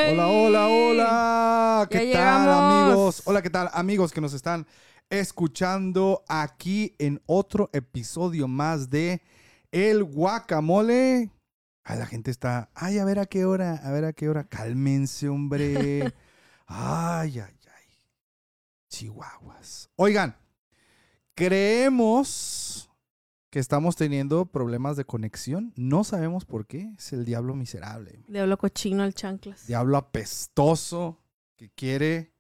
Hola, hola, hola. ¿Qué Ya tal, llegamos. amigos? Hola, ¿qué tal, amigos que nos están escuchando aquí en otro episodio más de El Guacamole? Ay, la gente está, ay, a ver a qué hora, a ver a qué hora. Cálmense, hombre. Ay, ay, ay. Chihuahuas. Oigan, creemos que estamos teniendo problemas de conexión. No sabemos por qué. Es el diablo miserable. Diablo cochino al chanclas. Diablo apestoso que quiere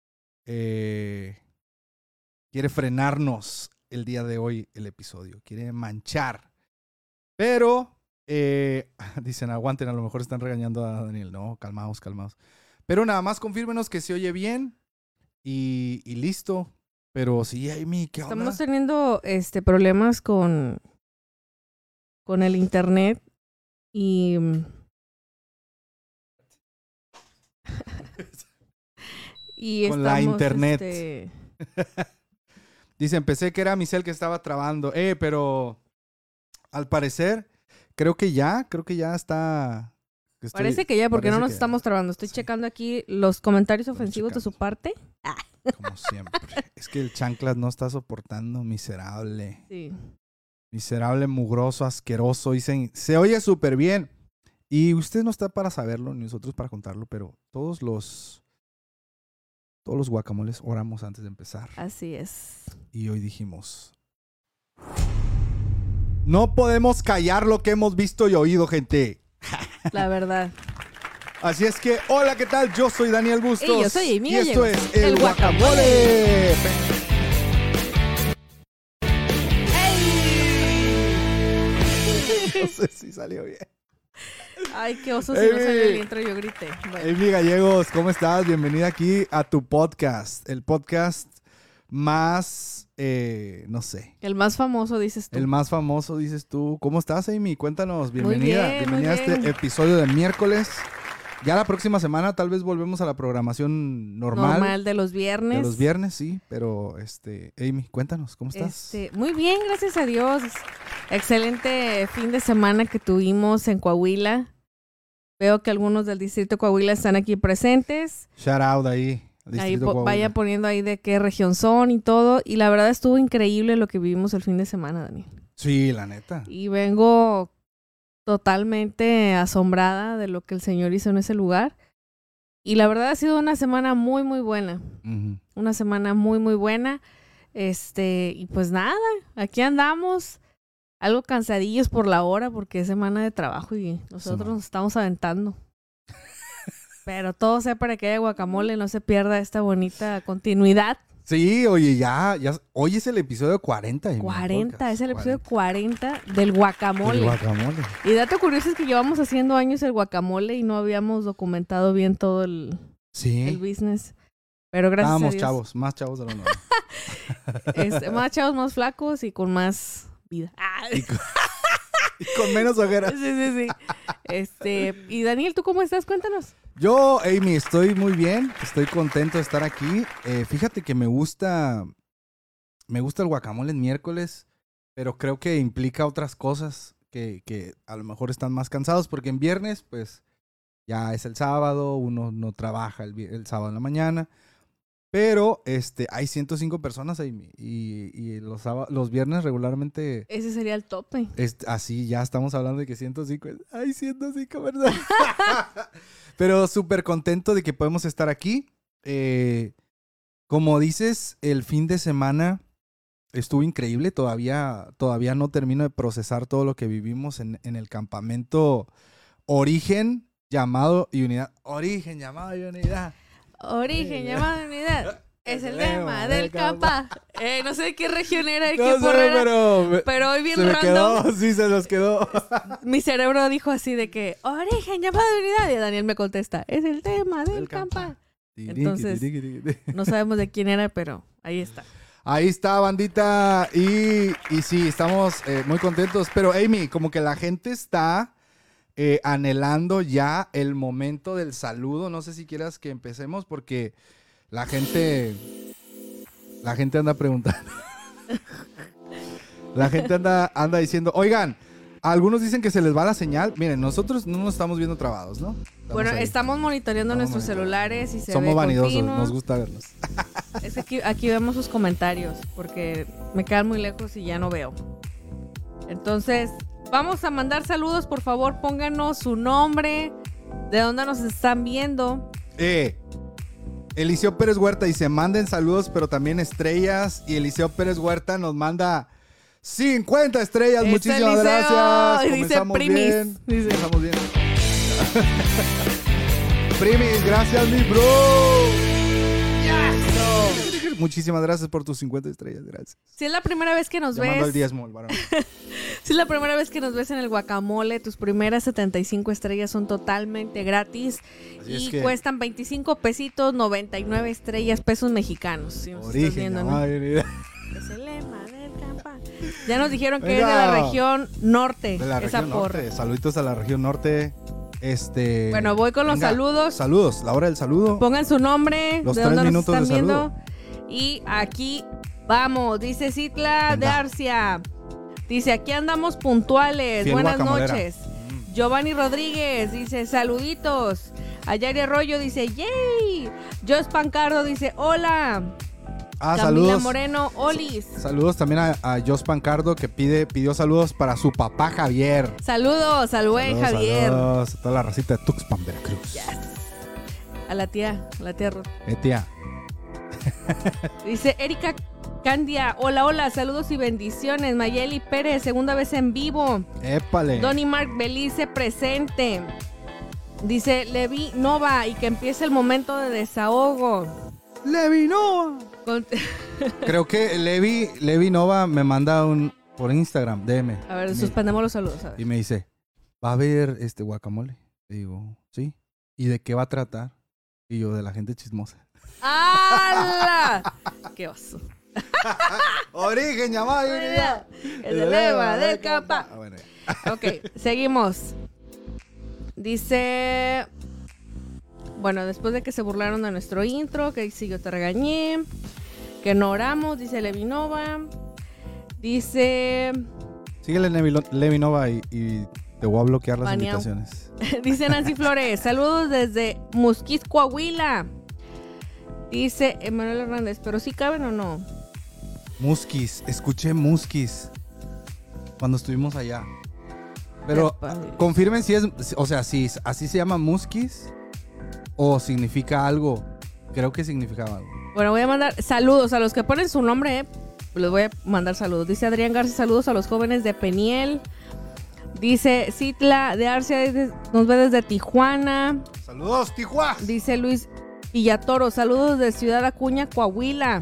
frenarnos el día de hoy el episodio. Quiere manchar. Pero, dicen, aguanten, a lo mejor están regañando a Daniel. No, calmaos, calmaos. Pero nada más confírmenos que se oye bien y listo. Pero sí, Amy, ¿qué onda? Estamos teniendo problemas con el internet y Con la estamos, internet. Dicen, pensé que era Michelle que estaba trabando. Pero al parecer, creo que ya está. Parece que ya, porque no nos estamos trabando. Estoy Sí. checando aquí los comentarios ofensivos de su parte. Como siempre. Es que el chanclas no está soportando, miserable. Sí. Miserable, mugroso, asqueroso. Dicen, se oye súper bien. Y usted no está para saberlo, ni nosotros para contarlo, pero todos los guacamoles oramos antes de empezar. Así es. Y hoy dijimos, no podemos callar lo que hemos visto y oído, gente. La verdad. Así es que, hola, ¿qué tal? Yo soy Daniel Bustos. Y yo soy Amy Y esto Gallegos. es El Guacamole. No sé si salió bien. Ay, qué oso si no salió el intro, yo grité. Bueno. Amy Gallegos, ¿cómo estás? Bienvenida aquí a tu podcast. El podcast más, no sé. El más famoso, dices tú. El más famoso, dices tú. ¿Cómo estás, Amy? Cuéntanos. Bienvenida. bien, Bienvenida muy a este bien. episodio de miércoles. Ya la próxima semana tal vez volvemos a la programación normal. De los viernes. De los viernes, sí. Pero, Amy, cuéntanos, ¿cómo estás? Muy bien, gracias a Dios. Excelente fin de semana que tuvimos en Coahuila. Veo que algunos del distrito de Coahuila están aquí presentes. Shout out ahí. Ahí vaya poniendo ahí de qué región son y todo. Y la verdad estuvo increíble lo que vivimos el fin de semana, Daniel. Sí, la neta. Y vengo totalmente asombrada de lo que el Señor hizo en ese lugar. Y la verdad ha sido una semana muy, muy buena. Uh-huh. Una semana muy, muy buena. Y pues nada, aquí andamos. Algo cansadillos por la hora porque es semana de trabajo y nosotros nos estamos aventando. Pero todo sea para que haya guacamole, no se pierda esta bonita continuidad. Sí, oye, ya, hoy es el episodio 40. 40, es el episodio 40 del guacamole. El guacamole. Y dato curioso es que llevamos haciendo años el guacamole y no habíamos documentado bien todo el business. Pero gracias a Dios. Estábamos más chavos de lo normal. Más chavos, más flacos y con más vida. Y con menos ojeras. Sí. Y Daniel, ¿tú cómo estás? Cuéntanos. Yo, Amy, estoy muy bien. Estoy contento de estar aquí. Fíjate que me gusta el guacamole en miércoles, pero creo que implica otras cosas que a lo mejor están más cansados, porque en viernes, pues, ya es el sábado, uno no trabaja el sábado en la mañana. Pero hay 105 personas, Amy, y los viernes regularmente... Ese sería el tope. Así ya estamos hablando de que 105... Hay 105 personas. Pero súper contento de que podemos estar aquí. Como dices, el fin de semana estuvo increíble. Todavía no termino de procesar todo lo que vivimos en el campamento Origen llamado Unidad. Origen llamado Unidad. Origen llamado Unidad. Es el lema del campa. No sé de qué región era, de qué No sé, porra era, pero hoy bien se me random. quedó, sí, se nos quedó. Mi cerebro dijo así de que Origen llamado Unidad. Y Daniel me contesta, es el tema del campa. Entonces, no sabemos de quién era, pero ahí está. Ahí está, bandita. Y sí, estamos muy contentos. Pero, Amy, como que la gente está anhelando ya el momento del saludo. No sé si quieras que empecemos porque la gente anda preguntando. La gente anda diciendo, oigan, Algunos dicen que se les va la señal. Miren, nosotros no nos estamos viendo trabados, ¿no? Bueno, estamos monitoreando nuestros celulares y se Somos ve vanidosos, continuo. nos gusta vernos. Es que aquí vemos sus comentarios porque me quedan muy lejos y ya no veo. Entonces, vamos a mandar saludos. Por favor, pónganos su nombre, de dónde nos están viendo. Eliseo Pérez Huerta dice, manden saludos, pero también estrellas. Y Eliseo Pérez Huerta nos manda 50 estrellas. Muchísimas Eliseo. gracias. Y dice Comenzamos primis. bien. Dice. Comenzamos bien. Primis, gracias, mi bro. Muchísimas gracias por tus 50 estrellas, gracias. Si es la primera vez que nos Llamando al ves, diezmo, el varón. si es la primera vez que nos ves en el Guacamole, tus primeras 75 estrellas son totalmente gratis. Así y es que- cuestan 25 pesitos, 99 estrellas, pesos mexicanos. Si nos estás Origen, viendo, la ¿no? madre. Es el lema del campa. Ya nos dijeron que Venga. es de la región norte. De la esa región porra. norte. Saluditos a la región norte. Bueno, voy con los venga, saludos. Saludos, la hora del saludo. Pongan su nombre, Los de 3 dónde nos minutos de están viendo. saludo. Y aquí vamos, dice Citla Venga. de Arcia. Dice, aquí andamos puntuales. Fiel Buenas guacamolera. noches. Giovanni Rodríguez dice, saluditos. Ayari Arroyo dice, yay. Jos Pancardo dice, hola. Camila Saludos. Moreno, olis. Saludos también a Jos Pancardo que pidió saludos para su papá Javier. Saludos al buen Saludos, Javier. saludos a toda la racita de Tuxpan, Veracruz. Yes. A la tía Ruth. Tía. Dice Erika Candia, hola, saludos y bendiciones. Mayeli Pérez, segunda vez en vivo. Épale. Donny Mark Belice presente. Dice Levi Nova y que empiece el momento de desahogo. Levi Nova. Creo que Levi Nova me manda por Instagram, DM. A ver, suspendemos los saludos. A ver. Y me dice, ¿va a haber guacamole? Le digo, sí. ¿Y de qué va a tratar? Y yo, de la gente chismosa. ¡Hala! ¡Qué oso! Origen, llamada. El lema del campa. Bueno, Ok, seguimos. Dice... Bueno, después de que se burlaron de nuestro intro, que sí yo te regañé, que no oramos, dice Levinova. Dice... síguele Levi Nova y te voy a bloquear las Baneado. invitaciones. Dice Nancy Flores, saludos desde Musquis, Coahuila. Dice Emanuel Hernández, ¿pero sí caben o no? Musquis, escuché Musquis cuando estuvimos allá. Pero confirmen si es, o sea, si así se llama Musquis o significa algo. Creo que significaba algo. Bueno, voy a mandar saludos a los que ponen su nombre, les voy a mandar saludos. Dice Adrián Garza, saludos a los jóvenes de Peniel. Dice Citla de Arcia, nos ve desde Tijuana. Saludos, Tijuana. Dice Luis Villatoro, saludos de Ciudad Acuña, Coahuila.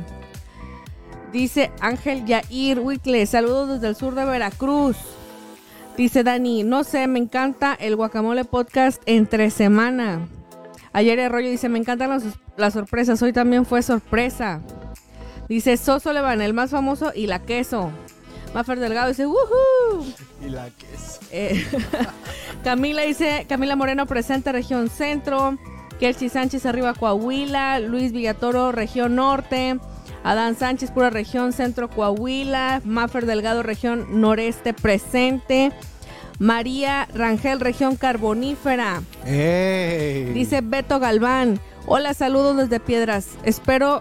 Dice Ángel Yair Huitle, saludos desde el sur de Veracruz. Dice Dani, no sé, me encanta el Guacamole Podcast entre semana. Ayer Arroyo dice, me encantan las sorpresas, hoy también fue sorpresa. Dice Soso Levan, el más famoso y la queso. Maffer Delgado dice, ¡woohoo! Y la queso. Camila dice, Camila Moreno presente, región centro. Kelchi Sánchez arriba, Coahuila. Luis Villatoro, región norte. Adán Sánchez, pura región centro, Coahuila. Maffer Delgado, región noreste, presente. María Rangel, región carbonífera. ¡Ey! Dice Beto Galván, hola, saludos desde Piedras. Espero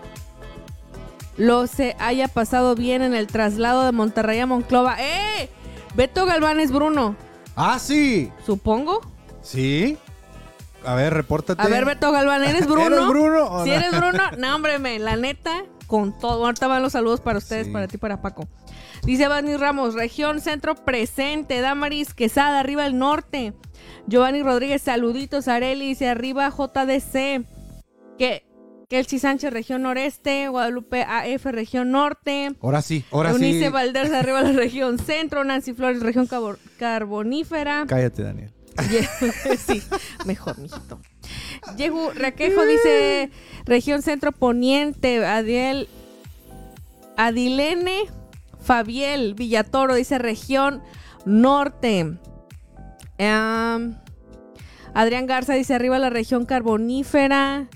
lo se haya pasado bien en el traslado de Monterrey a Monclova. ¡Eh! Beto Galván es Bruno. ¡Ah, sí! Supongo. ¿Sí? A ver, repórtate. A ver, Beto Galván, ¿eres Bruno? ¿Eres Bruno o Si no? eres Bruno, no, hombre, la neta, con todo. Ahorita van los saludos para ustedes, Sí. para ti, para Paco. Dice Vani Ramos, región centro presente. Damaris Quesada, arriba el norte. Giovanni Rodríguez, saluditos. Areli dice arriba JDC. Kelchi Sánchez, región noreste. Guadalupe AF, región norte. Ahora sí. Eunice Valdés, arriba la región centro. Nancy Flores, región carbonífera. Cállate, Daniel. Sí, mejor, mijito. Yehu Requejo dice región centro poniente. Adilene Fabiel Villatoro dice región norte. Adrián Garza dice arriba la región carbonífera.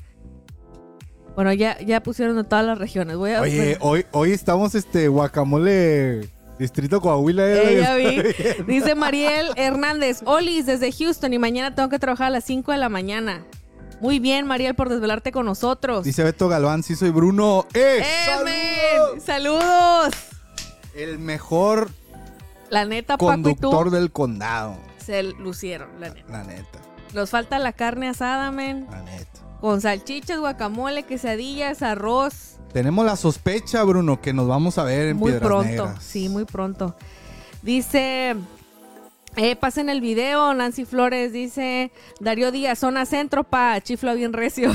Bueno, ya pusieron de todas las regiones. Oye, hoy estamos guacamole Distrito Coahuila. Ya vi. Dice Mariel Hernández, Olis desde Houston y mañana tengo que trabajar a las 5 de la mañana. Muy bien, Mariel, por desvelarte con nosotros. Dice Beto Galván, sí soy Bruno. ¡Saludos! ¡Saludos! El mejor la neta, Paco y tú conductor del condado. se lucieron, la neta. La neta. Nos falta la carne asada, men. La neta. Con salchichas, guacamole, quesadillas, arroz. Tenemos la sospecha, Bruno, que nos vamos a ver en muy Piedras pronto, Negras. sí, muy pronto. Dice, pasen el video, Nancy Flores dice, Darío Díaz, zona centro, chifla bien recio.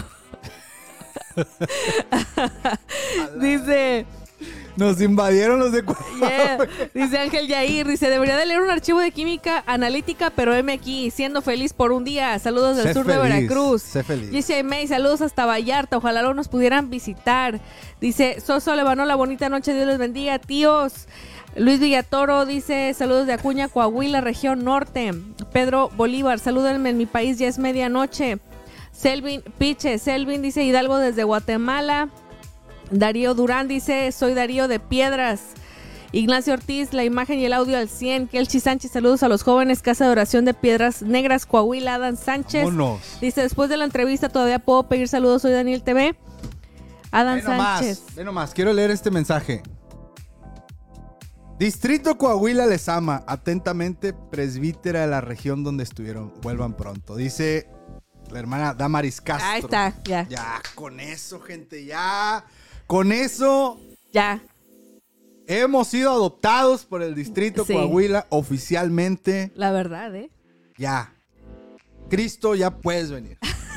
Dice... Nos invadieron los de Yeah. Dice Ángel Yair, dice, debería de leer un archivo de química analítica, pero heme aquí, siendo feliz por un día. Saludos del sur de Veracruz. Sé feliz. Dice May, saludos hasta Vallarta, ojalá luego nos pudieran visitar. Dice Soso Levanola, bonita noche, Dios les bendiga, tíos. Luis Villatoro dice, saludos de Acuña, Coahuila, región norte. Pedro Bolívar, salúdenme, en mi país ya es medianoche. Selvin dice Hidalgo desde Guatemala. Darío Durán dice, soy Darío de Piedras. Ignacio Ortiz, la imagen y el audio al 100. Kelchi Sánchez, saludos a los jóvenes. Casa de Oración de Piedras Negras, Coahuila. Adán Sánchez. Vámonos. Dice, después de la entrevista todavía puedo pedir saludos. Soy Daniel TV. Adán Sánchez. Ve nomás, quiero leer este mensaje. Distrito Coahuila les ama. Atentamente, presbítera de la región donde estuvieron. Vuelvan pronto. Dice la hermana Damaris Castro. Ahí está, ya. Ya, con eso, gente, ya. Con eso. Ya. Hemos sido adoptados por el Distrito Sí. Coahuila oficialmente. La verdad, Ya. Cristo, ya puedes venir.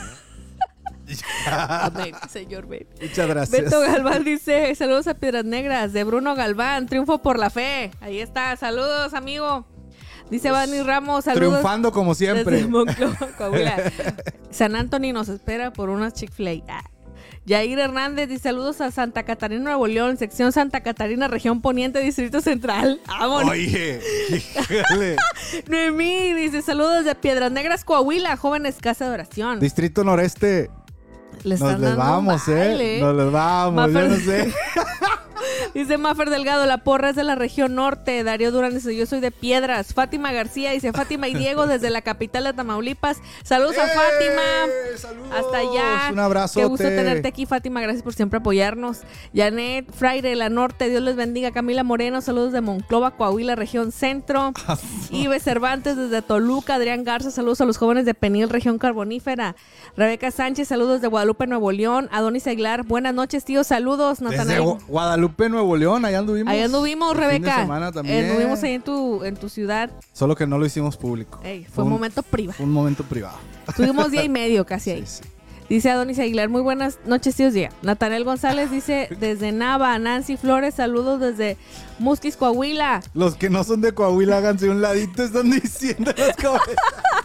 Amén, señor. Ven. Muchas gracias. Beto Galván dice, saludos a Piedras Negras. De Bruno Galván, triunfo por la fe. Ahí está, saludos, amigo. Dice Vani Ramos, saludos. Triunfando como siempre. Desde Monclova, Coahuila. San Antonio nos espera por unas Chick-fil-A. Yair Hernández dice, saludos a Santa Catarina, Nuevo León, sección Santa Catarina, región poniente, Distrito Central. ¡Vámonos! Oye, híjole. Noemí dice, saludos de Piedras Negras, Coahuila, jóvenes casa de oración. Distrito Noreste. Les Nos están les dando vamos, baile. Nos les vamos, yo no sé. Dice Maffer Delgado, la porra es de la región norte. Darío Durán dice, yo soy de Piedras. Fátima García dice, Fátima y Diego desde la capital de Tamaulipas. Saludos a Fátima. ¡Saludos! Hasta allá. Un abrazo. Qué gusto tenerte aquí, Fátima. Gracias por siempre apoyarnos. Janet Fraire, la norte. Dios les bendiga. Camila Moreno, saludos de Monclova, Coahuila, región centro. Ibe Cervantes desde Toluca. Adrián Garza, saludos a los jóvenes de Penil, región carbonífera. Rebeca Sánchez, saludos de Guadalupe, Nuevo León. Adonis Aguilar, buenas noches, tío. Saludos, Natanael. Desde Guadalupe, Nuevo León, allá anduvimos. Ahí anduvimos, El fin de Rebeca. semana también. Anduvimos ahí en tu ciudad. Solo que no lo hicimos público. Ey, fue un momento privado. Fue un momento privado. Tuvimos día y medio casi ahí. Sí, sí. Dice Adonis Aguilar, muy buenas noches, tíos día. Natanael González dice, desde Nava. Nancy Flores, saludos desde Musquis, Coahuila. Los que no son de Coahuila, háganse un ladito, están diciendo los cabezas.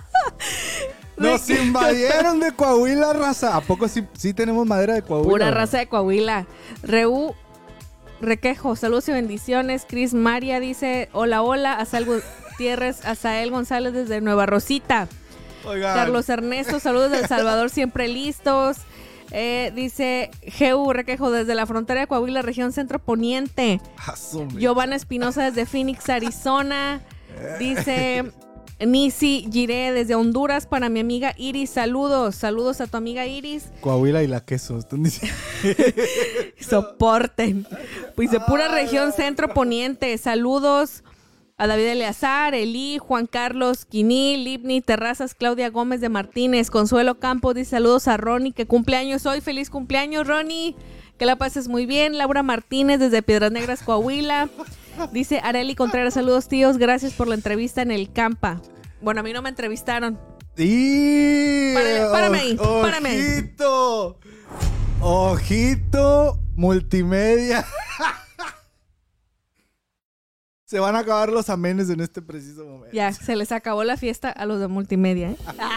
Nos invadieron de Coahuila, raza. ¿A poco sí tenemos madera de Coahuila? Pura raza de Coahuila. Requejo, saludos y bendiciones. Cris María dice, hola, hola. Azael González desde Nueva Rosita. Oigan. Carlos Ernesto, saludos del Salvador, siempre listos. Dice Geu Requejo desde la frontera de Coahuila, región centro poniente. Giovanna Espinosa desde Phoenix, Arizona. Dice Nisi Giré desde Honduras para mi amiga Iris. Saludos a tu amiga Iris. Coahuila y la queso, están diciendo. Soporten. Pues de pura región centro poniente. Saludos a David Eleazar, Eli, Juan Carlos Quinil, Libni Terrazas, Claudia Gómez de Martínez, Consuelo Campos dice saludos a Ronnie, que cumpleaños hoy. Feliz cumpleaños, Ronnie. Que la pases muy bien. Laura Martínez desde Piedras Negras, Coahuila. Dice Areli Contreras, saludos tíos, gracias por la entrevista en el Campa. Bueno, a mí no me entrevistaron. ¡Y! Párame ahí, párame ahí. ¡Ojito! ¡Ojito! Multimedia. Se van a acabar los amenes en este preciso momento. Ya, se les acabó la fiesta a los de multimedia, ¿eh?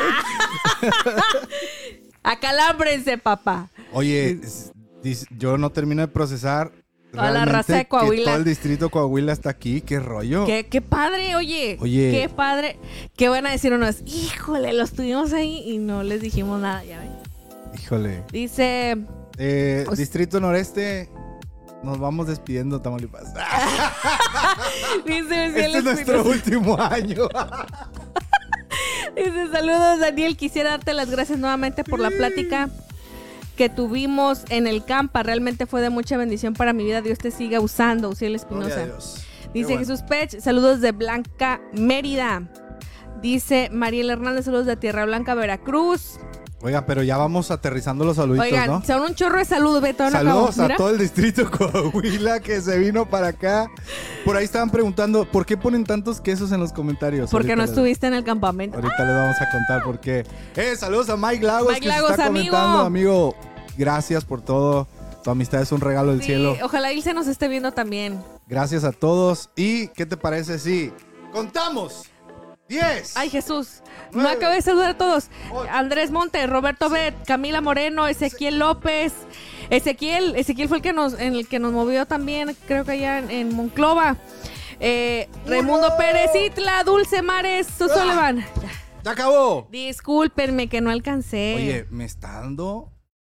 Acalámbrense, papá. Oye, yo no termino de procesar Toda la raza de Coahuila. que todo el distrito Coahuila está aquí. ¿Qué rollo? Qué padre, oye. Qué padre. ¿Qué van a decir unos? Híjole, los tuvimos ahí y no les dijimos nada, ya ven. Híjole. Dice... Distrito Noreste, Nos vamos despidiendo, Tamaulipas. Dice, Este es nuestro último año. Dice, saludos, Daniel. Quisiera darte las gracias nuevamente por la plática que tuvimos en el campa. Realmente fue de mucha bendición para mi vida. Dios te siga usando, Uciel Espinosa. Dice Jesús Pech, saludos de Blanca, Mérida. Dice Mariel Hernández, saludos de Tierra Blanca, Veracruz. Oiga, pero ya vamos aterrizando los saluditos, Oigan, ¿no? son un chorro de saludos, Beto. Saludos a todo el distrito Coahuila que se vino para acá. Por ahí estaban preguntando, ¿por qué ponen tantos quesos en los comentarios? Porque ahorita no estuviste en el campamento. Ahorita les vamos a contar por qué. Saludos a Mike Lagos, Mike Lagos, está amigo. comentando, amigo. Gracias por todo. Tu amistad es un regalo del cielo. Ojalá Ilse nos esté viendo también. Gracias a todos. ¿Y qué te parece si contamos? 10. Ay, Jesús. 9, No acabé de saludar a todos. 8, Andrés Montes, Roberto Bet, Camila Moreno, Ezequiel López. Ezequiel fue el que nos movió también, creo que allá en Monclova. Raimundo Pérez, Itla, Dulce Mares, Sullivan. ¡Ya acabó! Discúlpenme que no alcancé. Oye, me está dando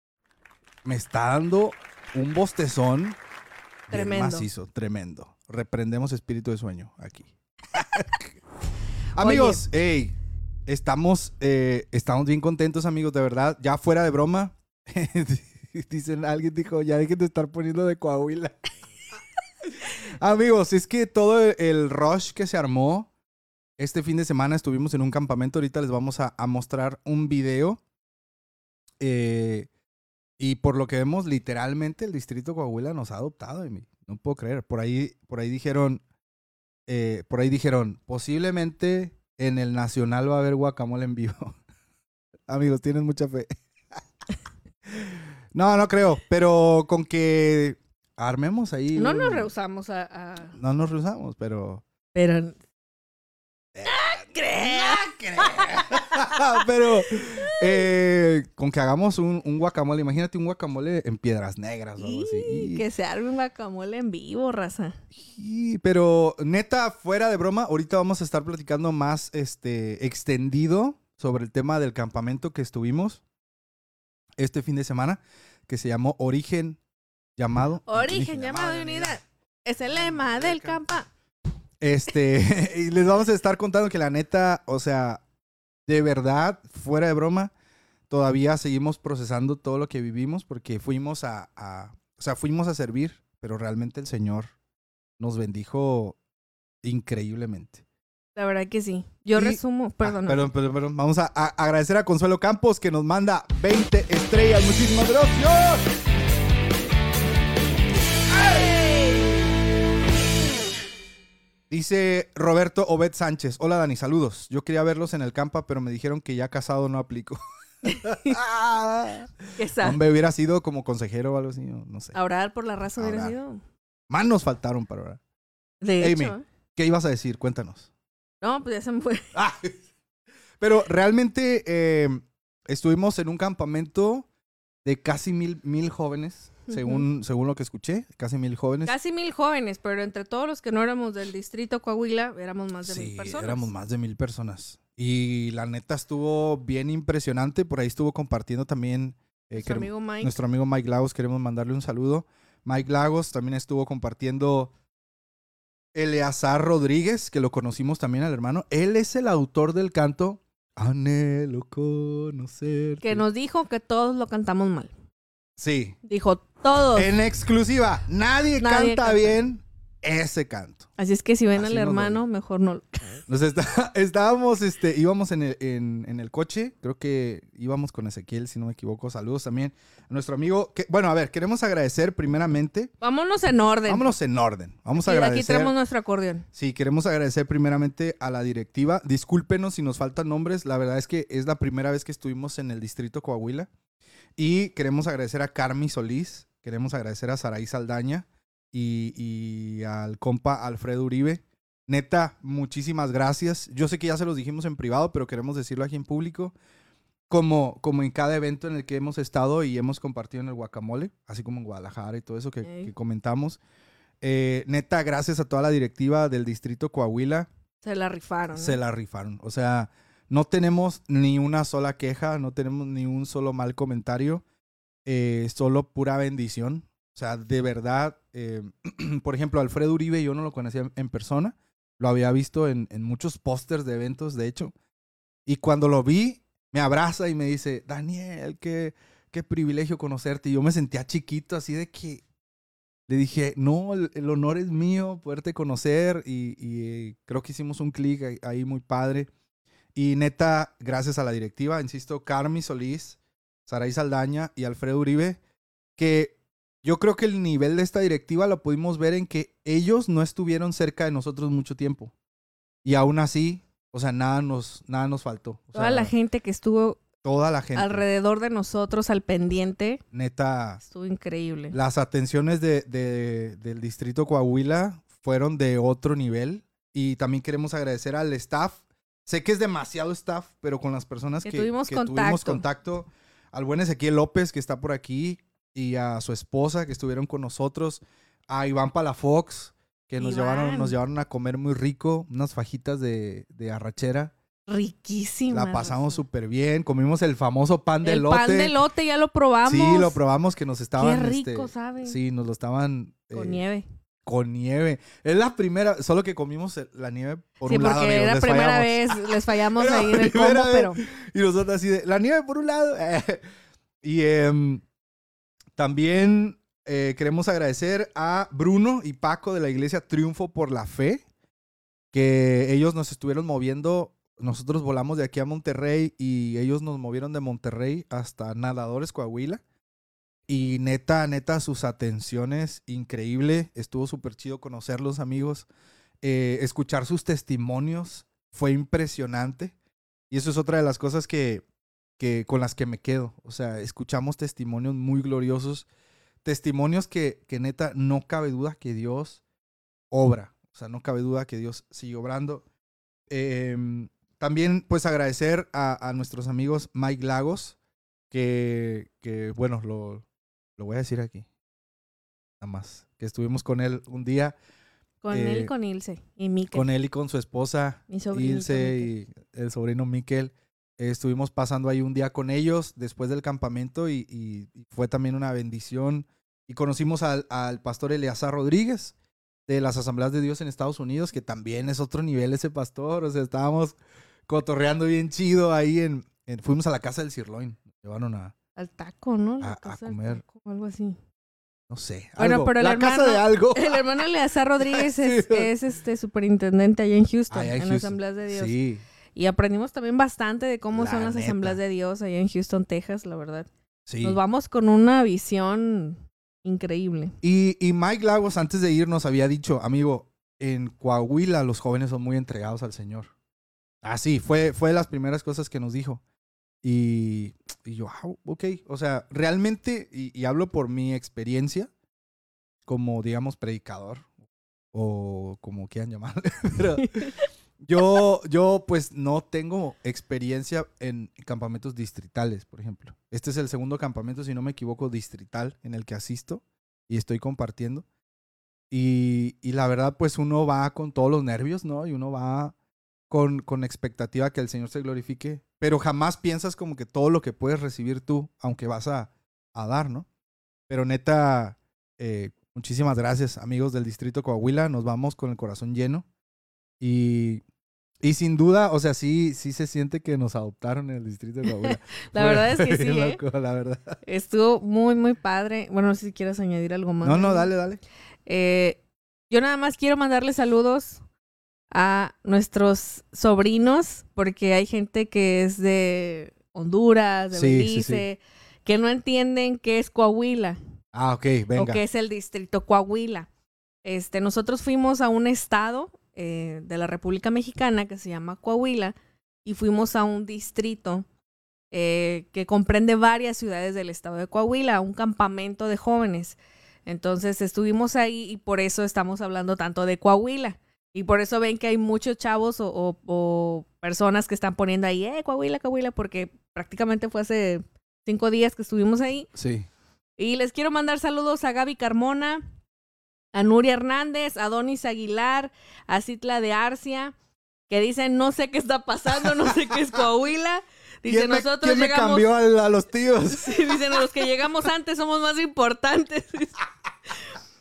un bostezón bien Tremendo. macizo, tremendo. Reprendemos espíritu de sueño aquí. Amigos, estamos bien contentos, amigos, de verdad. Ya fuera de broma, alguien dijo, ya dejen de estar poniendo de Coahuila. Amigos, es que todo el rush que se armó este fin de semana, estuvimos en un campamento. Ahorita les vamos a mostrar un video. Y por lo que vemos, literalmente el distrito Coahuila nos ha adoptado. No puedo creer. Por ahí dijeron, posiblemente en el Nacional va a haber guacamole en vivo. Amigos, tienen mucha fe. No creo, pero con que armemos ahí. No nos rehusamos No nos rehusamos, pero... Pero... Pero con que hagamos un guacamole, imagínate un guacamole en Piedras Negras o algo así. Que se arme un guacamole en vivo, raza. Pero neta, fuera de broma, ahorita vamos a estar platicando más extendido sobre el tema del campamento que estuvimos este fin de semana, que se llamó Origen llamado de unidad. Es el lema del campa. Y les vamos a estar contando que la neta, o sea, de verdad, fuera de broma, todavía seguimos procesando todo lo que vivimos porque fuimos a servir, pero realmente el Señor nos bendijo increíblemente. La verdad que sí. Yo resumo, perdón. Perdón. Vamos a agradecer a Consuelo Campos que nos manda 20 estrellas. Muchísimas gracias. Dice Roberto Obed Sánchez. Hola, Dani, saludos. Yo quería verlos en el campa, pero me dijeron que ya casado no aplico. Hombre, hubiera sido como consejero o algo así, no sé. A orar por la raza hubiera sido. Más nos faltaron para orar. De hecho. Amy, ¿qué ibas a decir? Cuéntanos. No, pues ya se me fue. Pero realmente estuvimos en un campamento de casi mil jóvenes. Según lo que escuché, casi 1,000 jóvenes. Casi 1,000 jóvenes, pero entre todos los que no éramos del distrito Coahuila, éramos más de 1,000 personas. Éramos más de 1,000 personas. Y la neta estuvo bien impresionante. Por ahí estuvo compartiendo también nuestro amigo Mike Lagos. Queremos mandarle un saludo. Mike Lagos también estuvo compartiendo Eleazar Rodríguez, que lo conocimos también al hermano. Él es el autor del canto Anhelo conocer. Que nos dijo que todos lo cantamos mal. Sí. Dijo todos. En exclusiva. Nadie canta bien ese canto. Así es que si ven al hermano, mejor no. Íbamos en el coche. Creo que íbamos con Ezequiel, si no me equivoco. Saludos también a nuestro amigo. Queremos agradecer primeramente. Vámonos en orden. Vamos a agradecer. Aquí tenemos nuestro acordeón. Sí, queremos agradecer primeramente a la directiva. Discúlpenos si nos faltan nombres. La verdad es que es la primera vez que estuvimos en el distrito Coahuila. Y queremos agradecer a Carmi Solís, queremos agradecer a Saraí Saldaña y al compa Alfredo Uribe. Neta, muchísimas gracias. Yo sé que ya se los dijimos en privado, pero queremos decirlo aquí en público. Como en cada evento en el que hemos estado y hemos compartido en el guacamole, así como en Guadalajara y todo eso que comentamos. Neta, gracias a toda la directiva del distrito Coahuila. Se la rifaron. Se la rifaron. O sea, no tenemos ni una sola queja, no tenemos ni un solo mal comentario, solo pura bendición. O sea, de verdad, por ejemplo, Alfredo Uribe yo no lo conocía en persona. Lo había visto en muchos pósters de eventos, de hecho. Y cuando lo vi, me abraza y me dice, Daniel, qué privilegio conocerte. Y yo me sentía chiquito, así de que le dije, no, el honor es mío, poderte conocer. Y creo que hicimos un clic ahí muy padre. Y neta, gracias a la directiva, insisto, Carmi Solís, Saray Saldaña y Alfredo Uribe, que yo creo que el nivel de esta directiva lo pudimos ver en que ellos no estuvieron cerca de nosotros mucho tiempo. Y aún así, o sea, nada nos faltó. O Toda sea, la gente que estuvo toda la gente alrededor de nosotros al pendiente, neta, estuvo increíble. las atenciones del Distrito Coahuila fueron de otro nivel. Y también queremos agradecer al staff. Sé que es demasiado staff, pero con las personas que tuvimos contacto, al buen Ezequiel López, que está por aquí, y a su esposa, que estuvieron con nosotros, a Iván Palafox, que nos llevaron a comer muy rico, unas fajitas de arrachera. Riquísima. La pasamos súper bien, comimos el famoso pan de elote. El pan de elote ya lo probamos. Sí, lo probamos, que nos estaban... Qué rico, ¿sabe? Sí, nos lo estaban... Con nieve. Con nieve. Es la primera, solo que comimos la nieve por un lado. Sí, porque era la primera vez, les fallamos ahí en el combo, pero... Y nosotros así de, la nieve por un lado. Y también queremos agradecer a Bruno y Paco de la iglesia Triunfo por la Fe, que ellos nos estuvieron moviendo. Nosotros volamos de aquí a Monterrey y ellos nos movieron de Monterrey hasta Nadadores, Coahuila. Y neta, sus atenciones, increíble. Estuvo súper chido conocerlos, amigos. Escuchar sus testimonios fue impresionante. Y eso es otra de las cosas que con las que me quedo. O sea, escuchamos testimonios muy gloriosos. Testimonios que neta, no cabe duda que Dios obra. O sea, no cabe duda que Dios sigue obrando. También, pues, agradecer a nuestros amigos Mike Lagos, que bueno, lo voy a decir aquí. Nada más. Que estuvimos con él un día. Con él y con Ilse y Miquel. Con él y con su esposa, Ilse y el sobrino Miquel. Estuvimos pasando ahí un día con ellos después del campamento y fue también una bendición. Y conocimos al pastor Eleazar Rodríguez de las Asambleas de Dios en Estados Unidos, que también es otro nivel ese pastor. O sea, estábamos cotorreando bien chido ahí fuimos a la casa del Sirloin. Llevaron al taco, ¿no? A comer. Taco, algo así. No sé. Bueno, algo. pero la casa de algo. El hermano Eleazar Rodríguez es superintendente allá en Houston, allá en las Asambleas de Dios. Sí. Y aprendimos también bastante de cómo son las Asambleas de Dios allá en Houston, Texas, la verdad. Sí. Nos vamos con una visión increíble. Y Mike Lagos, antes de ir, nos había dicho, amigo, en Coahuila los jóvenes son muy entregados al Señor. Así, fue de las primeras cosas que nos dijo. Y yo, ok. O sea, realmente, y hablo por mi experiencia como, digamos, predicador o como quieran llamarle, pero yo pues no tengo experiencia en campamentos distritales, por ejemplo. Este es el segundo campamento, si no me equivoco, distrital en el que asisto y estoy compartiendo. Y la verdad, pues uno va con todos los nervios, ¿no? Y uno va con expectativa que el Señor se glorifique, pero jamás piensas como que todo lo que puedes recibir tú, aunque vas a dar, ¿no? Pero neta, muchísimas gracias, amigos del Distrito Coahuila. Nos vamos con el corazón lleno. Y sin duda, o sea, sí se siente que nos adoptaron en el Distrito de Coahuila. La verdad es que sí, loco, la verdad. Estuvo muy, muy padre. Bueno, no sé si quieres añadir algo más. No, dale. Yo nada más quiero mandarle saludos a nuestros sobrinos, porque hay gente que es de Honduras, de Belice, que no entienden qué es Coahuila. Ah, ok, venga. O qué es el Distrito Coahuila. Nosotros fuimos a un estado de la República Mexicana que se llama Coahuila y fuimos a un distrito que comprende varias ciudades del estado de Coahuila, un campamento de jóvenes. Entonces estuvimos ahí y por eso estamos hablando tanto de Coahuila. Y por eso ven que hay muchos chavos o personas que están poniendo ahí, Coahuila, porque prácticamente fue hace 5 días que estuvimos ahí. Sí. Y les quiero mandar saludos a Gaby Carmona, a Nuria Hernández, a Donis Aguilar, a Citla de Arcia, que dicen, no sé qué está pasando, no sé qué es Coahuila. Dice, nosotros ¿quién llegamos... me cambió a los tíos? Sí, dicen, los que llegamos antes somos más importantes.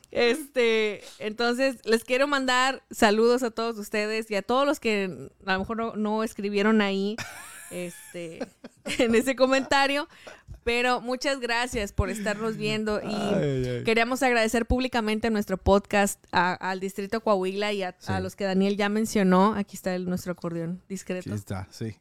Entonces, les quiero mandar saludos a todos ustedes y a todos los que a lo mejor no escribieron ahí, en ese comentario. Pero muchas gracias por estarnos viendo y queríamos agradecer públicamente a nuestro podcast, al Distrito Coahuila y a los que Daniel ya mencionó. Aquí está nuestro acordeón discreto. Aquí está, sí.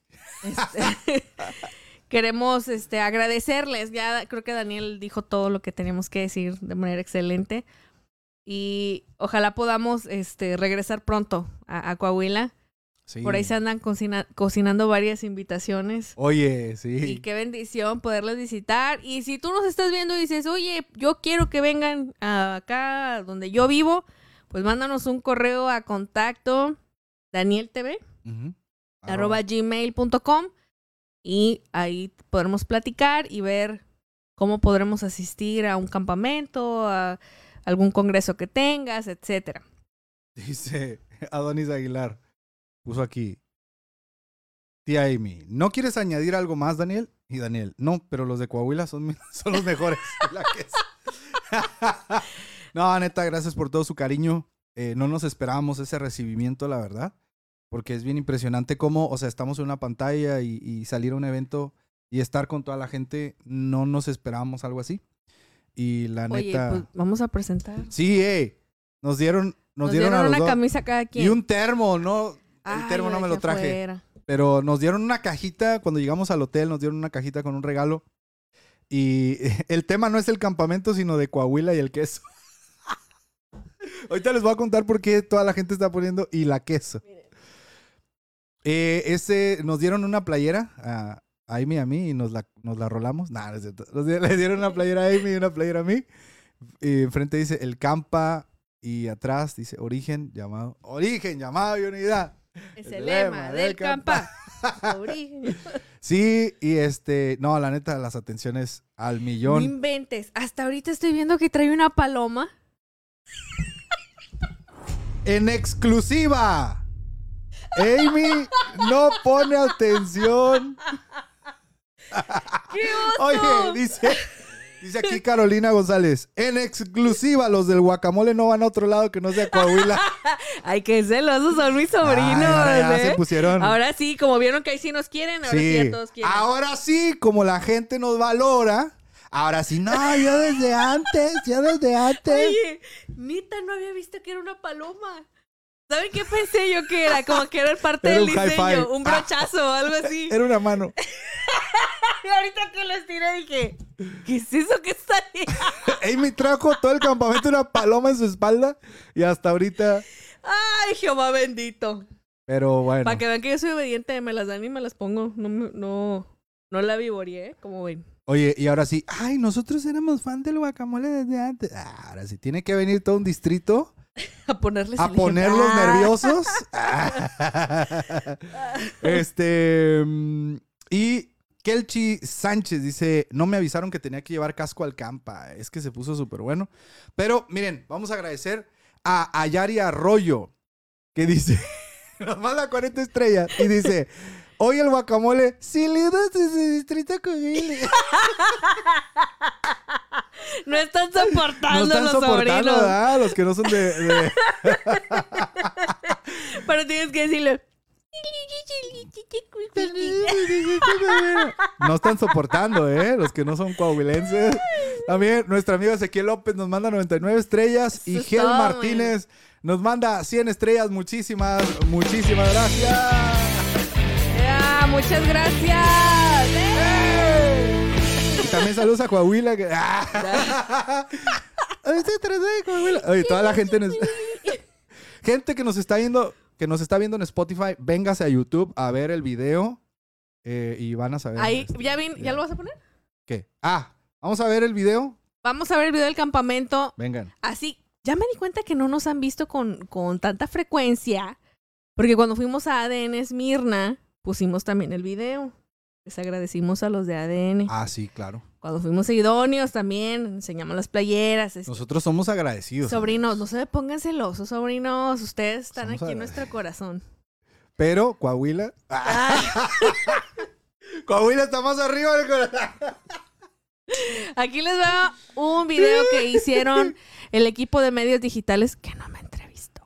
Queremos agradecerles. Ya creo que Daniel dijo todo lo que teníamos que decir de manera excelente. Y ojalá podamos regresar pronto a Coahuila. Sí. Por ahí se andan cocinando varias invitaciones. Oye, sí. Y qué bendición poderles visitar. Y si tú nos estás viendo y dices, oye, yo quiero que vengan acá donde yo vivo, pues mándanos un correo a contacto danieltv @gmail.com y ahí podremos platicar y ver cómo podremos asistir a un campamento, a algún congreso que tengas, etcétera. Dice Adonis Aguilar. Puso aquí. Tía Amy, ¿no quieres añadir algo más, Daniel? Y Daniel, no, pero los de Coahuila son los mejores. No, neta, gracias por todo su cariño. No nos esperábamos ese recibimiento, la verdad. Porque es bien impresionante cómo, o sea, estamos en una pantalla y salir a un evento y estar con toda la gente, no nos esperábamos algo así. Y la neta... Oye, pues vamos a presentar. Sí, nos dieron a los una dos. Camisa cada quien. Y un termo, ¿no? El termo no me lo traje. Afuera. Pero nos dieron una cajita, cuando llegamos al hotel, nos dieron una cajita con un regalo. Y el tema no es el campamento, sino de Coahuila y el queso. Ahorita les voy a contar por qué toda la gente está poniendo y la queso. Nos dieron una playera a Amy y a mí y nos la rolamos. No es cierto. Le dieron una playera a Amy y una playera a mí. Y enfrente dice el Campa y atrás dice Origen llamado y unidad. Es el lema del Campa. Sí, y no, la neta, las atenciones al millón. No inventes. Hasta ahorita estoy viendo que trae una paloma. En exclusiva. Amy no pone atención. ¡Qué oso! Oye, dice aquí Carolina González, en exclusiva, los del guacamole no van a otro lado que no sea Coahuila. Ay, qué celosos son mis sobrinos. Ay, ya se pusieron. Ahora sí, como vieron que ahí sí nos quieren, ahora sí ya todos quieren. Ahora sí, como la gente nos valora, ahora sí, no, yo desde antes. Oye, neta, no había visto que era una paloma. ¿Saben qué pensé yo que era? Como que era parte del diseño, un brochazo o algo así. Era una mano. Y ahorita que lo estiré dije, ¿qué es eso que está ahí? Amy trajo todo el campamento una paloma en su espalda y hasta ahorita... Ay, Jehová bendito. Pero bueno. Para que vean que yo soy obediente, me las dan y me las pongo. No la vivoreé, como ven. Oye, y ahora sí, ay, nosotros éramos fan del guacamole desde antes. Ahora sí, tiene que venir todo un distrito... A ponerles a ponerlos nerviosos. Y Kelchi Sánchez dice, no me avisaron que tenía que llevar casco al Campa. Es que se puso súper bueno. Pero miren, vamos a agradecer a Ayari Arroyo, que dice, nos manda 40 estrellas y dice, hoy el guacamole, saludos desde Distrito Coahuila. No están soportando los sobrinos. ¿verdad? Los que no son de... Pero tienes que decirle... No están soportando, los que no son coahuilenses. También nuestra amiga Ezequiel López nos manda 99 estrellas. Y Gel Martínez nos manda 100 estrellas. Muchísimas gracias. Muchas gracias. Y también saludos a Coahuila. Oye, toda la gente gente que nos está viendo en Spotify, véngase a YouTube a ver el video y van a saber. Ahí, ¿ya lo vas a poner? ¿Qué? Vamos a ver el video. Vamos a ver el video del campamento. Vengan. Así, ya me di cuenta que no nos han visto con tanta frecuencia, porque cuando fuimos a ADN Esmirna, pusimos también el video. Les agradecimos a los de ADN. Sí, claro. Cuando fuimos a Idóneos también, enseñamos las playeras. Nosotros somos agradecidos. Sobrinos, no se me pongan celosos, sobrinos. Ustedes están aquí en nuestro corazón. Pero Coahuila... Coahuila está más arriba del corazón. Aquí les va un video que hicieron el equipo de medios digitales que no me entrevistó.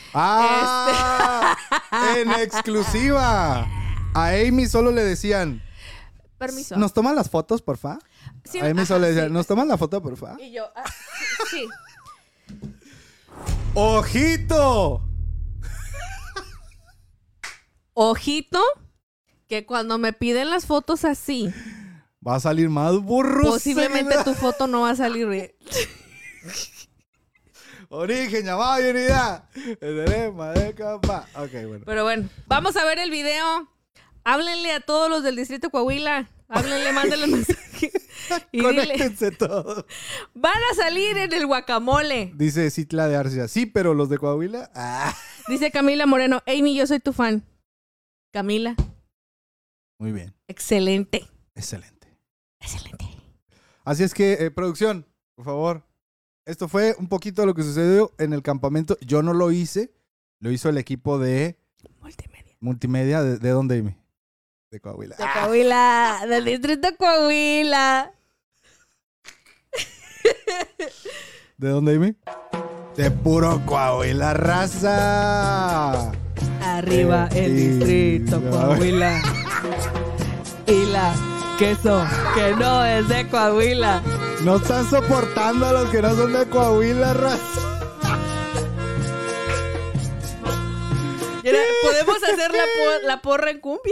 En exclusiva. A Amy solo le decían, Permiso. ¿nos toman las fotos, porfa? Sí, A Amy solo le decían, ¿nos toman la foto, porfa? Y yo, sí. ¡Ojito! Ojito, que cuando me piden las fotos así, Va a salir más burro. posiblemente tu foto no va a salir bien. Origen, llamada y unidad. El lema de capa. Ok, bueno. Pero bueno, vamos a ver el video. Háblenle a todos los del distrito de Coahuila. Háblenle, mándenle mensaje. Y dile, Conéctense todos. van a salir en el guacamole. Dice Citla de Arcia. Sí, pero los de Coahuila. Dice Camila Moreno. Amy, yo soy tu fan. Camila, Muy bien. excelente. Excelente. Excelente. Así es que, producción, por favor. Esto fue un poquito de lo que sucedió en el campamento. Yo no lo hice. Lo hizo el equipo de multimedia. ¿De dónde, Amy? De Coahuila. De Coahuila, del distrito de Coahuila. ¿De dónde, Amy? De puro Coahuila, raza. Arriba el distrito Coahuila. Y la queso que no es de Coahuila. No están soportando a los que no son de Coahuila, raza. ¿Podemos hacer la porra en cumbia?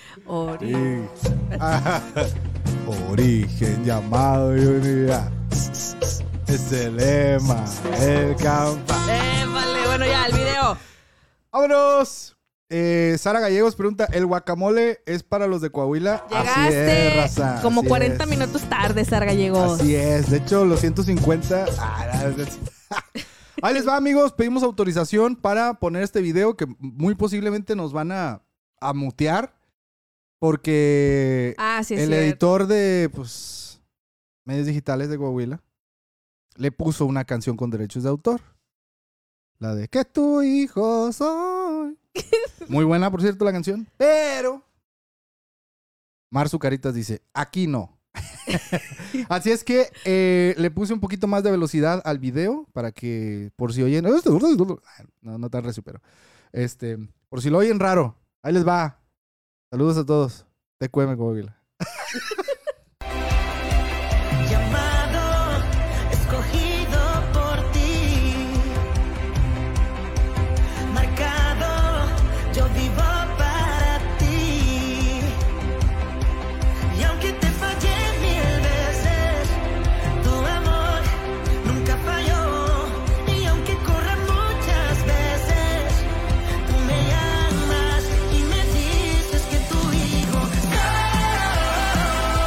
Origen, llamado y unidad. Es el lema, el campa. Vale, bueno, ya, el video. ¡Vámonos! Sara Gallegos pregunta, ¿el guacamole es para los de Coahuila? Llegaste Así es, raza, como así 40 es. minutos tarde, Sara Gallegos. Así es. De hecho, los 150... Ahí les va, amigos. Pedimos autorización para poner este video que muy posiblemente nos van a mutear porque Sí, es el cierto. editor de medios digitales de Coahuila le puso una canción con derechos de autor. La de Que tu hijo soy. Muy buena, por cierto, la canción. Pero Marzu Caritas dice, aquí no. Así es que le puse un poquito más de velocidad al video para que por si oyen... No tan recio, pero... por si lo oyen raro. Ahí les va. Saludos a todos. TQM Coahuila. Llamado, escogido por ti, marcado, yo vivo para ti. Y aunque te fallé 1000 veces, tu amor nunca falló. Y aunque corra muchas veces, tú me llamas y me dices que tu hijo soy.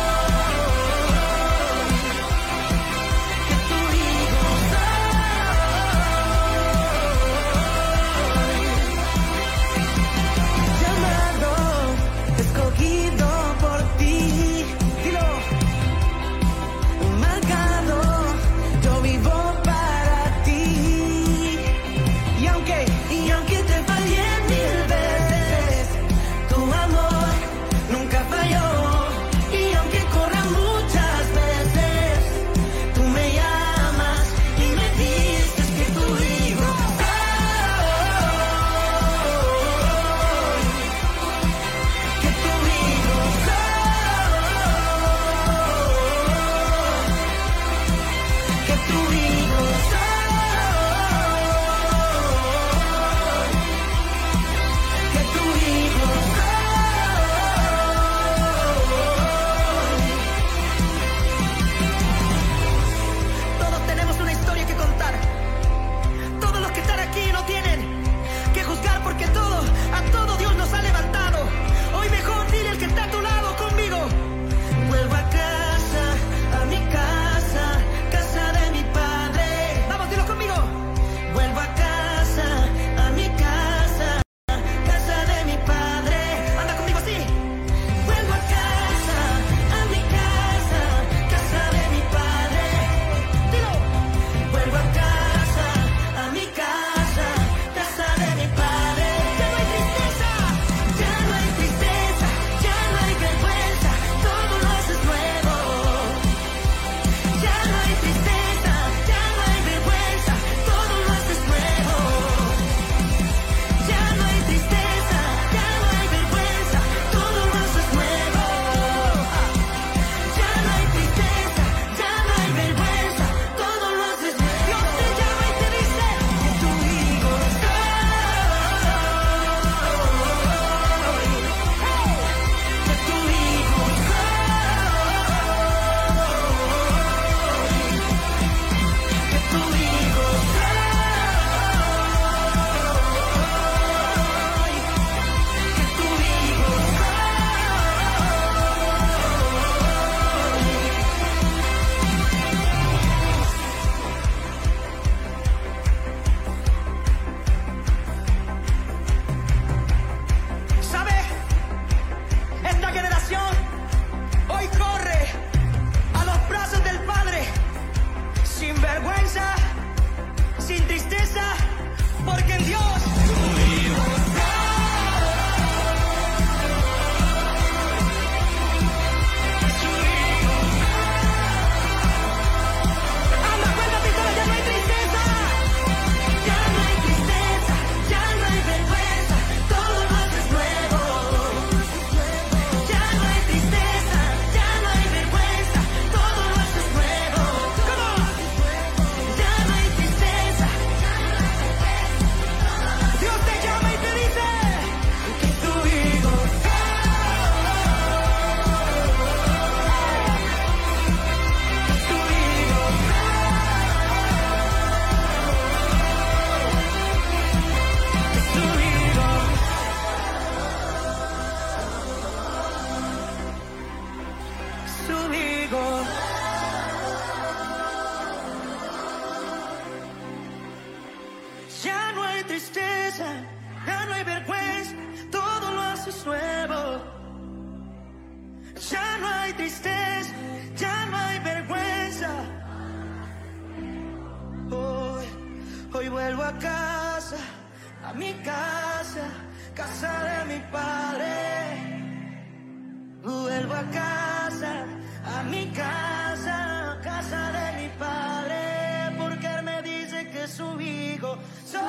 tristeza, ya no hay vergüenza, todo lo haces nuevo. Ya no hay tristeza, ya no hay vergüenza. Hoy vuelvo a casa, a mi casa, casa de mi padre. Vuelvo a casa, a mi casa, casa de mi padre, porque él me dice que su hijo soy.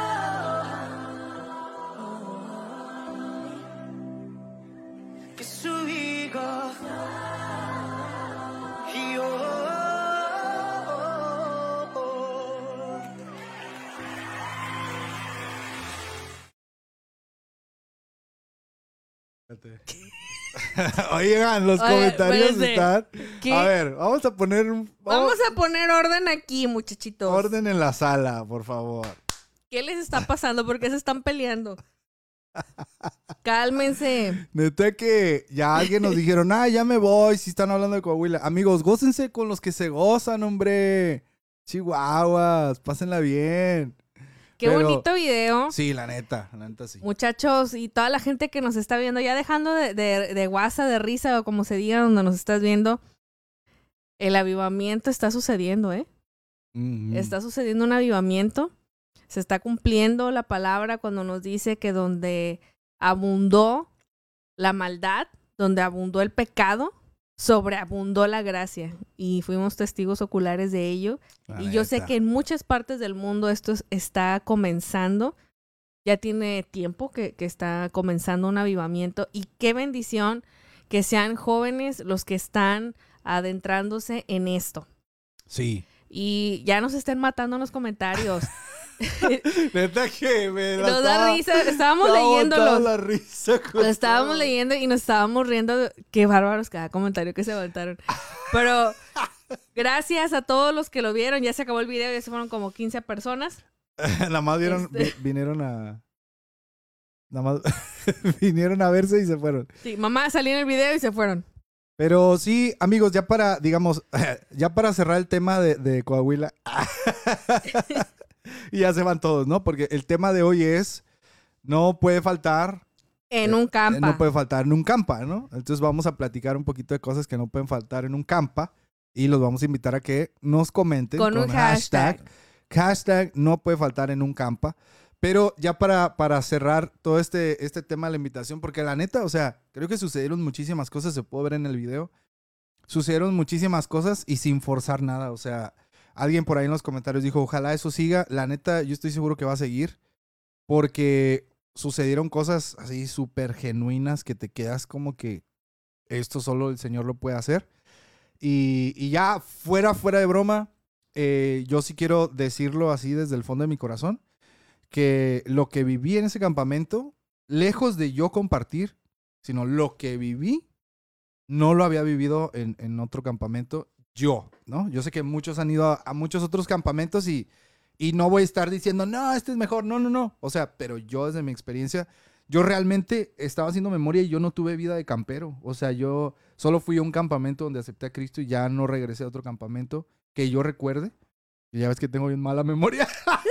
Que su hijo yo. Oigan, los Oye, comentarios espérense. están... ¿Qué? A ver, vamos a poner Vamos a poner orden aquí, muchachitos. orden en la sala, por favor. ¿Qué les está pasando? ¿Por qué se están peleando? Cálmense. Neta que ya alguien nos dijeron, ya me voy, si están hablando de Coahuila. Amigos, gócense con los que se gozan, hombre. Chihuahuas, pásenla bien. Qué Pero- bonito video. Sí, la neta sí. Muchachos, y toda la gente que nos está viendo, ya dejando de guasa, de risa o como se diga donde nos estás viendo, el avivamiento está sucediendo, ¿eh? Ujú. Está sucediendo un avivamiento. Se está cumpliendo la palabra cuando nos dice que donde abundó la maldad, donde abundó el pecado, sobreabundó la gracia. Y fuimos testigos oculares de ello. La Y yo sé neta. que en muchas partes del mundo esto está comenzando. Ya tiene tiempo que está comenzando un avivamiento. Y qué bendición que sean jóvenes los que están adentrándose en esto. Sí. Y ya nos estén matando en los comentarios. Neta que me la Nos da estaba- risa. Estábamos estaba botando leyéndolo. la risa con Lo estábamos todo. leyendo y nos estábamos riendo. Qué bárbaros cada comentario que se aventaron. Pero gracias a todos los que lo vieron. Ya se acabó el video. Ya se fueron como 15 personas. Nada más vieron, Este- vinieron a... Nada más vinieron a verse y se fueron. Sí, mamá salió en el video y se fueron. Pero sí, amigos, ya para, digamos, ya para cerrar el tema de Coahuila. Y ya se van todos, ¿no? Porque el tema de hoy es, no puede faltar... En un campa. No puede faltar en un campa, ¿no? Entonces vamos a platicar un poquito de cosas que no pueden faltar en un campa. Y los vamos a invitar a que nos comenten Con un hashtag. Hashtag no puede faltar en un campa. Pero ya para cerrar todo este tema de la invitación, porque la neta, o sea, creo que sucedieron muchísimas cosas, se puede ver en el video. Sucedieron muchísimas cosas y sin forzar nada. O sea, alguien por ahí en los comentarios dijo, ojalá eso siga. La neta, yo estoy seguro que va a seguir. Porque sucedieron cosas así súper genuinas que te quedas como que esto solo el Señor lo puede hacer. Y ya fuera de broma, yo sí quiero decirlo así desde el fondo de mi corazón, que lo que viví en ese campamento, lejos de yo compartir, sino lo que viví, no lo había vivido en otro campamento yo, ¿no? Yo sé que muchos han ido a muchos otros campamentos y no voy a estar diciendo, no, este es mejor, no. O sea, pero yo desde mi experiencia, yo realmente estaba haciendo memoria y yo no tuve vida de campero. O sea, yo solo fui a un campamento donde acepté a Cristo y ya no regresé a otro campamento que yo recuerde. Y ya ves que tengo bien mala memoria.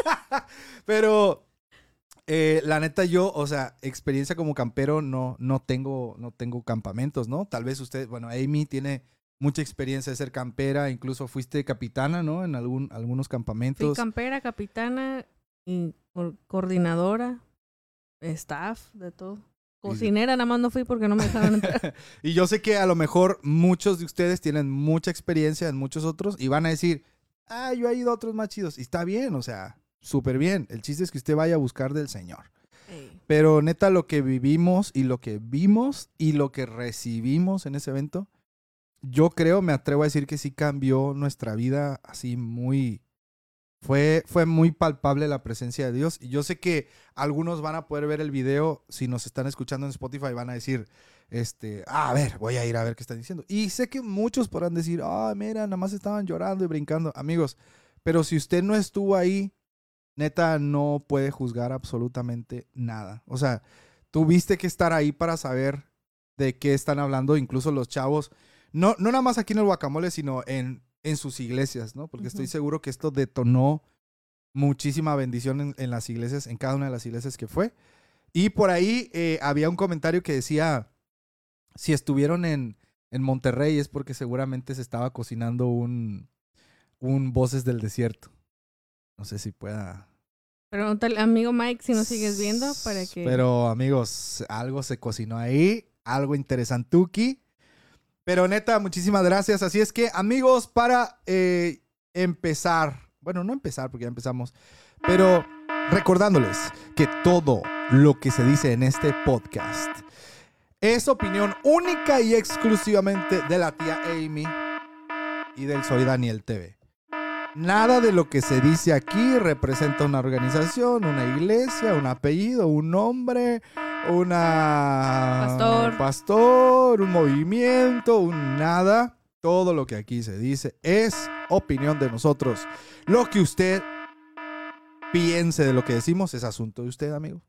Pero la neta yo, o sea, experiencia como campero no tengo campamentos, ¿no? Tal vez usted, bueno, Amy tiene mucha experiencia de ser campera, incluso fuiste capitana, ¿no? En algunos Fui campamentos. campera, capitana, y coordinadora, staff, de todo. Cocinera nada más no fui porque no me dejaron entrar. Y yo sé que a lo mejor muchos de ustedes tienen mucha experiencia en muchos otros y van a decir, yo he ido a otros más chidos. Y está bien, o sea, súper bien. El chiste es que usted vaya a buscar del Señor. Ey. Pero neta, lo que vivimos y lo que vimos y lo que recibimos en ese evento, yo creo, me atrevo a decir que sí cambió nuestra vida así muy... Fue muy palpable la presencia de Dios. Y yo sé que algunos van a poder ver el video. Si nos están escuchando en Spotify van a decir, a ver, voy a ir a ver qué están diciendo. Y sé que muchos podrán decir, mira, nada más estaban llorando y brincando. Amigos, pero si usted no estuvo ahí, neta, no puede juzgar absolutamente nada. O sea, tuviste que estar ahí para saber de qué están hablando. Incluso los chavos, no nada más aquí en el Guacamole, sino en sus iglesias, ¿no? Porque estoy seguro que esto detonó muchísima bendición en las iglesias, en cada una de las iglesias que fue. Y por ahí había un comentario que decía, si estuvieron en Monterrey es porque seguramente se estaba cocinando un Voces del Desierto. No sé si pueda... Pregúntale, amigo Mike, si nos sigues viendo para que... Pero, amigos, algo se cocinó ahí, algo interesantuki. Pero, neta, muchísimas gracias. Así es que, amigos, para empezar... Bueno, no empezar porque ya empezamos. Pero recordándoles que todo lo que se dice en este podcast es opinión única y exclusivamente de la tía Amy y del Soy Daniel TV. Nada de lo que se dice aquí representa una organización, una iglesia, un apellido, un nombre, pastor, un movimiento, un nada. Todo lo que aquí se dice es opinión de nosotros. Lo que usted piense de lo que decimos es asunto de usted, amigo.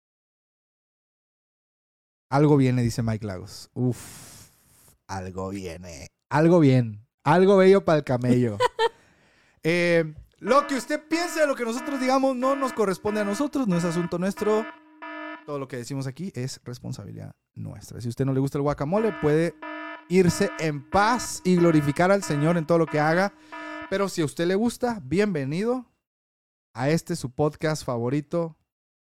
Algo viene, dice Mike Lagos. Uf, algo viene. Algo bien. Algo bello para el camello. Lo que usted piense de lo que nosotros digamos no nos corresponde a nosotros, no es asunto nuestro. Todo lo que decimos aquí es responsabilidad nuestra. Si a usted no le gusta el guacamole, puede irse en paz y glorificar al Señor en todo lo que haga. Pero si a usted le gusta, bienvenido a su podcast favorito.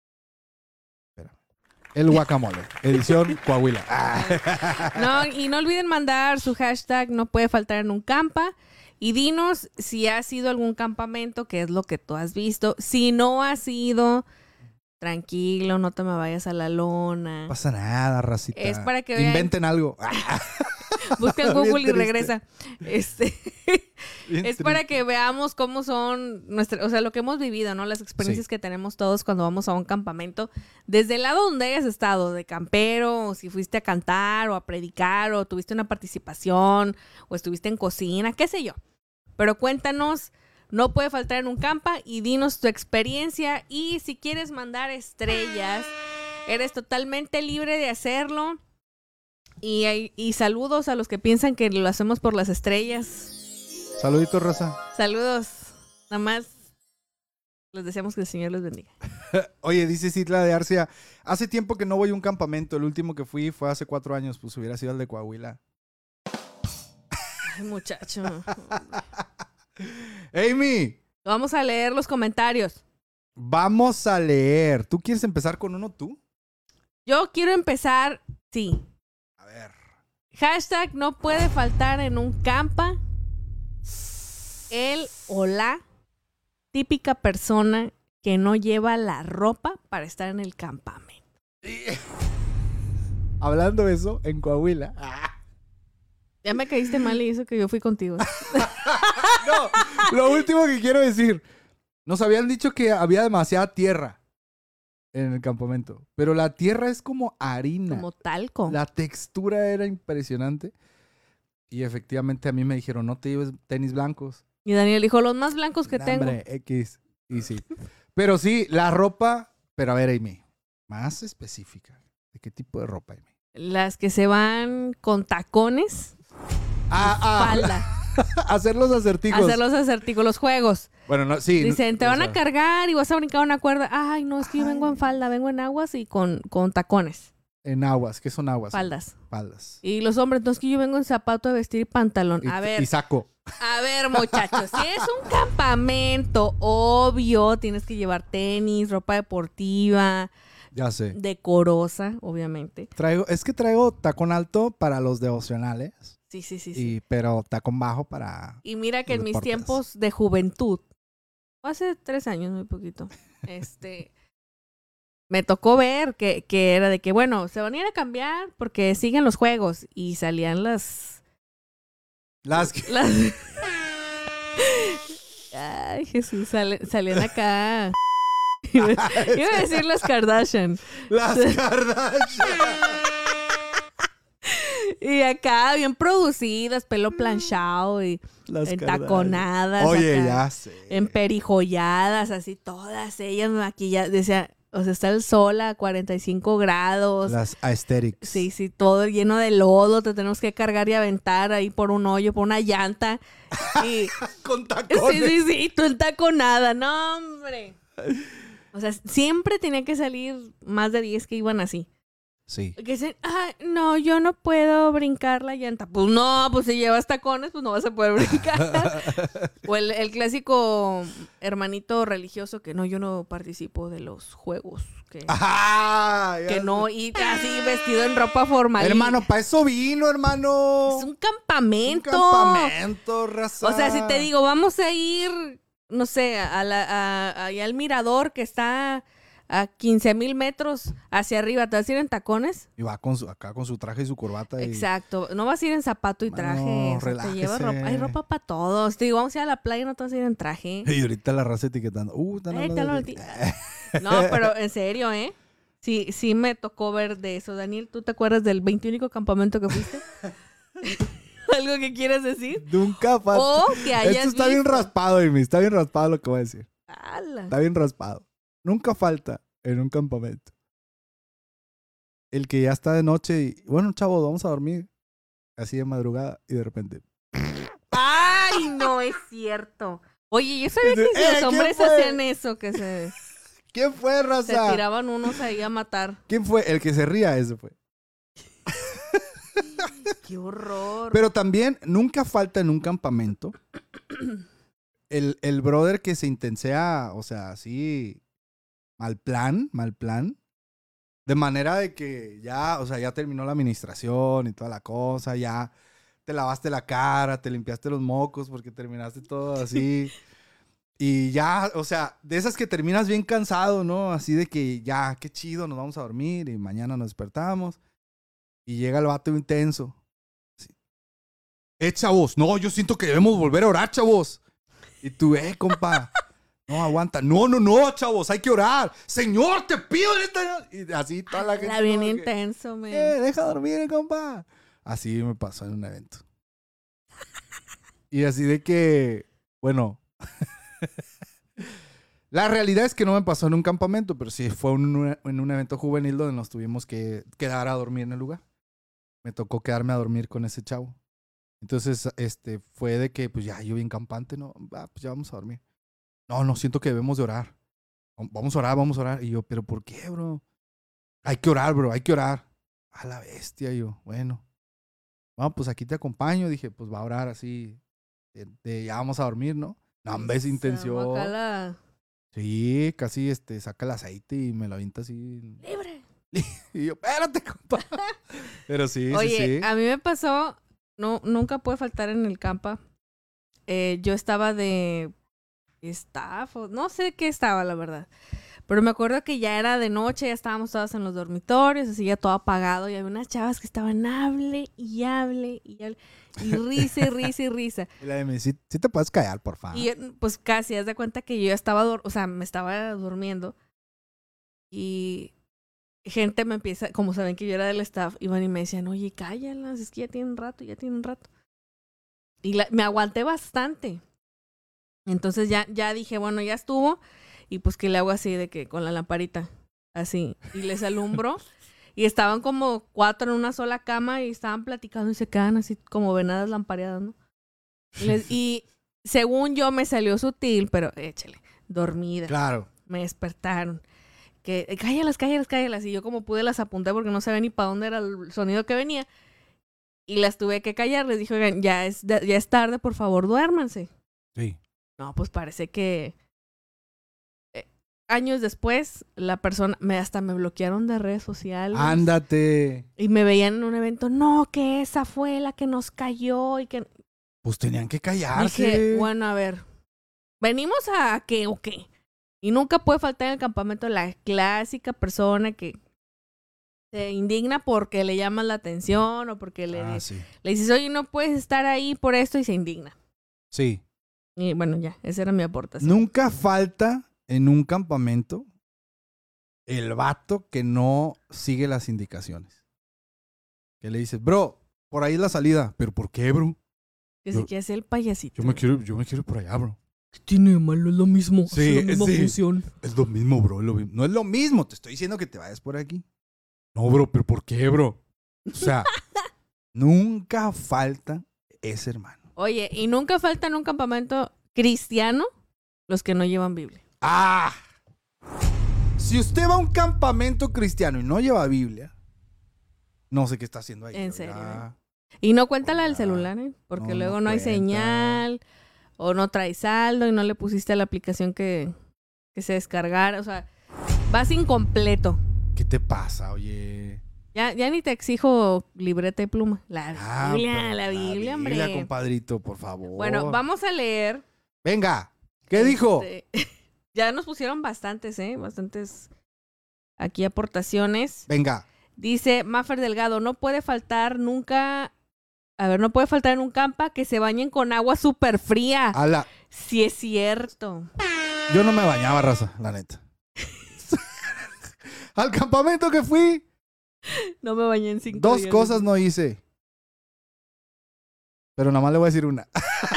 El guacamole, edición Coahuila. No, y no olviden mandar su hashtag no puede faltar en un campa. Y dinos si ha sido algún campamento, qué es lo que tú has visto. Si no ha sido, tranquilo, no te me vayas a la lona. No pasa nada, racita. Es para que vean. Inventen algo. Busca en Google y regresa. Es para que veamos cómo son o sea, lo que hemos vivido, ¿no? Las experiencias que tenemos todos cuando vamos a un campamento. Desde el lado donde hayas estado, de campero, o si fuiste a cantar o a predicar, o tuviste una participación, o estuviste en cocina, qué sé yo. Pero cuéntanos, no puede faltar en un campa, y dinos tu experiencia. Y si quieres mandar estrellas, eres totalmente libre de hacerlo. Y saludos a los que piensan que lo hacemos por las estrellas. Saluditos, raza. Saludos. Nada más les deseamos que el Señor los bendiga. Oye, dice Citla de Arcia, hace tiempo que no voy a un campamento. El último que fui fue hace 4 años. Pues hubiera sido el de Coahuila. Ay, muchacho. Amy. Vamos a leer los comentarios. Vamos a leer. ¿Tú quieres empezar con uno tú? Yo quiero empezar, sí. A ver. Hashtag no puede faltar en un campa. El o la típica persona que no lleva la ropa para estar en el campamento. Hablando de eso, en Coahuila. Ya me caíste mal y eso que yo fui contigo. No, lo último que quiero decir. Nos habían dicho que había demasiada tierra en el campamento. Pero la tierra es como harina. Como talco. La textura era impresionante. Y efectivamente a mí me dijeron, no te lleves tenis blancos. Y Daniel dijo, los más blancos que tengo. Hombre, X. Y sí. Pero sí, la ropa... Pero a ver, Amy, más específica. ¿De qué tipo de ropa, Amy? Las que se van con tacones. Falda. Hacer los acertijos. Hacer los acertijos, los juegos. Bueno, no, sí. Dicen, te van a cargar y vas a brincar una cuerda. Ay, no, es que yo vengo en falda, vengo en aguas y con tacones. En aguas, ¿qué son aguas? Faldas. Y los hombres, entonces que yo vengo en zapato de vestir y pantalón. A ver. Y saco. A ver, muchachos, si es un campamento, obvio, tienes que llevar tenis, ropa deportiva. Ya sé. Decorosa, obviamente. Traigo tacón alto para los devocionales. Sí. Pero tacón bajo para... Y mira que en mis tiempos de juventud, hace 3 años, muy poquito, me tocó ver que era de que, bueno, se van a ir a cambiar porque siguen los juegos. Y salían las... Ay, Jesús, salían acá. Iba a decir las Kardashian. Las Kardashian. Y acá bien producidas, pelo planchado y entaconadas. Oye, acá, ya sé. Emperijolladas, así todas ellas maquilladas. Decía, o sea, está el sol a 45 grados. Las aesthetics. Sí, todo lleno de lodo. Te tenemos que cargar y aventar ahí por un hoyo, por una llanta. Y... Con tacones. Sí, tú entaconada. No, hombre. O sea, siempre tenía que salir más de 10 que iban así. Sí. Que dicen, no, yo no puedo brincar la llanta. Pues no, pues si llevas tacones, pues no vas a poder brincar. O el clásico hermanito religioso que no, yo no participo de los juegos. Que no, y así vestido en ropa formal. Hermano, para eso vino, hermano. Es un campamento. Un campamento, raza. O sea, si te digo, vamos a ir, no sé, allá al mirador que está a 15,000 metros hacia arriba, ¿te vas a ir en tacones? Y va acá con su traje y su corbata. Exacto, no vas a ir en zapato y traje. No, o sea, te llevas relájese. ropa, hay ropa para todos. Te digo, vamos a ir a la playa, no te vas a ir en traje. Y ahorita la raza etiquetando. Están hablando de... No, pero en serio, ¿eh? Sí me tocó ver de eso. Daniel, ¿tú te acuerdas del 21 campamento que fuiste? ¿Algo que quieres decir? Nunca falta. O que hayas Esto está bien raspado, Amy. Está bien raspado lo que voy a decir. ¡Hala! Está bien raspado. Nunca falta en un campamento el que ya está de noche y, bueno, chavos, vamos a dormir. Así de madrugada y de repente. ¡Ay, no es cierto! Oye, yo sabía que si los hombres hacían eso, que se ¿Quién fue, raza? tiraban unos ahí a matar. ¿Quién fue? El que se ría, ese fue. ¡Qué horror! Pero también nunca falta en un campamento el brother que se intensea, o sea, así, mal plan. De manera de que ya, o sea, ya terminó la administración y toda la cosa, ya te lavaste la cara, te limpiaste los mocos porque terminaste todo así. Y ya, o sea, de esas que terminas bien cansado, ¿no? Así de que ya, qué chido, nos vamos a dormir y mañana nos despertamos. Y llega el vato intenso. Así. Chavos, no, yo siento que debemos volver a orar, chavos. Y tú, compa, no, aguanta. No, chavos, hay que orar. Señor, te pido en esta... Y así toda la gente. Era bien intenso, man. Deja dormir, compa. Así me pasó en un evento. Y así de que, bueno... La realidad es que no me pasó en un campamento, pero sí fue en un evento juvenil donde nos tuvimos que quedar a dormir en el lugar. Me tocó quedarme a dormir con ese chavo. Entonces, fue de que, pues ya, yo bien campante, ¿no? Pues ya vamos a dormir. No, siento que debemos de orar. Vamos a orar. Y yo, ¿pero por qué, bro? Hay que orar, bro, hay que orar. A la bestia, yo, bueno. Bueno, pues aquí te acompaño. Dije, pues va a orar así. Ya vamos a dormir, ¿no? No, hombre, es intención. Sí, casi saca el aceite y me lo avienta así. ¡Libre! Y yo, espérate, compa. Pero sí, Oye, sí. a mí me pasó, nunca puede faltar en el campa. Yo estaba de staff, no sé qué estaba, la verdad. Pero me acuerdo que ya era de noche, ya estábamos todas en los dormitorios, así ya todo apagado. Y había unas chavas que estaban hable. Y risa y risa y risa. Y la de mí, sí te puedes callar, por favor. Y pues casi, haz de cuenta que yo ya estaba, me estaba durmiendo. Y gente me empieza, como saben que yo era del staff, iban y me decían, oye, cállalas, es que ya tienen rato. Y me aguanté bastante. Entonces ya dije, bueno, ya estuvo. Y pues que le hago así de que con la lamparita, así. Y les alumbro. Y estaban como 4 en una sola cama y estaban platicando y se quedan así como venadas lampareadas, ¿no? Y según yo me salió sutil, pero échale, dormida. Claro. Me despertaron. Que cállas. Y yo como pude las apunté porque no sabía ni para dónde era el sonido que venía. Y las tuve que callar. Les dije, oigan, ya es tarde, por favor, duérmanse. Sí. No, pues parece que... años después, la persona hasta me bloquearon de redes sociales. Ándate. Y me veían en un evento, no, que esa fue la que nos cayó y que... Pues tenían que callarse. Dije, bueno, a ver, ¿venimos a qué o qué? Y nunca puede faltar en el campamento la clásica persona que se indigna porque le llamas la atención o porque le dices, oye, no puedes estar ahí por esto y se indigna. Sí. Y bueno, ya, esa era mi aportación. Nunca falta en un campamento el vato que no sigue las indicaciones. Que le dices, bro, por ahí es la salida. ¿Pero por qué, bro? Que se quiere hacer el payasito. Yo me quiero ir por allá, bro. ¿Qué tiene de malo? Es lo mismo. Sí, es la misma función. Es lo mismo, bro. No es lo mismo. Te estoy diciendo que te vayas por aquí. No, bro, ¿pero por qué, bro? O sea, nunca falta ese hermano. Oye, y nunca falta en un campamento cristiano los que no llevan Biblia. ¡Ah! Si usted va a un campamento cristiano y no lleva Biblia, no sé qué está haciendo ahí. En oiga. serio. Y no cuenta la del celular, ¿eh? Porque No, luego no no hay cuenta. señal, o no trae saldo y no le pusiste a la aplicación que se descargara. O sea, vas incompleto. ¿Qué te pasa, oye? Ya ni te exijo libreta y pluma. La Biblia, pero la Biblia, hombre. Biblia, compadrito, por favor. Bueno, vamos a leer. Venga, ¿qué dijo? Ya nos pusieron bastantes, bastantes aquí aportaciones. Venga. Dice Maffer Delgado, no puede faltar nunca... A ver, no puede faltar en un campa que se bañen con agua súper fría. Ala. Sí es cierto. Yo no me bañaba, raza, la neta. Al campamento que fui, No me bañé en 5 dos días. cosas no hice. Pero nada más le voy a decir una.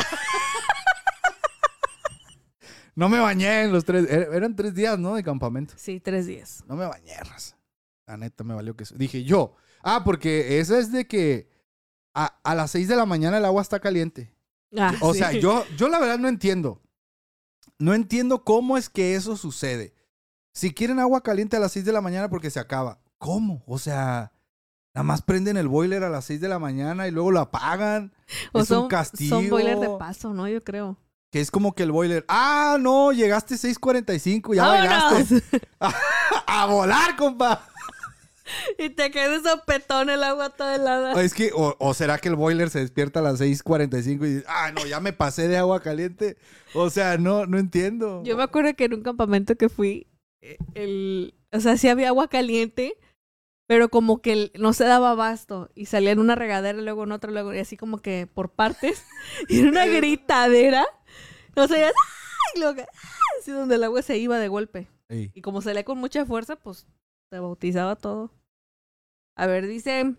No me bañé en los 3. Eran 3 días, ¿no? De campamento. Sí, 3 días. No me bañé, raza. La neta me valió que eso. Dije yo. Porque esa es de que a las 6 de la mañana el agua está caliente. Ah, O sí. sea, yo la verdad no entiendo. No entiendo cómo es que eso sucede. Si quieren agua caliente a las 6 de la mañana porque se acaba. ¿Cómo? O sea, nada más prenden el boiler a las 6 de la mañana y luego lo apagan. O Es un castigo. Son boiler de paso, ¿no? Yo creo. Que es como que el boiler. ¡Ah, no! Llegaste 6:45, ya ¡Vámonos! bailaste. ¡A volar, compa! Y te queda de sopetón el agua toda helada. Es que, o será que el boiler se despierta a las 6:45 y dice, ¡ah, no! Ya me pasé de agua caliente. O sea, no entiendo. Yo me acuerdo que en un campamento que fui, o sea, sí había agua caliente, pero como que no se daba abasto. Y salía en una regadera, luego en otra, luego, y así como que por partes. Y era una gritadera. O sea, ¡ay! Y luego, así donde el agua se iba de golpe. Ey. Y como salía con mucha fuerza, pues se bautizaba todo. A ver, dice...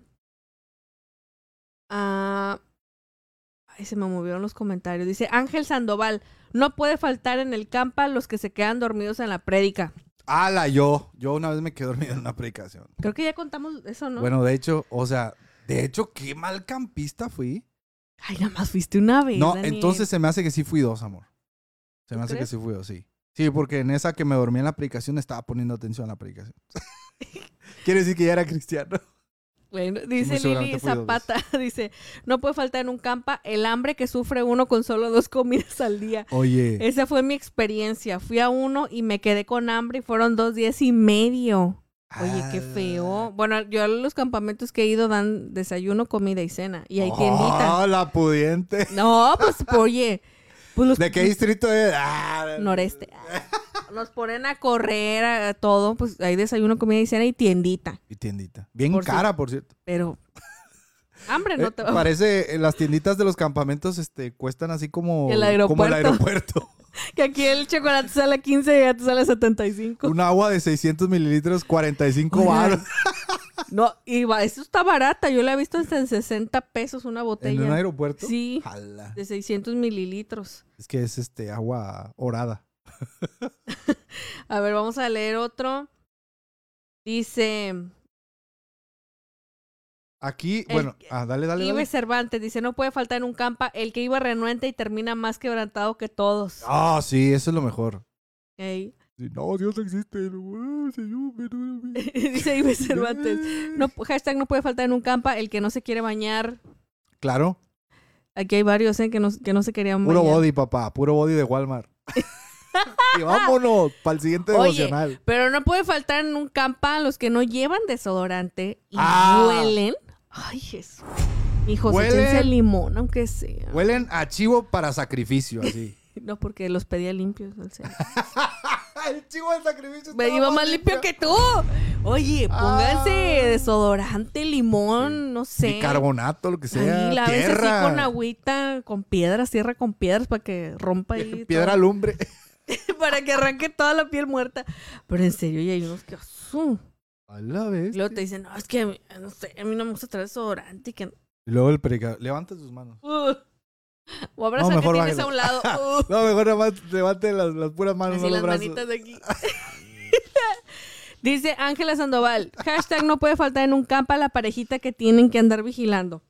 ay, se me movieron los comentarios. Dice Ángel Sandoval, no puede faltar en el campa los que se quedan dormidos en la prédica. ¡Hala! Yo una vez me quedé dormido en una predicación. Creo que ya contamos eso, ¿no? Bueno, de hecho, qué mal campista fui. Ay, nada más fuiste una vez, No, Daniel. entonces se me hace que sí fui 2, amor. Se me hace crees? que sí fui 2, sí. Sí, porque en esa que me dormí en la predicación estaba poniendo atención a la predicación. Quiere decir que ya era cristiano. Bueno, dice Muy seguramente Lili fui 2 Zapata, dice, no puede faltar en un campa el hambre que sufre uno con solo 2 comidas al día. Oye. Esa fue mi experiencia. Fui a uno y me quedé con hambre y fueron 2 días y medio. Oye, qué feo. Bueno, yo a los campamentos que he ido dan desayuno, comida y cena. Y hay tiendita. ¡Oh, la pudiente! No, pues, oye. Pues los ¿De qué distrito es? noreste. Nos ponen a correr a todo. Pues hay desayuno, comida y cena y tiendita. Y tiendita. Bien Por cara, por cierto. Pero hambre no te va. Parece, las tienditas de los campamentos cuestan así como El aeropuerto. como el aeropuerto. Que aquí el chocolate sale a 15 y ya te sale a 75. Un agua de 600 mililitros, 45 baros. No, eso está barata. Yo la he visto hasta en 60 pesos una botella. ¿En un aeropuerto? Sí. Jala. De 600 mililitros. Es que es agua orada. A ver, vamos a leer otro. Dice... Aquí, bueno, dale. Ibe Cervantes dice, no puede faltar en un campa el que iba renuente y termina más quebrantado que todos. Ah, sí, eso es lo mejor. Ey. Sí, no, Dios existe. Señor, perdóname. Dice Ibe Cervantes, hashtag no puede faltar en un campa el que no se quiere bañar. Claro. Aquí hay varios que no se querían Puro bañar. body, papá. Puro body de Walmart. Y vámonos para el siguiente devocional. Pero no puede faltar en un campa los que no llevan desodorante y huelen. Ay, Jesús. Hijos, échense el limón, aunque sea. Huelen a chivo para sacrificio, así. No, porque los pedía limpios. O sea. El chivo del sacrificio Me iba más limpio que tú. Oye, pónganse desodorante, limón, no sé. Bicarbonato, lo que sea. Ahí, lávense Tierra. así con agüita, con piedras, tierra con piedras para que rompa ahí. Piedra todo. lumbre. Para que arranque toda la piel muerta. Pero en serio, ya hay unos que... A la vez. Y luego te dicen, no, es que, no sé, a mí no me gusta traer desodorante y que... Y luego el predicador. Levanta sus manos. O abraza que mejor tienes bájala. a un lado. No, mejor nada más levante las puras manos, Así no los las brazos. manitas de aquí. Dice Ángela Sandoval, hashtag no puede faltar en un campa la parejita que tienen que andar vigilando.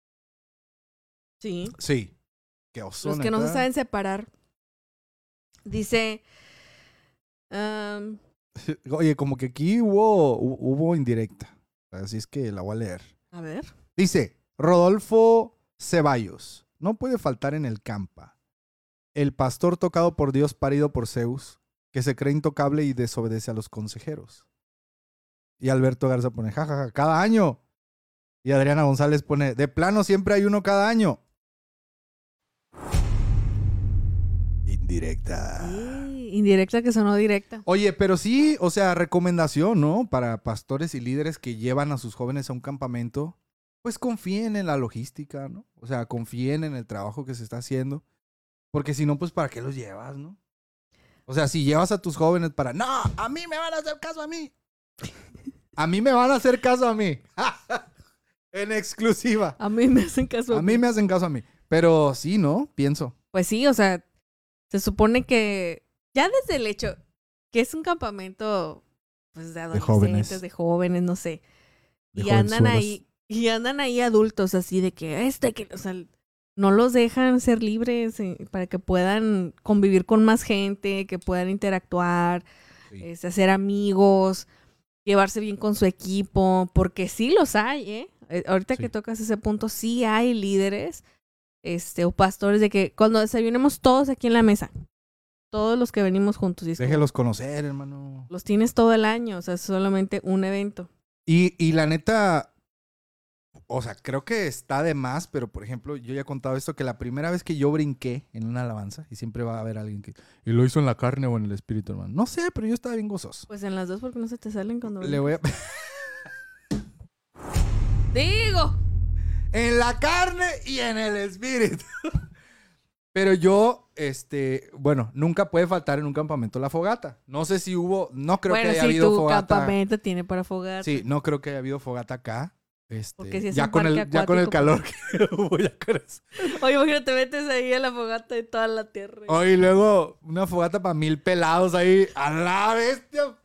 Sí. Sí. Qué oso, Los que no se neta. saben separar. Dice Oye, como que aquí hubo indirecta. Así es que la voy a leer. A ver. Dice, Rodolfo Ceballos. No puede faltar en el campa. El pastor tocado por Dios, parido por Zeus, que se cree intocable y desobedece a los consejeros. Y Alberto Garza pone, jajaja, cada año. Y Adriana González pone, de plano siempre hay uno cada año. Indirecta. Indirecta que sonó directa. Oye, pero sí, o sea, recomendación, ¿no? Para pastores y líderes que llevan a sus jóvenes a un campamento, pues confíen en la logística, ¿no? O sea, confíen en el trabajo que se está haciendo. Porque si no, pues ¿para qué los llevas, no? O sea, si llevas a tus jóvenes para, no, a mí me van a hacer caso a mí. A mí me van a hacer caso a mí. En exclusiva. A mí me hacen caso A mí me hacen caso a mí. Pero sí, ¿no? Pienso. Pues sí, o sea, se supone que ya desde el hecho que es un campamento pues de adolescentes, de jóvenes, no sé. Y andan ahí adultos así de que o sea, no los dejan ser libres para que puedan convivir con más gente, que puedan interactuar, sí. Hacer amigos, llevarse bien con su equipo, porque sí los hay, ¿eh? Ahorita sí. Que tocas ese punto, sí hay líderes o pastores de que cuando desayunemos todos aquí en la mesa, todos los que venimos juntos. Déjelos conocer, hermano. Los tienes todo el año, o sea, es solamente un evento. Y la neta, o sea, creo que está de más, pero por ejemplo, yo ya he contado esto, que la primera vez que yo brinqué en una alabanza, y siempre va a haber alguien que, ¿y lo hizo en la carne o en el espíritu, hermano? No sé, pero yo estaba bien gozoso. Pues en las dos, porque no se te salen cuando le voy a... ¡Digo! En la carne y en el espíritu. Pero yo, bueno, nunca puede faltar en un campamento la fogata. No sé si hubo, no creo que haya habido fogata. Bueno, si tu campamento tiene para fogata. Sí, no creo que haya habido fogata acá. Porque si es ya con el calor que hubo, ya con eso. Oye, imagínate, te metes ahí a la fogata de toda la tierra. Oye, y luego una fogata para 1000 pelados ahí. ¡A la bestia!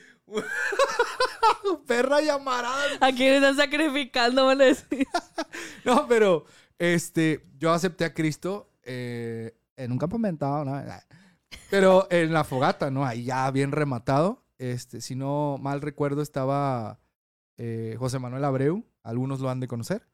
Perra llamarada. ¿A quién están sacrificando, van a decir? No, pero yo acepté a Cristo en un campamento, ¿no? Pero en la fogata, ¿no? Ahí ya bien rematado. Si no mal recuerdo, estaba José Manuel Abreu. Algunos lo han de conocer.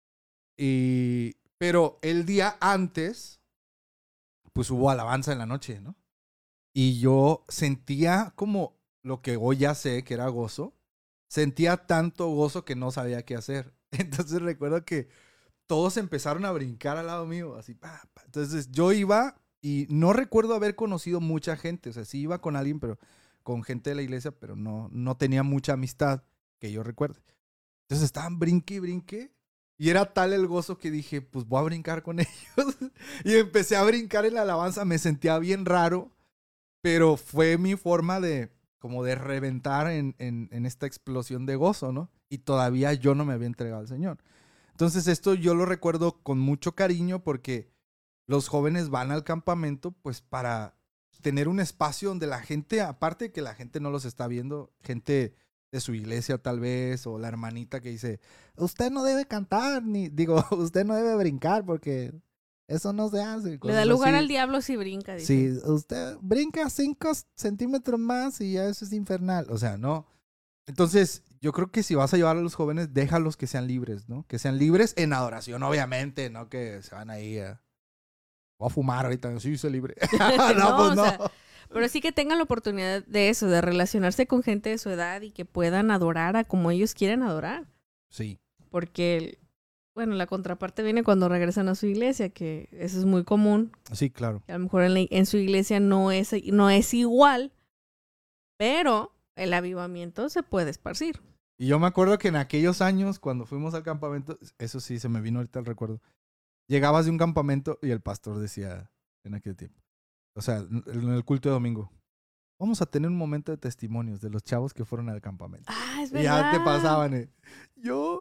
Pero el día antes, pues hubo alabanza en la noche, ¿no? Y yo sentía como lo que hoy ya sé que era gozo. Sentía tanto gozo que no sabía qué hacer. Entonces recuerdo que todos empezaron a brincar al lado mío, así, pa. Entonces yo iba y no recuerdo haber conocido mucha gente. O sea, sí iba con alguien, pero con gente de la iglesia, pero no tenía mucha amistad que yo recuerde. Entonces estaban brinque y brinque. Y era tal el gozo que dije, pues voy a brincar con ellos. Y empecé a brincar en la alabanza. Me sentía bien raro, pero fue mi forma de reventar en esta explosión de gozo, ¿no? Y todavía yo no me había entregado al Señor. Entonces esto yo lo recuerdo con mucho cariño porque los jóvenes van al campamento pues para tener un espacio donde la gente, aparte de que la gente no los está viendo, gente de su iglesia tal vez, o la hermanita que dice, usted no debe cantar, usted no debe brincar porque eso no se hace. Le da lugar al diablo si brinca, dice. Sí, usted brinca 5 centímetros más y ya eso es infernal. O sea, no. Entonces, yo creo que si vas a llevar a los jóvenes, déjalos que sean libres, ¿no? Que sean libres en adoración, obviamente, ¿no? Que se van ahí voy a fumar ahorita, sí, soy libre. No, pues no. O sea, pero sí que tengan la oportunidad de eso, de relacionarse con gente de su edad y que puedan adorar a como ellos quieren adorar. Sí. Porque, bueno, la contraparte viene cuando regresan a su iglesia, que eso es muy común. Sí, claro. Que a lo mejor en su iglesia no es igual, pero el avivamiento se puede esparcir. Y yo me acuerdo que en aquellos años, cuando fuimos al campamento, eso sí, se me vino ahorita el recuerdo. Llegabas de un campamento y el pastor decía en aquel tiempo, o sea, en el culto de domingo, vamos a tener un momento de testimonios de los chavos que fueron al campamento. Ah, es verdad. Y ya te pasaban, yo,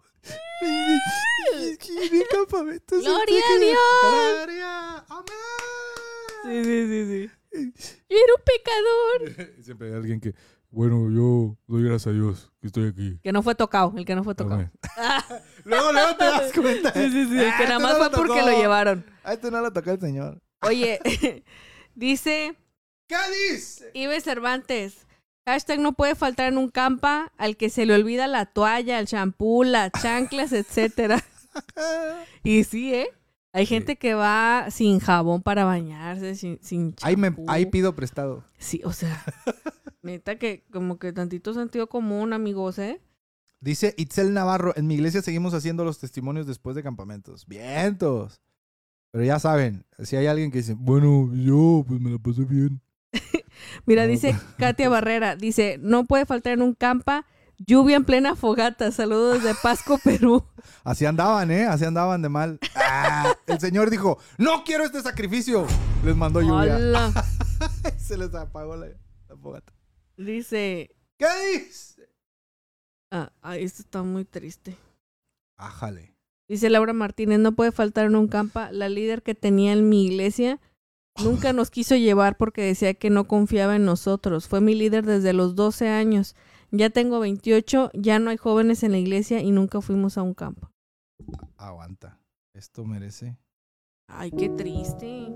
mi campamento. ¡Gloria a Dios! ¡Gloria! ¡Amén! Sí. Yo era un pecador. Siempre hay alguien que, bueno, yo doy gracias a Dios que estoy aquí. Que no fue tocado, el que no fue tocado. Luego te das cuenta. Sí, el que nada más fue porque lo llevaron. A este no lo tocó el Señor. Oye, dice ¿Qué dice? Ibe Cervantes. Hashtag no puede faltar en un campa al que se le olvida la toalla, el champú, las chanclas, etcétera. Y sí, hay gente que va sin jabón para bañarse, sin champú. Ahí pido prestado. Sí, o sea, neta que como que tantito sentido común, amigos, Dice Itzel Navarro, en mi iglesia seguimos haciendo los testimonios después de campamentos. Vientos. Pero ya saben, si hay alguien que dice, bueno, yo pues me la pasé bien. Mira, No, dice Katia Barrera, dice, no puede faltar en un campa, lluvia en plena fogata. Saludos desde Pasco, Perú. Así andaban, así andaban de mal. El Señor dijo, no quiero este sacrificio. Les mandó lluvia. Hola. Se les apagó la fogata. Dice, ¿Qué dice? esto está muy triste. Ájale. Dice Laura Martínez, no puede faltar en un campa, la líder que tenía en mi iglesia nunca nos quiso llevar porque decía que no confiaba en nosotros. Fue mi líder desde los 12 años. Ya tengo 28, ya no hay jóvenes en la iglesia y nunca fuimos a un campo. Aguanta. Esto merece. Ay, qué triste.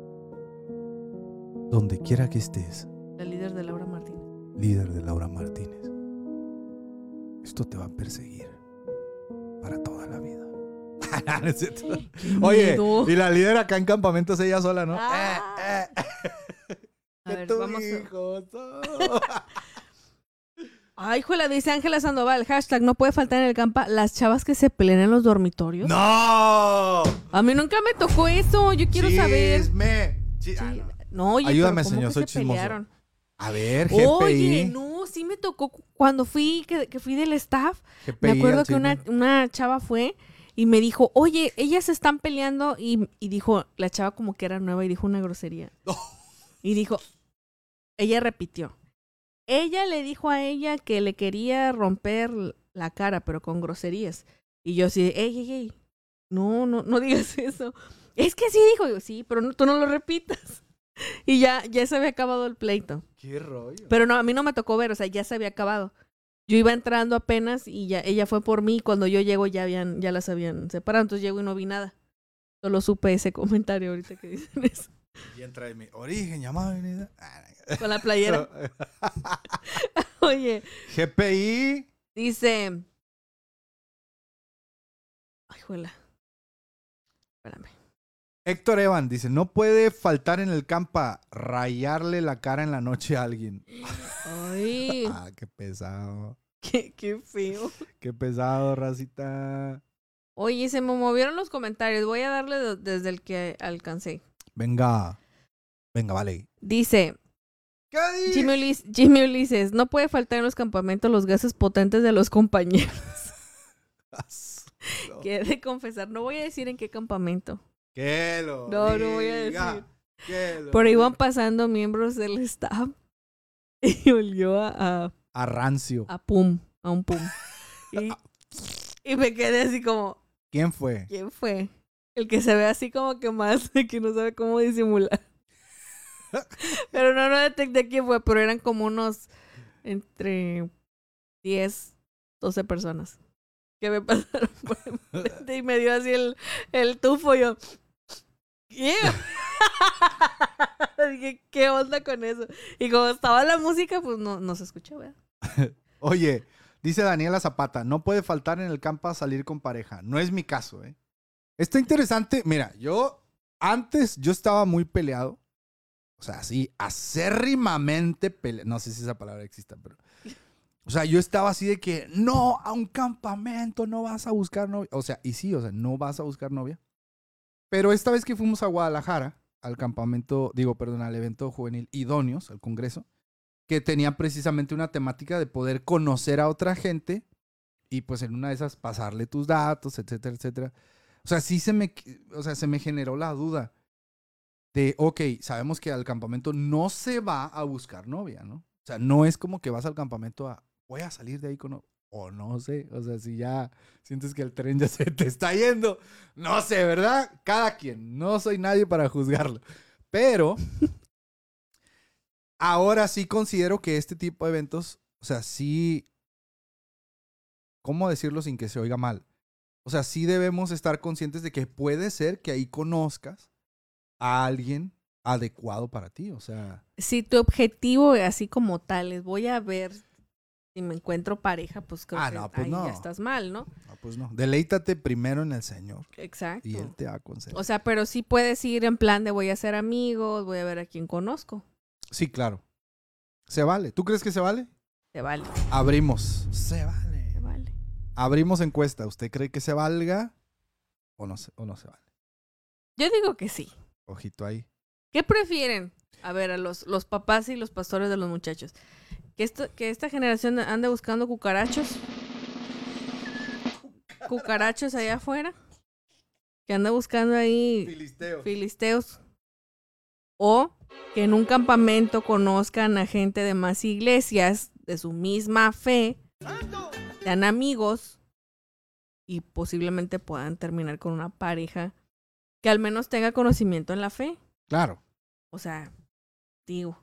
Donde quiera que estés, La líder de Laura Martínez. líder de Laura Martínez, esto te va a perseguir para toda la vida. No es cierto. Oye, miedo. y la líder acá en campamentos ella sola, ¿no? A ver, vamos Ay, juela, dice Ángela Sandoval, hashtag no puede faltar en el campa las chavas que se pelean en los dormitorios. ¡No! A mí nunca me tocó eso, yo quiero saber. Sí. No, oye, Ayúdame, pero ¿cómo señor, que soy se chismoso. pelearon? A ver, GPI. Oye, no, sí me tocó cuando fui, que fui del staff. GPI Me acuerdo al que chisme. una chava fue y me dijo, oye, ellas se están peleando. Y dijo, la chava como que era nueva y dijo una grosería. Y dijo, ella repitió. Ella le dijo a ella que le quería romper la cara, pero con groserías. Y yo así, ey, no digas eso. Es que sí dijo, yo, sí, pero tú no lo repitas. Y ya se había acabado el pleito. Qué rollo. Pero no, a mí no me tocó ver, o sea, ya se había acabado. Yo iba entrando apenas y ya ella fue por mí y cuando yo llego ya las habían separado, entonces llego y no vi nada. Solo supe ese comentario ahorita que dicen eso. Y entra de mi origen, llamada avenida. Con la playera. Oye, GPI. dice... Ay, juela. Espérame. Héctor Evan dice, no puede faltar en el campa rayarle la cara en la noche a alguien. Ay, Qué pesado. qué feo. Qué pesado, racita. Oye, se me movieron los comentarios. Voy a darle desde el que alcancé. Venga, vale. Dice... ¿Qué dice? Jimmy Ulises, no puede faltar en los campamentos los gases potentes de los compañeros. No. Que he de confesar, no voy a decir en qué campamento. Que lo No voy a decir. Pero iban pasando miembros del staff y olió a rancio. a un pum. Y me quedé así como, ¿Quién fue? ¿quién fue? El que se ve así como que más, que no sabe cómo disimular. Pero no detecté quién fue, pero eran como unos entre 10, 12 personas que me pasaron por enfrente y me dio así el tufo y yo, ¿qué? Dije, ¿qué onda con eso? Y como estaba la música, pues no se escuchó, ¿verdad? Oye, dice Daniela Zapata, no puede faltar en el campo a salir con pareja. No es mi caso, ¿eh? Está interesante. Mira, antes estaba muy peleado. O sea, así, acérrimamente peleado. No sé si esa palabra exista, pero... O sea, yo estaba así de que, no, a un campamento no vas a buscar novia. O sea, y sí, no vas a buscar novia. Pero esta vez que fuimos a Guadalajara, al campamento, al evento juvenil Idóneos, al congreso, que tenía precisamente una temática de poder conocer a otra gente y pues en una de esas pasarle tus datos, etcétera, etcétera. O sea, sí se me generó la duda de, ok, sabemos que al campamento no se va a buscar novia, ¿no? O sea, no es como que vas al campamento voy a salir de ahí con... O no sé, o sea, si ya sientes que el tren ya se te está yendo, no sé, ¿verdad? Cada quien, no soy nadie para juzgarlo. Pero ahora sí considero que este tipo de eventos, o sea, sí, ¿cómo decirlo sin que se oiga mal? O sea, sí debemos estar conscientes de que puede ser que ahí conozcas a alguien adecuado para ti, o sea... Si tu objetivo así como tal es voy a ver si me encuentro pareja, pues creo que no, pues ahí no. ya estás mal, ¿no? No, pues no. Deleítate primero en el Señor Exacto. y Él te va a conceder. O sea, pero sí puedes ir en plan de voy a hacer amigos, voy a ver a quién conozco. Sí, claro. Se vale. ¿Tú crees que se vale? Se vale, Abrimos. Se vale. se vale. Abrimos encuesta. ¿Usted cree que se valga o no se vale? Yo digo que sí. Ojito ahí. ¿Qué prefieren? A ver, a los papás y los pastores de los muchachos. Que esta generación ande buscando cucarachos. Cucarachos allá afuera. Que ande buscando ahí filisteos. O que en un campamento conozcan a gente de más iglesias, de su misma fe, sean amigos y posiblemente puedan terminar con una pareja que al menos tenga conocimiento en la fe. Claro. O sea, digo.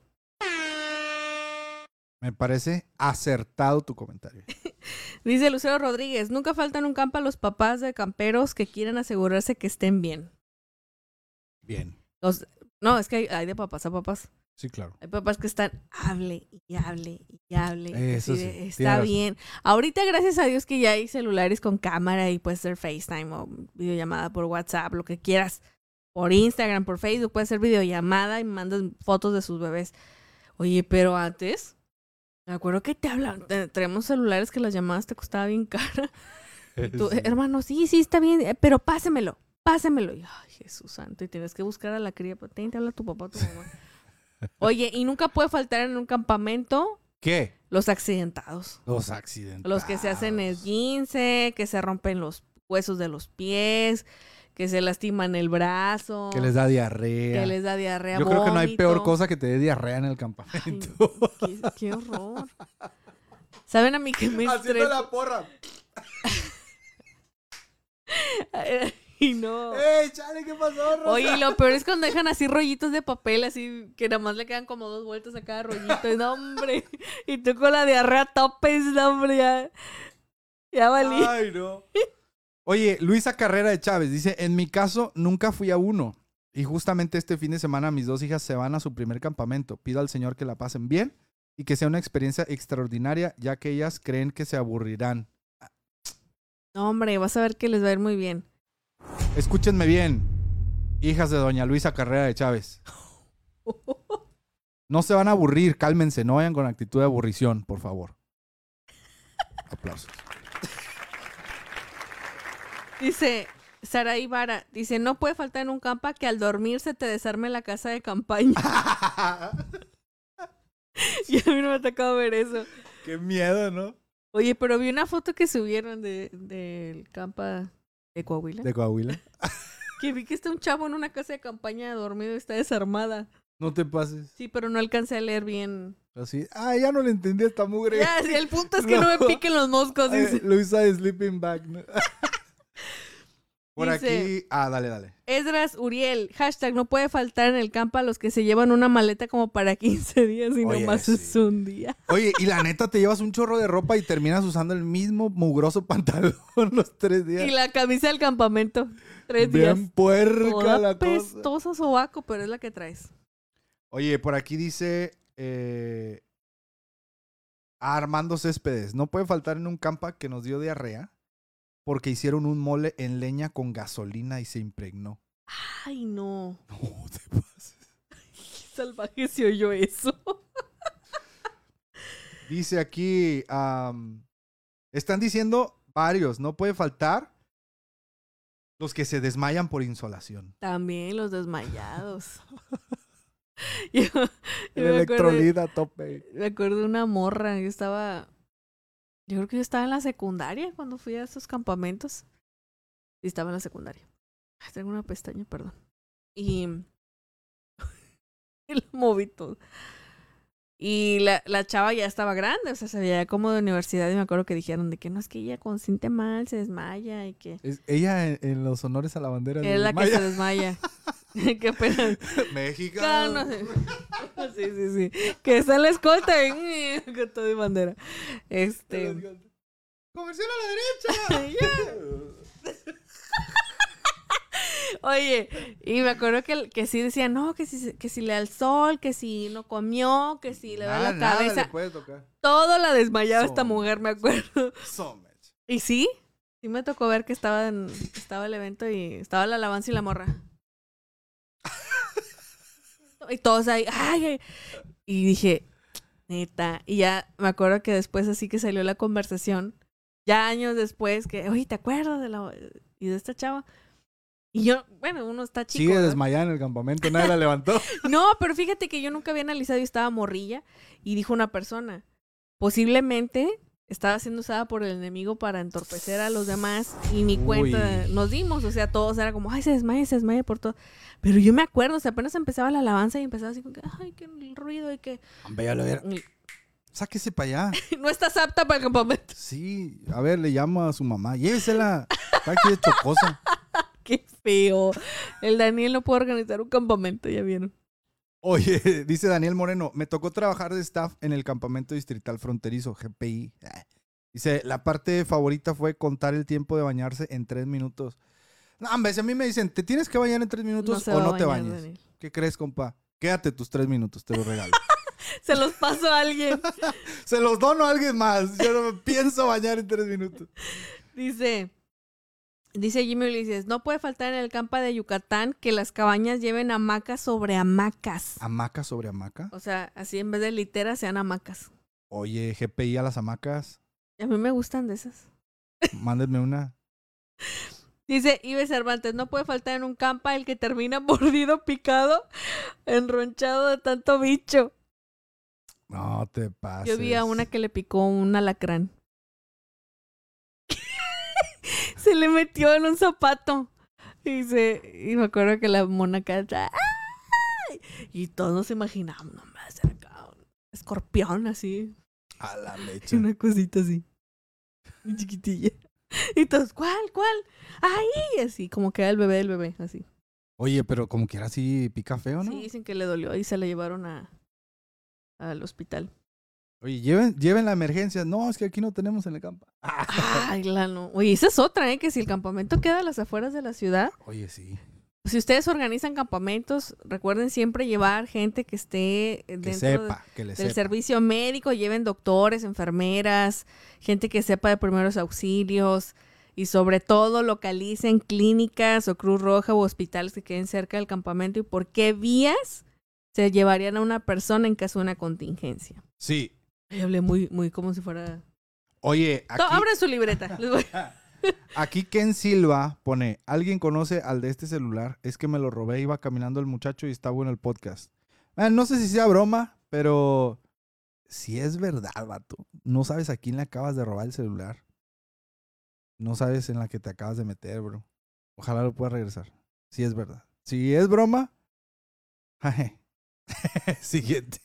Me parece acertado tu comentario. Dice Lucero Rodríguez, nunca faltan un campo a los papás de camperos que quieren asegurarse que estén bien. Bien. No, es que hay de papás a papás. Sí, claro. Hay papás que están, hable y hable y hable. Eso así sí, de, tiene está bien. Ahorita, gracias a Dios que ya hay celulares con cámara y puedes hacer FaceTime o videollamada por WhatsApp, lo que quieras. Por Instagram, por Facebook, puedes hacer videollamada y mandan fotos de sus bebés. Oye, pero antes, me acuerdo que te hablan. Tenemos celulares que las llamadas te costaba bien cara. Y tú, Sí. hermano, sí, está bien, pero pásemelo. Y, ay, Jesús santo, y tienes que buscar a la cría. Te habla tu papá o tu mamá. Oye, y nunca puede faltar en un campamento ¿Qué? los accidentados. Los accidentes. Los que se hacen esguince, que se rompen los huesos de los pies, que se lastiman el brazo, Que les da diarrea. Yo creo que no hay peor cosa que te dé diarrea en el campamento. Ay, qué horror. ¿Saben a mí que me Haciendo estresa? la porra. Y no. ¡Ey, chale! ¿Qué pasó, Rosa? Oye, y lo peor es cuando dejan así rollitos de papel, así que nada más le quedan como 2 vueltas a cada rollito. Y no, hombre. Y tú con la diarrea a topes, no, hombre, ya valí. Ay, no. Oye, Luisa Carrera de Chávez dice, en mi caso nunca fui a uno. Y justamente este fin de semana mis 2 hijas se van a su primer campamento. Pido al Señor que la pasen bien y que sea una experiencia extraordinaria, ya que ellas creen que se aburrirán. No, hombre, vas a ver que les va a ir muy bien. Escúchenme bien, hijas de doña Luisa Carrera de Chávez. No se van a aburrir, cálmense, no vayan con actitud de aburrición, por favor. Aplausos. Dice Sara Ibarra, dice, no puede faltar en un campa que al dormir se te desarme la casa de campaña. Y a mí no me ha tocado ver eso. Qué miedo, ¿no? Oye, pero vi una foto que subieron del campa de Coahuila. De Coahuila. Que vi que está un chavo en una casa de campaña dormido y está desarmada. No te pases. Sí, pero no alcancé a leer bien. Así. Ah, ya no le entendí a esta mugre. Ya, sí, el punto es que no me piquen los moscos. Dice. Luisa de Sleeping Bag, ¿no? Por Dice, aquí. Ah, dale. Esdras Uriel, hashtag, no puede faltar en el campo a los que se llevan una maleta como para 15 días y Oye, nomás sí. es un día. Oye, y la neta, te llevas un chorro de ropa y terminas usando el mismo mugroso pantalón los 3 días. Y la camisa del campamento, 3 Bien días. puerca Toda la cosa. pestosa sobaco, pero es la que traes. Oye, por aquí dice Armando Céspedes. No puede faltar en un campa que nos dio diarrea porque hicieron un mole en leña con gasolina y se impregnó. Ay, no. No te pases. Qué salvaje se oyó eso. Dice aquí, están diciendo varios, no puede faltar los que se desmayan por insolación. También los desmayados. Yo El me acuerdo- electrolita a tope. Me acuerdo de una morra. Yo creo que yo estaba en la secundaria cuando fui a esos campamentos. Sí, estaba en la secundaria. Ay, tengo una pestaña, perdón. Y lo moví todo. Y la chava ya estaba grande, o sea, se veía como de universidad. Y me acuerdo que dijeron de que no, es que ella cuando siente mal se desmaya y que Ella en los honores a la bandera. es la que se desmaya. Qué pena. México. No sé. Sí. Que está en la escolta y con todo de bandera. Comercial a la derecha. Oye, y me acuerdo que sí decía, no, que si le da el sol, que si no comió, que si le da la Nada cabeza. le puede tocar. Todo la desmayaba esta Somech. mujer, me acuerdo. Somech. Y sí me tocó ver que estaba el evento y estaba la alabanza y la morra. Y todos ahí, ay. Y dije, neta. Y ya me acuerdo que después así que salió la conversación, ya años después, que, oye, ¿te acuerdas de esta chava? Y yo, bueno, uno está chico. Sigue ¿verdad? desmayada en el campamento, nadie la levantó. No, pero fíjate que yo nunca había analizado y estaba morrilla. Y dijo una persona, posiblemente estaba siendo usada por el enemigo para entorpecer a los demás. Y ni cuenta nos dimos. O sea, todos era como, ay, se desmaya por todo. Pero yo me acuerdo, o sea, apenas empezaba la alabanza y empezaba así como que, ay, qué ruido y que... Hombre, ya lo hubiera. Sáquese para allá. No estás apta para el campamento. Sí, a ver, le llamo a su mamá. Llévesela. Está aquí de chocosa. Qué feo. El Daniel no puede organizar un campamento, ya vieron. Oye, dice Daniel Moreno, me tocó trabajar de staff en el campamento distrital fronterizo, GPI. Dice, la parte favorita fue contar el tiempo de bañarse en 3 minutos. No, hombre, si a mí me dicen, ¿te tienes que bañar en 3 minutos o no te bañes? Daniel. ¿Qué crees, compa? Quédate tus 3 minutos, te los regalo. Se los paso a alguien. Se los dono a alguien más. Yo no me pienso bañar en 3 minutos. Dice Jimmy Ulises, no puede faltar en el campo de Yucatán que las cabañas lleven hamacas sobre hamacas. ¿Hamaca sobre hamaca? O sea, así en vez de literas sean hamacas. Oye, GPI a las hamacas. A mí me gustan de esas. Mándenme una. Dice Ives Cervantes, no puede faltar en un campa el que termina mordido, picado, enronchado de tanto bicho. No te pases. Yo vi a una que le picó un alacrán. Se le metió en un zapato. Y me acuerdo que la mona acá está, ¡ay! Y todos nos imaginamos, no me va a hacer acá un escorpión así. A la mecha. Una cosita así. Muy chiquitilla. Y todos, ¿cuál? ¡Ahí! Así, como que era el bebé del bebé, así. Oye, pero como que era así pica feo, ¿no? Sí, dicen que le dolió y se la llevaron al hospital. Oye, lleven la emergencia. No, es que aquí no tenemos en el campo. Ay, no. Oye, esa es otra, que si el campamento queda a las afueras de la ciudad, Oye, sí. si ustedes organizan campamentos, recuerden siempre llevar gente que esté Que dentro sepa, que le del sepa. servicio médico, lleven doctores, enfermeras, gente que sepa de primeros auxilios y sobre todo localicen clínicas o Cruz Roja o hospitales que queden cerca del campamento y por qué vías se llevarían a una persona en caso de una contingencia. Sí. Ay, hablé muy, muy como si fuera... Oye, aquí, Abran su libreta. Les voy... aquí Ken Silva pone, ¿alguien conoce al de este celular? Es que me lo robé, iba caminando el muchacho y está bueno el podcast. No sé si sea broma, pero si es verdad, vato. No sabes a quién le acabas de robar el celular. No sabes en la que te acabas de meter, bro. Ojalá lo puedas regresar. Si es verdad. Si es broma, jaje. Siguiente.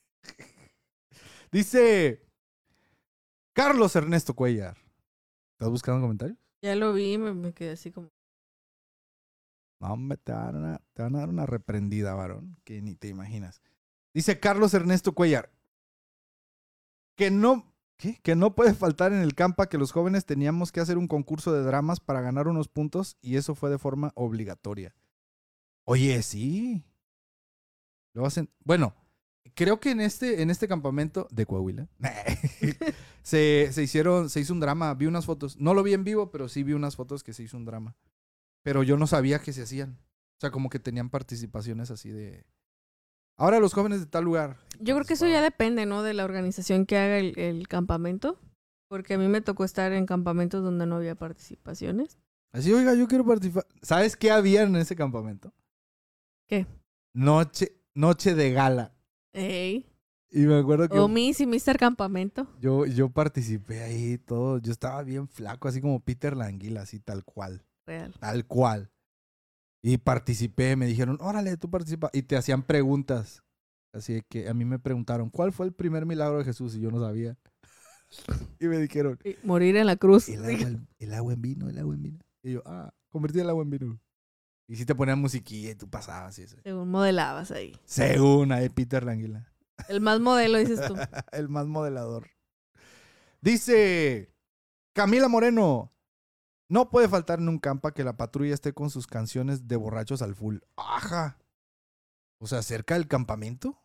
Dice Carlos Ernesto Cuellar. ¿Estás buscando comentarios? Ya lo vi, me quedé así como... No, hombre, te van a dar una reprendida, varón, que ni te imaginas. Dice Carlos Ernesto Cuellar. Que no puede faltar en el campa que los jóvenes teníamos que hacer un concurso de dramas para ganar unos puntos y eso fue de forma obligatoria. Oye, sí. Lo hacen. Bueno, creo que en este campamento de Coahuila se hizo un drama. Vi unas fotos. No lo vi en vivo, pero sí vi unas fotos que se hizo un drama. Pero yo no sabía que se hacían. O sea, como que tenían participaciones así de... Ahora los jóvenes de tal lugar. Yo creo que eso ya depende, ¿no? De la organización que haga el campamento. Porque a mí me tocó estar en campamentos donde no había participaciones. Así, oiga, yo quiero participar. ¿Sabes qué había en ese campamento? ¿Qué? Noche de gala. Ey. Y me acuerdo que O Miss y Mr. Campamento. yo participé ahí todo. Yo estaba bien flaco, así como Peter Languila, así tal cual. Real. Tal cual. Y participé, me dijeron, órale, tú participa. Y te hacían preguntas. Así que a mí me preguntaron, ¿cuál fue el primer milagro de Jesús? Y yo no sabía. Y me dijeron, Y morir en la cruz. el agua en vino. Y yo, convertí el agua en vino. Y si te ponían musiquilla y tú pasabas y eso. Según modelabas ahí. Según ahí Peter Languila. El más modelo, dices tú. El más modelador. Dice Camila Moreno. No puede faltar en un campa que la patrulla esté con sus canciones de borrachos al full. ¡Ajá! O sea, cerca del campamento.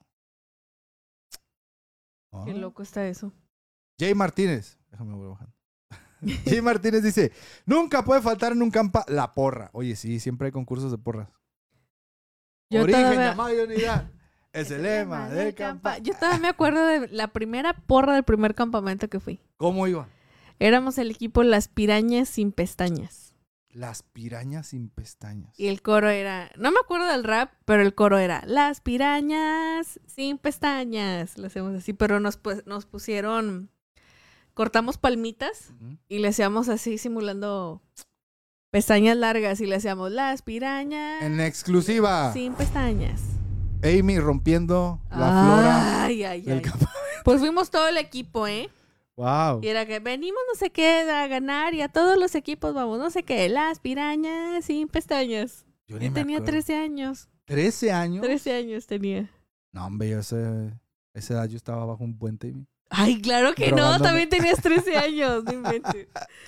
Qué loco está eso. Jay Martínez. Déjame voy bajando. Jay Martínez dice, nunca puede faltar en un campa la porra. Oye, sí, siempre hay concursos de porras. Yo Origen, todavía- llamado y unidad. Es el lema del campa. Yo todavía me acuerdo de la primera porra del primer campamento que fui. ¿Cómo iba? Éramos el equipo Las Pirañas Sin Pestañas. Las pirañas sin pestañas. Y el coro era, no me acuerdo del rap, pero el coro era Las Pirañas Sin Pestañas. Lo hacemos así, pero nos pusieron, cortamos palmitas Ujú. y le hacíamos así simulando pestañas largas y le hacíamos Las Pirañas En exclusiva, Sin Pestañas. Amy rompiendo la flora Ay, ay, del ay. campo. Pues fuimos todo el equipo, ¿eh? Wow. Y era que venimos no sé qué a ganar y a todos los equipos vamos, no sé qué, Las Pirañas Sin Pestañas. Yo ni Yo me tenía acuerdo. 13 años. 13 años. 13 años tenía. No, hombre, yo esa edad yo estaba bajo un puente. Amy. Ay, claro que no, Drogándome. también tenías 13 años, no inventes.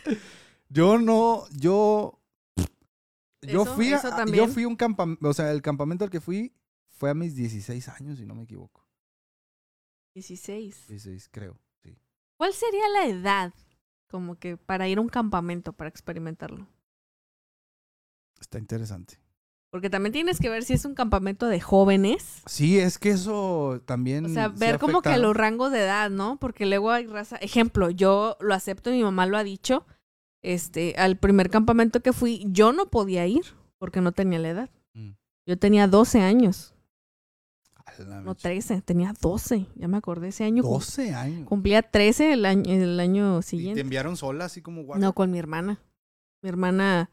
Yo Eso- fui eso también. yo fui un campamento, o sea, el campamento al que fui fue a mis 16 años, si no me equivoco. 16. 16, creo, sí. ¿Cuál sería la edad como que para ir a un campamento, para experimentarlo? Está interesante. Porque también tienes que ver si es un campamento de jóvenes. Sí, es que eso también O sea, sí ver como afecta, que ¿no? los rangos de edad, ¿no? Porque luego hay raza. Ejemplo, yo lo acepto y mi mamá lo ha dicho. Al primer campamento que fui, yo no podía ir porque no tenía la edad. Mm. Yo tenía 12 años, A la no mecha. 13, tenía 12. Ya me acordé ese año. 12 años. Cumplía 13 el año ¿Y te siguiente. enviaron sola así como guardia? No, con mi hermana. Mi hermana,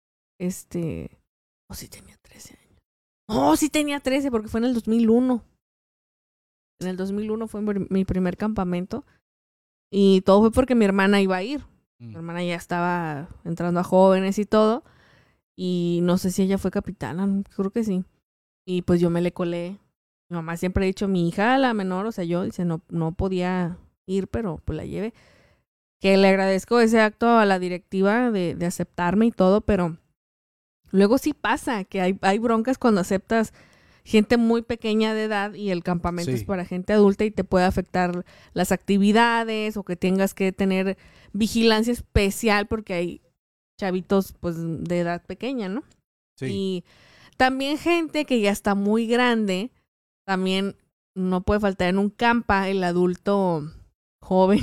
oh, sí tenía 13 años. Oh, sí tenía 13 porque fue en el 2001. En el 2001 fue mi primer campamento. Y todo fue porque mi hermana iba a ir. Mi Mm. hermana ya estaba entrando a jóvenes y todo. Y no sé si ella fue capitana, creo que sí. Y pues yo me le colé. Mi mamá siempre ha dicho, mi hija, la menor, o sea, yo, dice, no podía ir, pero pues la llevé. Que le agradezco ese acto a la directiva de aceptarme y todo, pero luego sí pasa que hay broncas cuando aceptas gente muy pequeña de edad y el campamento Sí. es para gente adulta y te puede afectar las actividades o que tengas que tener vigilancia especial porque hay chavitos pues de edad pequeña, ¿no? Sí. Y también gente que ya está muy grande, también no puede faltar en un campa el adulto joven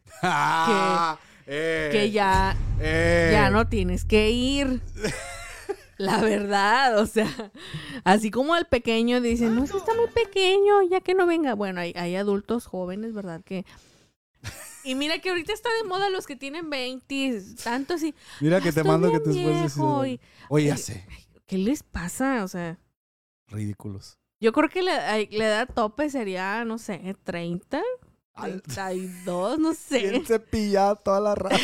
que ya no tienes que ir. La verdad, o sea, así como al pequeño dicen, no, es que está muy pequeño, ya que no venga. Bueno, hay adultos jóvenes, ¿verdad? Y mira que ahorita está de moda los que tienen 20, tantos y... Mira que "Ah, te estoy mando que bien te después viejo", y- Oye, ya Ay, sé. ¿qué les pasa? O sea, Ridículos. yo creo que la edad tope sería, no sé, 30, 32, no sé. Bien cepillada toda la raza.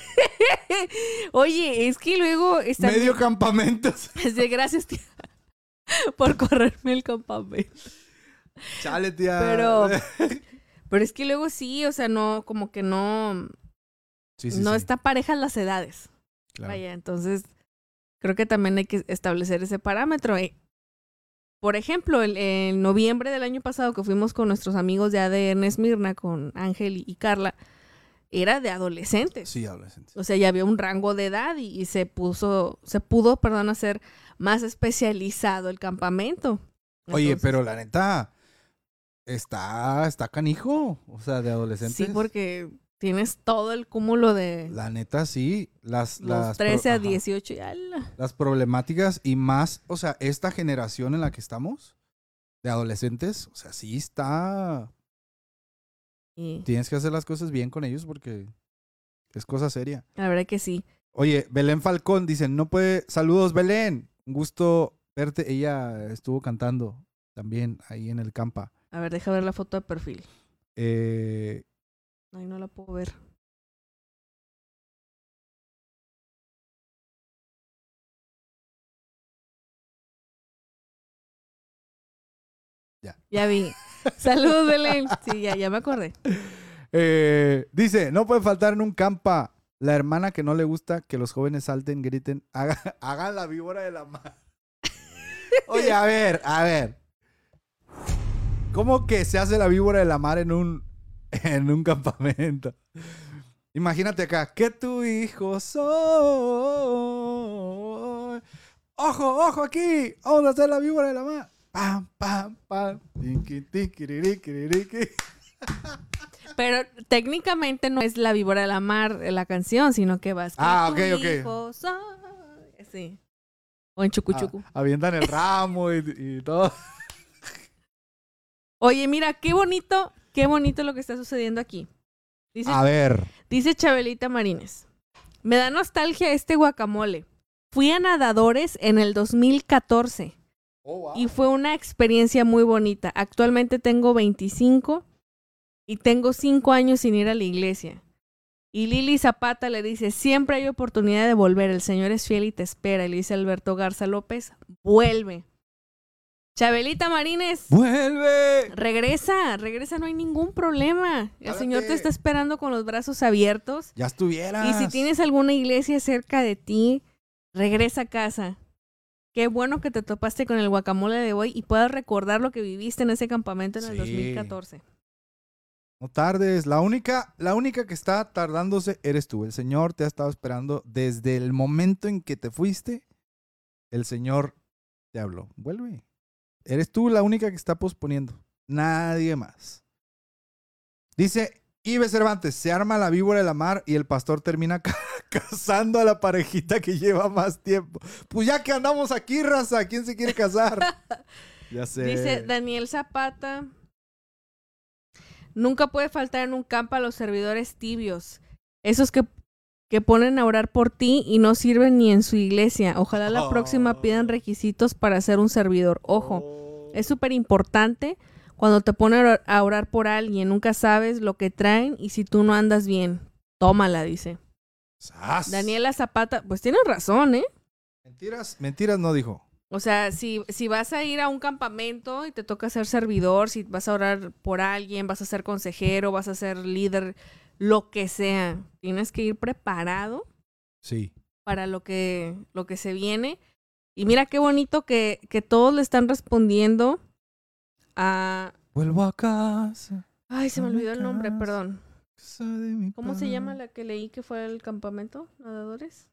Oye, es que luego está... Medio campamentos. Gracias, tía, por correrme el campamento. Chale, tía. Pero es que luego sí, o sea, no, como que no, Sí, sí, no sí, está pareja las edades. claro. Vaya, entonces creo que también hay que establecer ese parámetro. Por ejemplo, en noviembre del año pasado que fuimos con nuestros amigos de ADN Esmirna, con Ángel y Carla, era de adolescentes. Sí, adolescentes. O sea, ya había un rango de edad y se pudo, hacer más especializado el campamento. Oye, Entonces, pero la neta está canijo. O sea, de adolescentes. sí, porque tienes todo el cúmulo de La neta, sí. los 13 a 18 y ala. Las problemáticas y más, o sea, esta generación en la que estamos, de adolescentes, o sea, sí está... Y Tienes que hacer las cosas bien con ellos porque es cosa seria. la verdad que sí. Oye, Belén Falcón dice, no puede... Saludos, Belén. Un gusto verte. Ella estuvo cantando también ahí en el campa. A ver, deja ver la foto de perfil. Eh, Ay, no la puedo ver. Ya. Ya vi. Saludos, Belén. Sí, ya me acordé. dice, no puede faltar en un campa La hermana que no le gusta que los jóvenes salten, griten, hagan la víbora de la mar. Oye, a ver. ¿Cómo que se hace la víbora de la mar en un campamento? Imagínate acá, que tu hijo soy. Ojo aquí, vamos a hacer la víbora de la mar. Pam, pam, pam. Tinki, tinkiririkiririki. Pero técnicamente no es la víbora de la mar la canción, sino que vas con tu hijo soy. Sí. O en chucuchucu. Avientan el ramo y todo. Oye, mira, qué bonito lo que está sucediendo aquí. Dice Chabelita Marínez. Me da nostalgia este guacamole. Fui a Nadadores en el 2014. Oh, wow. Y fue una experiencia muy bonita. Actualmente tengo 25 y tengo 5 años sin ir a la iglesia. Y Lili Zapata le dice, siempre hay oportunidad de volver. El Señor es fiel y te espera. Y le dice Alberto Garza López, vuelve. Chabelita Marínez. ¡Vuelve! Regresa, no hay ningún problema. El Señor te está esperando con los brazos abiertos. Ya estuvieras. Y si tienes alguna iglesia cerca de ti, regresa a casa. Qué bueno que te topaste con el guacamole de hoy y puedas recordar lo que viviste en ese campamento en el 2014. No tardes. La única que está tardándose eres tú. El Señor te ha estado esperando desde el momento en que te fuiste. El Señor te habló. Vuelve. Eres tú la única que está posponiendo. Nadie más. Dice Ibe Cervantes, se arma la víbora de la mar y el pastor termina casando a la parejita que lleva más tiempo. Pues ya que andamos aquí, raza, ¿quién se quiere casar? Ya sé. Dice Daniel Zapata, nunca puede faltar en un campo a los servidores tibios. Esos que ponen a orar por ti y no sirven ni en su iglesia. Ojalá la próxima pidan requisitos para ser un servidor. Ojo, es súper importante cuando te ponen a orar por alguien. Nunca sabes lo que traen y si tú no andas bien. Tómala, dice. ¡Sas! Daniela Zapata, pues tienes razón, ¿eh? Mentiras no dijo. O sea, si vas a ir a un campamento y te toca ser servidor, si vas a orar por alguien, vas a ser consejero, vas a ser líder, lo que sea, tienes que ir preparado. Sí. Para lo que se viene. Y mira qué bonito que todos le están respondiendo a... Vuelvo a casa. Ay, se me olvidó el nombre, perdón. ¿Cómo se llama la que leí que fue al campamento? ¿Nadadores?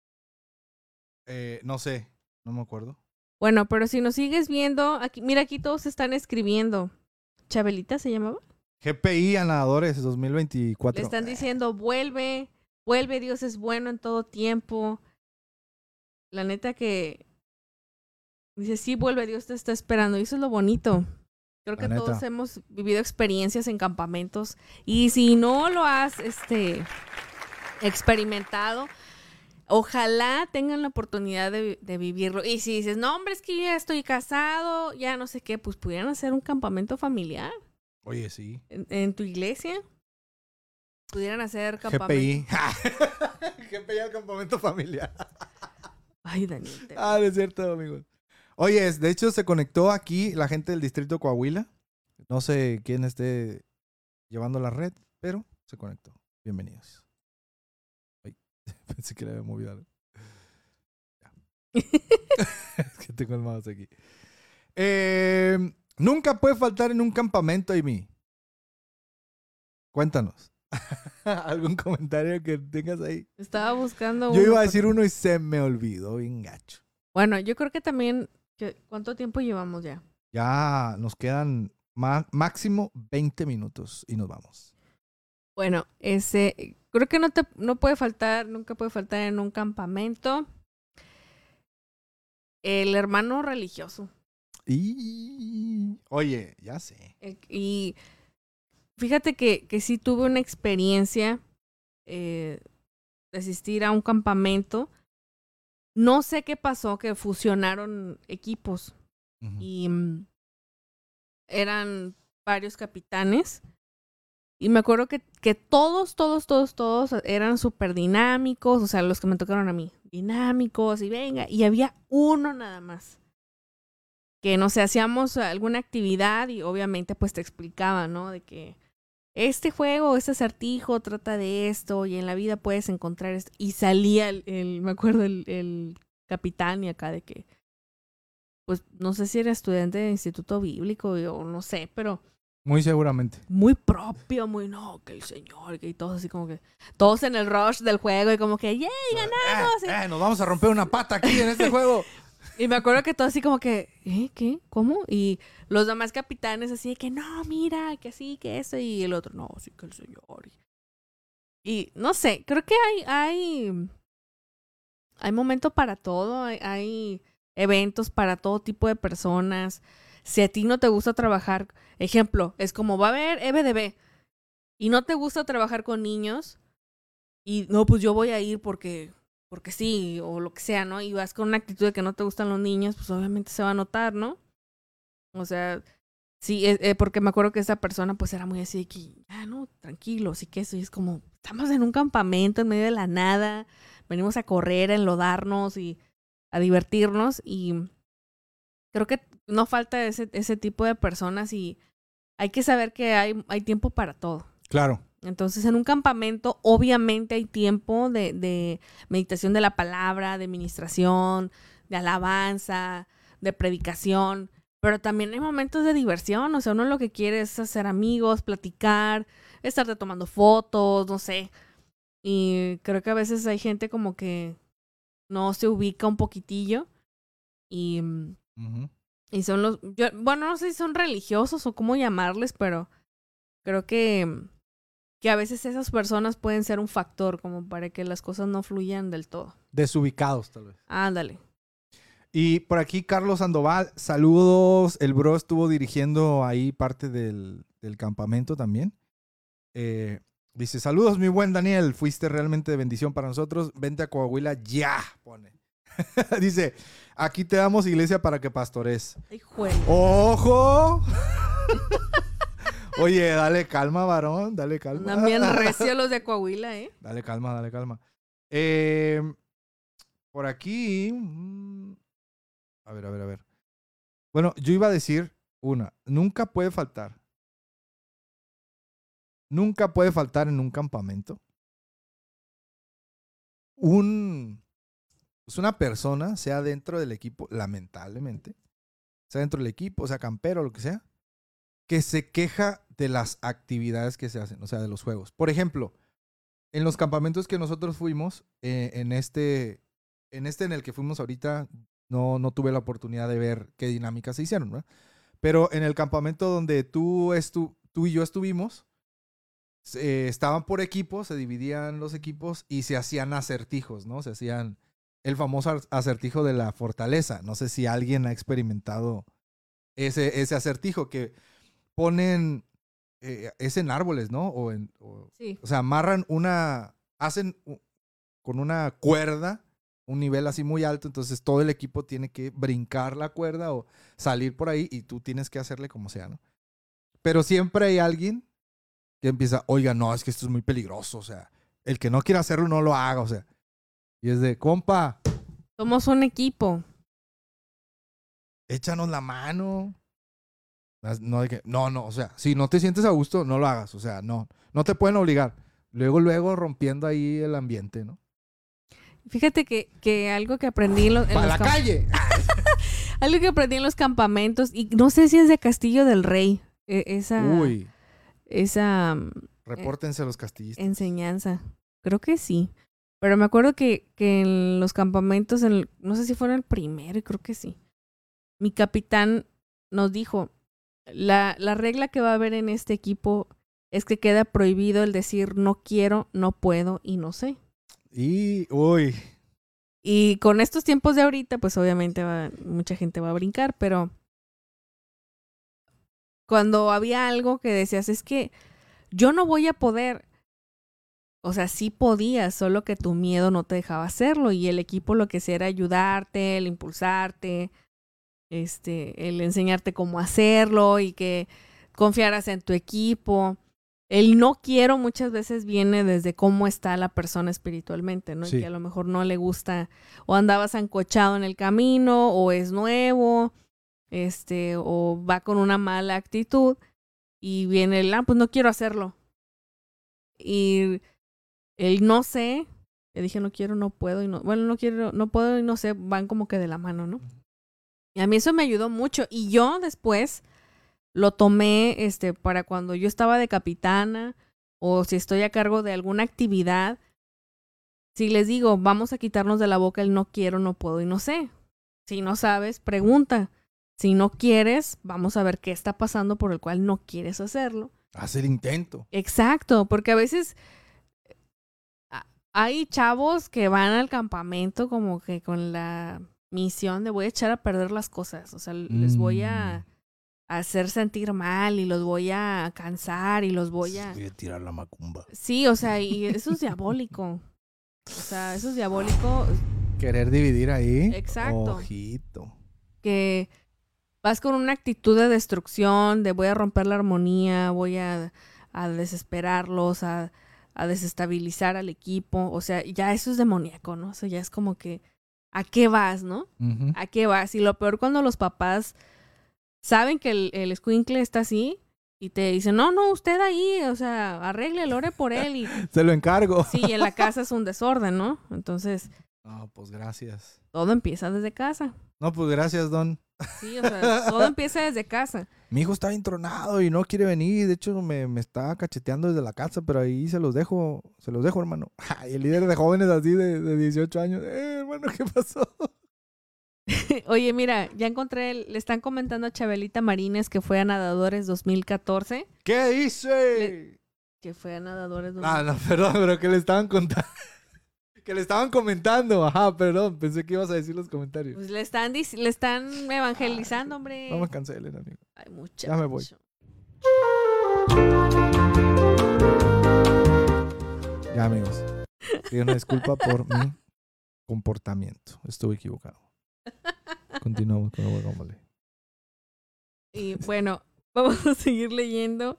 No sé, no me acuerdo. Bueno, pero si nos sigues viendo, aquí, mira, aquí todos están escribiendo. ¿Chabelita se llamaba? GPI a Nadadores 2024. Le están diciendo, vuelve, Dios es bueno en todo tiempo. La neta que dice, sí, vuelve, Dios te está esperando. Y eso es lo bonito. Creo que todos hemos vivido experiencias en campamentos. Y si no lo has experimentado, ojalá tengan la oportunidad de vivirlo. Y si dices, no, hombre, es que yo ya estoy casado, ya no sé qué, pues pudieran hacer un campamento familiar. Oye, sí. En tu iglesia pudieran hacer campamento. GPI. GPI al campamento familiar. Ay, Daniel. No es cierto, amigos. Oye, de hecho se conectó aquí la gente del distrito Coahuila. No sé quién esté llevando la red, pero se conectó. Bienvenidos. Ay, pensé que le había movido algo. Es que tengo el mouse aquí. Nunca puede faltar en un campamento, Amy. Cuéntanos. ¿Algún comentario que tengas ahí? Estaba buscando Yo iba a decir uno y se me olvidó, bien gacho. Bueno, yo creo que también... ¿Cuánto tiempo llevamos ya? Ya nos quedan máximo 20 minutos y nos vamos. Bueno, creo que no puede faltar, nunca puede faltar en un campamento el hermano religioso. Y oye, ya sé. Y fíjate que sí tuve una experiencia de asistir a un campamento. No sé qué pasó, que fusionaron equipos. Uh-huh. Y eran varios capitanes. Y me acuerdo que todos eran súper dinámicos. O sea, los que me tocaron a mí. Dinámicos y venga. Y había uno nada más. Que no sé, hacíamos alguna actividad y obviamente pues te explicaba, ¿no? De que este juego, este acertijo trata de esto y en la vida puedes encontrar esto. Y salía me acuerdo, el capitán y acá de que, pues no sé si era estudiante de instituto bíblico o no sé, pero Muy seguramente. muy propio, muy no, que el señor, que y todos así como que, todos en el rush del juego y como que, ¡yay, ganamos! Nos vamos a romper una pata aquí en este juego. Y me acuerdo que todos así como que, ¿qué? ¿Cómo? Y los demás capitanes así de que, no, mira, que así, que eso. Y el otro, no, sí que el señor. Y no sé, creo que hay momento para todo. Hay eventos para todo tipo de personas. Si a ti no te gusta trabajar, ejemplo, es como va a haber EBDB y no te gusta trabajar con niños y no, pues yo voy a ir porque sí, o lo que sea, ¿no? Y vas con una actitud de que no te gustan los niños, pues obviamente se va a notar, ¿no? O sea, sí, porque me acuerdo que esa persona pues era muy así de que, no, tranquilo, sí que eso, y es como, estamos en un campamento en medio de la nada, venimos a correr, a enlodarnos y a divertirnos, y creo que no falta ese tipo de personas y hay que saber que hay tiempo para todo. Claro. Entonces, en un campamento, obviamente hay tiempo de meditación de la palabra, de ministración, de alabanza, de predicación, pero también hay momentos de diversión. O sea, uno lo que quiere es hacer amigos, platicar, estarte tomando fotos, no sé. Y creo que a veces hay gente como que no se ubica un poquitillo y, y son bueno, no sé si son religiosos o cómo llamarles, pero creo que a veces esas personas pueden ser un factor como para que las cosas no fluyan del todo. Desubicados, tal vez. Ándale. Y por aquí Carlos Sandoval, saludos. El bro estuvo dirigiendo ahí parte del campamento también. Dice, saludos mi buen Daniel, fuiste realmente de bendición para nosotros. Vente a Coahuila ya, pone. Dice, aquí te damos iglesia para que pastores. Ay, juego. ¡Ojo! Oye, dale calma, varón, dale calma. Andan bien recio los de Coahuila, ¿eh? Dale calma, dale calma. Por aquí... A ver. Bueno, yo iba a decir nunca puede faltar en un campamento una persona, sea dentro del equipo, lamentablemente, sea dentro del equipo, sea campero, lo que sea, que se queja de las actividades que se hacen, o sea, de los juegos. Por ejemplo, en los campamentos que nosotros fuimos, en el que fuimos ahorita, no tuve la oportunidad de ver qué dinámicas se hicieron, ¿verdad? Pero en el campamento donde tú y yo estuvimos, estaban por equipos, se dividían los equipos y se hacían acertijos, ¿no? Se hacían el famoso acertijo de la fortaleza. No sé si alguien ha experimentado ese acertijo que ponen, es en árboles, ¿no? Sí. O sea, hacen con una cuerda un nivel así muy alto, entonces todo el equipo tiene que brincar la cuerda o salir por ahí y tú tienes que hacerle como sea, ¿no? Pero siempre hay alguien que empieza, oiga, no, es que esto es muy peligroso, o sea, el que no quiera hacerlo no lo haga, o sea. Y es de, compa, somos un equipo. Échanos la mano. No, o sea, si no te sientes a gusto, no lo hagas, o sea, no te pueden obligar. Luego rompiendo ahí el ambiente, ¿no? Fíjate que algo que aprendí ¡para la calle! Algo que aprendí en los campamentos, y no sé si es de Castillo del Rey, Uy. Esa repórtense los castillistas. Enseñanza. Creo que sí. Pero me acuerdo que en los campamentos, no sé si fueron el primero, creo que sí. Mi capitán nos dijo, la regla que va a haber en este equipo es que queda prohibido el decir no quiero, no puedo y no sé. Y con estos tiempos de ahorita, pues obviamente mucha gente va a brincar, pero cuando había algo que decías, es que yo no voy a poder, o sea, sí podías, solo que tu miedo no te dejaba hacerlo y el equipo lo que hacía era ayudarte, el impulsarte, el enseñarte cómo hacerlo y que confiaras en tu equipo. El no quiero muchas veces viene desde cómo está la persona espiritualmente, ¿no? Sí. Y que a lo mejor no le gusta, o andabas ancochado en el camino, o es nuevo, o va con una mala actitud, y viene pues no quiero hacerlo. Y el no sé, le dije no quiero, no puedo, y no, bueno, no quiero, no puedo y no sé, van como que de la mano, ¿no? Y a mí eso me ayudó mucho. Y yo después lo tomé para cuando yo estaba de capitana o si estoy a cargo de alguna actividad. Si les digo, vamos a quitarnos de la boca el no quiero, no puedo y no sé. Si no sabes, pregunta. Si no quieres, vamos a ver qué está pasando por el cual no quieres hacerlo. Hacer intento. Exacto, porque a veces hay chavos que van al campamento como que con la misión de voy a echar a perder las cosas. O sea, les voy a hacer sentir mal y los voy a cansar y los voy a tirar la macumba. Sí, o sea, y eso es diabólico. O sea, eso es diabólico. Querer dividir ahí. Exacto. Ojito. Que vas con una actitud de destrucción, de voy a romper la armonía, voy a desesperarlos, a desestabilizar al equipo. O sea, ya eso es demoníaco, ¿no? O sea, ya es como que, ¿a qué vas, no? Uh-huh. ¿A qué vas? Y lo peor cuando los papás saben que el escuincle está así y te dicen, no, usted ahí, o sea, arréglelo, ore por él. Y se lo encargo. sí, en la casa es un desorden, ¿no? Entonces, no, pues gracias. Todo empieza desde casa. No, pues gracias, don. Sí, o sea, todo empieza desde casa. Mi hijo está entronado y no quiere venir. De hecho, me está cacheteando desde la casa, pero ahí se los dejo, hermano. Y el líder de jóvenes así de 18 años. Hermano, ¿qué pasó? Oye, mira, ya encontré, le están comentando a Chabelita Marínez que fue a Nadadores 2014. ¿Qué hice? Que fue a Nadadores 2014. No, perdón, pero que le estaban contando. Que le estaban comentando. Ajá, perdón, pensé que ibas a decir los comentarios. Pues le están evangelizando, hombre. No me cancelen, amigo. Ay, muchacho. Ya me voy. Ya, amigos. Pido una disculpa por mi comportamiento. Estuve equivocado. Continuamos con el guacamole. Y bueno, vamos a seguir leyendo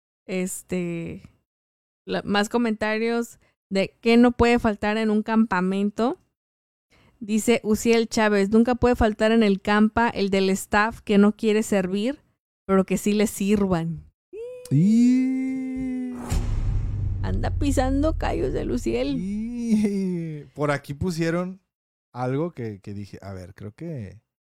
más comentarios de qué no puede faltar en un campamento. Dice Uciel Chávez, nunca puede faltar en el campa el del staff que no quiere servir, pero que sí le sirvan. Y... Anda pisando callos de Uciel. Y... Por aquí pusieron algo que dije, a ver, creo que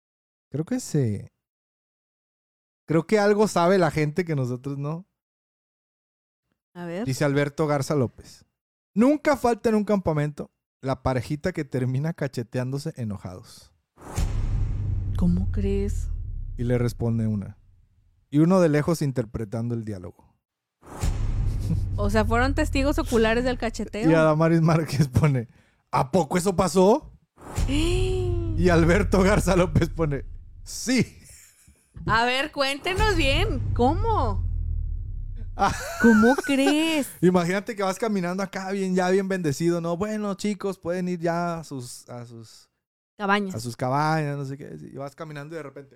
algo sabe la gente que nosotros no. A ver. Dice Alberto Garza López. Nunca falta en un campamento la parejita que termina cacheteándose enojados. ¿Cómo crees? Y le responde una. Y uno de lejos interpretando el diálogo. O sea, fueron testigos oculares del cacheteo. Y Adamaris Márquez pone, ¿a poco eso pasó? Y Alberto Garza López pone, sí. A ver, cuéntenos bien. ¿Cómo? ¿Cómo crees? Imagínate que vas caminando acá bien bendecido, ¿no? Bueno, chicos, pueden ir ya a sus cabañas. A sus cabañas, no sé qué. Y vas caminando y de repente.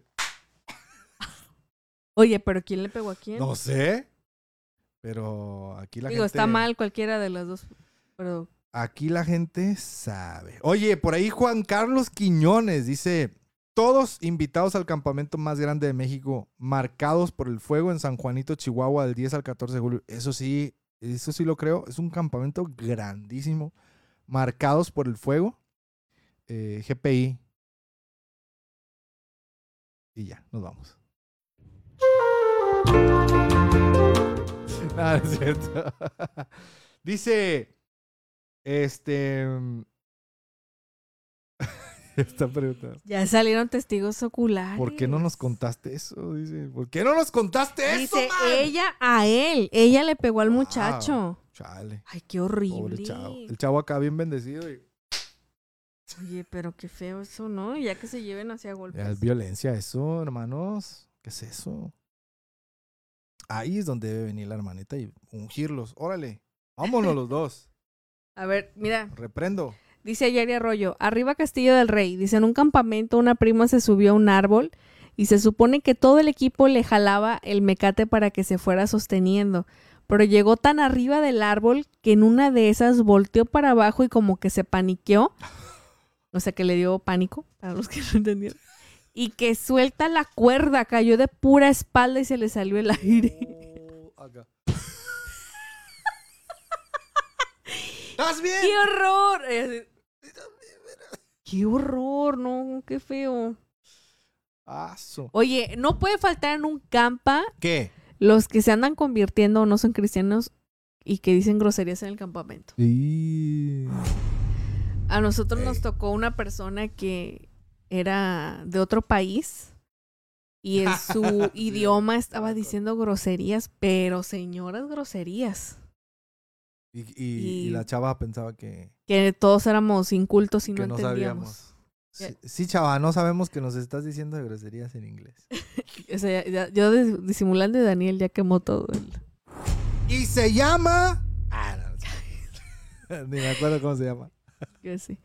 Oye, ¿pero quién le pegó a quién? No sé. Pero aquí la gente... está mal cualquiera de las dos. Pero... Aquí la gente sabe. Oye, por ahí Juan Carlos Quiñones dice... Todos invitados al campamento más grande de México, marcados por el fuego en San Juanito, Chihuahua, del 10 al 14 de julio. Eso sí lo creo. Es un campamento grandísimo. Marcados por el fuego. GPI. Y ya, nos vamos. Nada, es cierto. Dice... Esta pregunta. Ya salieron testigos oculares. ¿Por qué no nos contaste eso? Dice, ¿por qué no nos contaste eso, Dice, man? ella a él. Ella le pegó al muchacho. Chale. Ay, qué horrible. Pobre chavo. El chavo acá bien bendecido. Y... Oye, pero qué feo eso, ¿no? Ya que se lleven hacia golpes. Ya es violencia eso, hermanos. ¿Qué es eso? Ahí es donde debe venir la hermanita y ungirlos. Órale, vámonos los dos. A ver, mira. Reprendo. Dice Yari Arroyo, arriba Castillo del Rey. Dice, en un campamento una prima se subió a un árbol y se supone que todo el equipo le jalaba el mecate para que se fuera sosteniendo. Pero llegó tan arriba del árbol que en una de esas volteó para abajo y como que se paniqueó. O sea, que le dio pánico, para los que no entendieron. Y que suelta la cuerda, cayó de pura espalda y se le salió el aire. Acá. ¿Estás bien? ¡Qué horror! ¡Qué horror! No, qué feo. Oye, no puede faltar en un campa ¿Qué? los que se andan convirtiendo o no son cristianos y que dicen groserías en el campamento. A nosotros nos tocó una persona que era de otro país y en su idioma estaba diciendo groserías, pero señoras groserías. Y la chava pensaba que todos éramos incultos y no no entendíamos. sabíamos. Sí, chava, no sabemos que nos estás diciendo de groserías en inglés. O sea, yo disimulando, y Daniel ya quemó todo. Y se llama... Ni me acuerdo cómo se llama. Yo sí.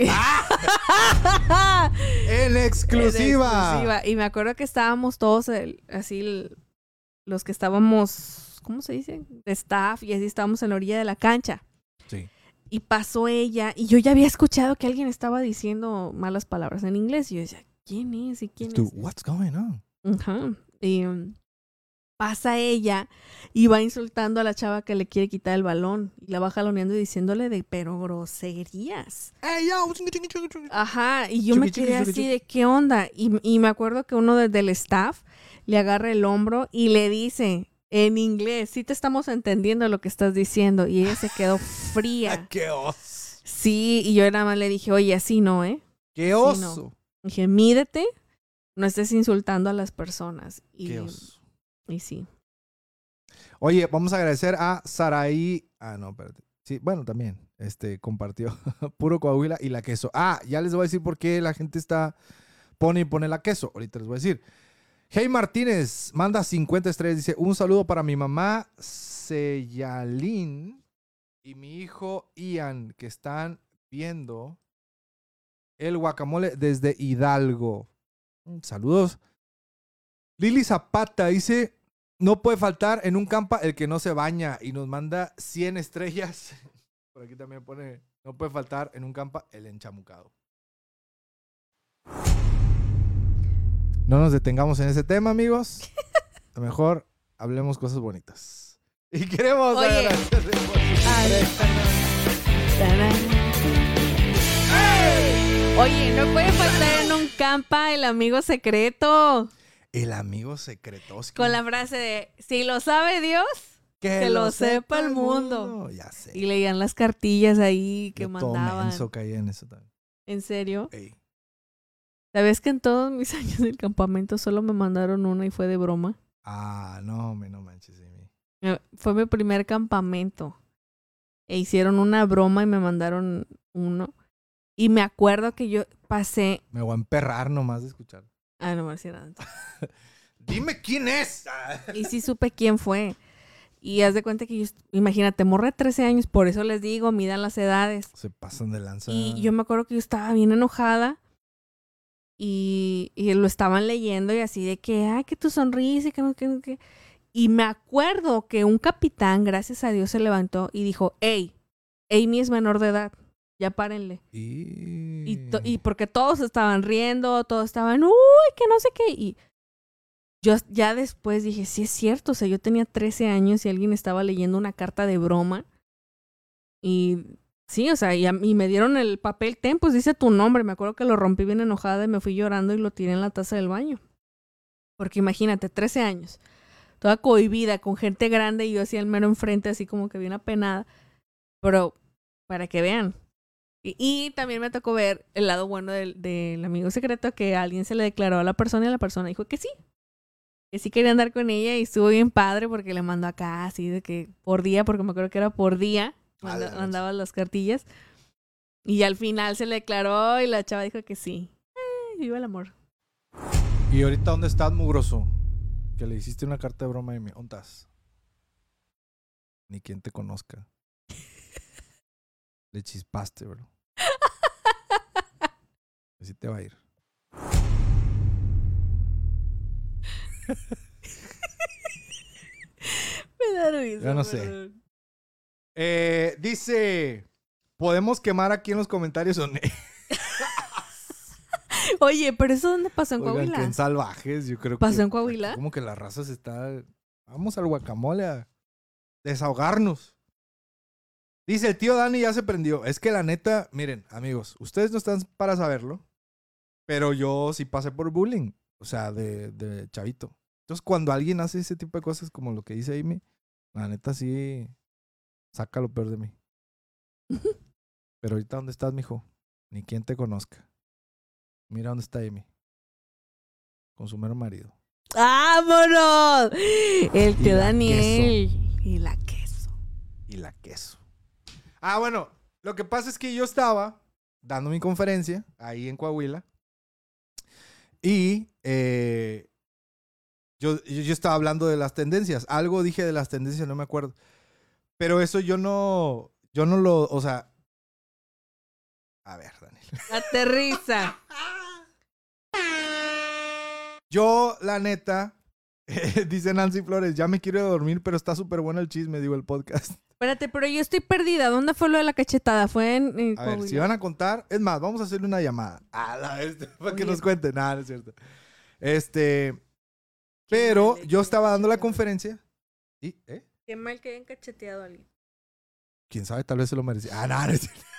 En exclusiva. Y me acuerdo que estábamos todos los que estábamos, ¿cómo se dice? De staff, y así estábamos en la orilla de la cancha. Sí. Y pasó ella, y yo ya había escuchado que alguien estaba diciendo malas palabras en inglés. Y yo decía, ¿quién es? ¿Y quién es? What's going on? Ajá. Y pasa ella y va insultando a la chava que le quiere quitar el balón. Y la va jaloneando y diciéndole pero groserías. Hey, yo. Ajá. Y yo me quedé así de, ¿qué onda? Y me acuerdo que uno del staff le agarra el hombro y le dice... En inglés, sí te estamos entendiendo lo que estás diciendo. Y ella se quedó fría. ¡Qué oso! Sí, y yo nada más le dije, oye, así no, ¿eh? ¡Qué oso! No. Dije, mídete, no estés insultando a las personas. ¡Qué oso! Y sí. Oye, vamos a agradecer a Saraí. No, espérate. Sí, bueno, también. Compartió Puro Coahuila y la queso. Ya les voy a decir por qué la gente pone la queso. Ahorita les voy a decir. Hey Martínez, manda 50 estrellas. Dice, un saludo para mi mamá, Seyalín, y mi hijo Ian, que están viendo el guacamole desde Hidalgo. Saludos. Lili Zapata dice, no puede faltar en un campa el que no se baña. Y nos manda 100 estrellas. Por aquí también pone, no puede faltar en un campa el enchamucado. No nos detengamos en ese tema, amigos. A lo mejor hablemos cosas bonitas. Y queremos... Oye. Oye, no puede faltar en un campa el amigo secreto. El amigo secreto. Con la frase de, si lo sabe Dios, que lo sepa el mundo. Ya sé. Y leían las cartillas ahí que mandaban. Todo caía en eso también. ¿En serio? Ey. ¿Sabes que en todos mis años del campamento solo me mandaron una y fue de broma? No manches. Fue mi primer campamento. E hicieron una broma y me mandaron uno. Y me acuerdo que yo pasé... Me voy a emperrar nomás de escuchar. No me decía nada. Dime quién es. Y sí supe quién fue. Y haz de cuenta que yo... Imagínate, morra de 13 años. Por eso les digo, midan las edades. Se pasan de lanza. Y yo me acuerdo que yo estaba bien enojada. Y lo estaban leyendo y así de que, que tu sonrisa, que. Y me acuerdo que un capitán, gracias a Dios, se levantó y dijo, hey, Amy es menor de edad, ya párenle. Y porque todos estaban riendo, todos estaban, uy, que no sé qué. Y yo ya después dije, sí es cierto, o sea, yo tenía 13 años y alguien estaba leyendo una carta de broma. Y... sí, o sea, y me dieron el papel, pues dice tu nombre. Me acuerdo que lo rompí bien enojada y me fui llorando y lo tiré en la taza del baño. Porque imagínate, 13 años, toda cohibida, con gente grande y yo así al mero enfrente, así como que bien apenada. Pero, para que vean. Y también me tocó ver el lado bueno del amigo secreto, que alguien se le declaró a la persona y la persona dijo que sí. Que sí quería andar con ella y estuvo bien padre porque le mandó acá así de que por día, porque me acuerdo que era por día. Mandaba las cartillas. Y al final se le declaró y la chava dijo que sí. Viva el amor. ¿Y ahorita dónde estás, mugroso? Que le hiciste una carta de broma y me... ¿Dónde estás? Ni quien te conozca. Le chispaste, bro. Así te va a ir. Me da risa. Yo no sé. Dice, ¿podemos quemar aquí en los comentarios o no? Oye, pero ¿eso dónde pasó en Oigan, Coahuila? que en Salvajes, yo creo ¿Pasó en Coahuila? Como que la raza se está... Vamos al guacamole a desahogarnos. Dice, el tío Dani ya se prendió. Es que la neta, miren, amigos, ustedes no están para saberlo, pero yo sí pasé por bullying, o sea, de chavito. Entonces, cuando alguien hace ese tipo de cosas como lo que dice Amy, la neta sí saca lo peor de mí. Pero ahorita, ¿dónde estás, mijo? Ni quien te conozca. Mira dónde está Amy. Con su mero marido. ¡Vámonos! El Y tío la Daniel. Y la queso. Y la queso. Ah, bueno, lo que pasa es que yo estaba dando mi conferencia ahí en Coahuila. Y yo estaba hablando de las tendencias. Algo dije de las tendencias, no me acuerdo. Pero eso yo no lo, o sea... A ver, Daniel. Aterriza. Yo, la neta, dice Nancy Flores, ya me quiero dormir, pero está súper bueno el chisme, digo, el podcast. Espérate, pero yo estoy perdida. ¿Dónde fue lo de la cachetada? Fue en A ver, Coahuila. si van a contar, es más, vamos a hacerle una llamada. Para que Oye. nos cuenten. Nada, no es cierto. Pero mal yo hecho, estaba dando la cachetado. conferencia. ¿Y? Qué mal que hayan cacheteado a alguien. Quién sabe, tal vez se lo merecía. No, no es cierto.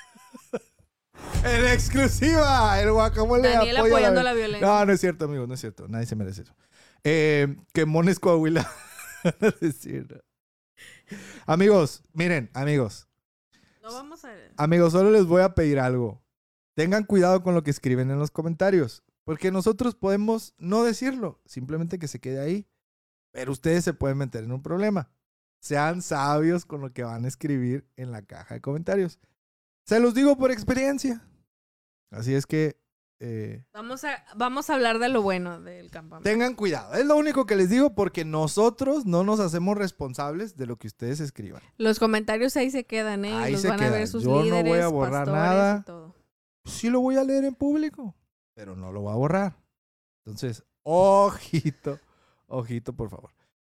En exclusiva, el guacamole Daniel apoya apoyando la violencia. No, no es cierto, amigos, no es cierto. Nadie se merece eso. Que Mones Coahuila. No es cierto. Amigos, miren, amigos. No vamos a... Amigos, solo les voy a pedir algo. Tengan cuidado con lo que escriben en los comentarios. Porque nosotros podemos no decirlo. Simplemente que se quede ahí. Pero ustedes se pueden meter en un problema. Sean sabios con lo que van a escribir en la caja de comentarios. Se los digo por experiencia. Así es que Vamos a hablar de lo bueno del campamento. tengan cuidado. Es lo único que les digo porque nosotros no nos hacemos responsables de lo que ustedes escriban. Los comentarios ahí se quedan, ¿eh? Ahí Los se van a quedan. ver sus Yo no voy a líderes, borrar pastores nada. y todo. Sí lo voy a leer en público, pero no lo voy a borrar. Entonces, ojito, ojito, por favor.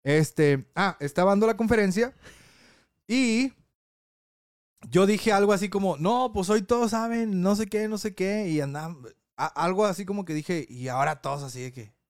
Estaba dando la conferencia y yo dije algo así como, no, pues hoy todos saben, no sé qué, y andaban, algo así como que dije, y ahora todos así de que,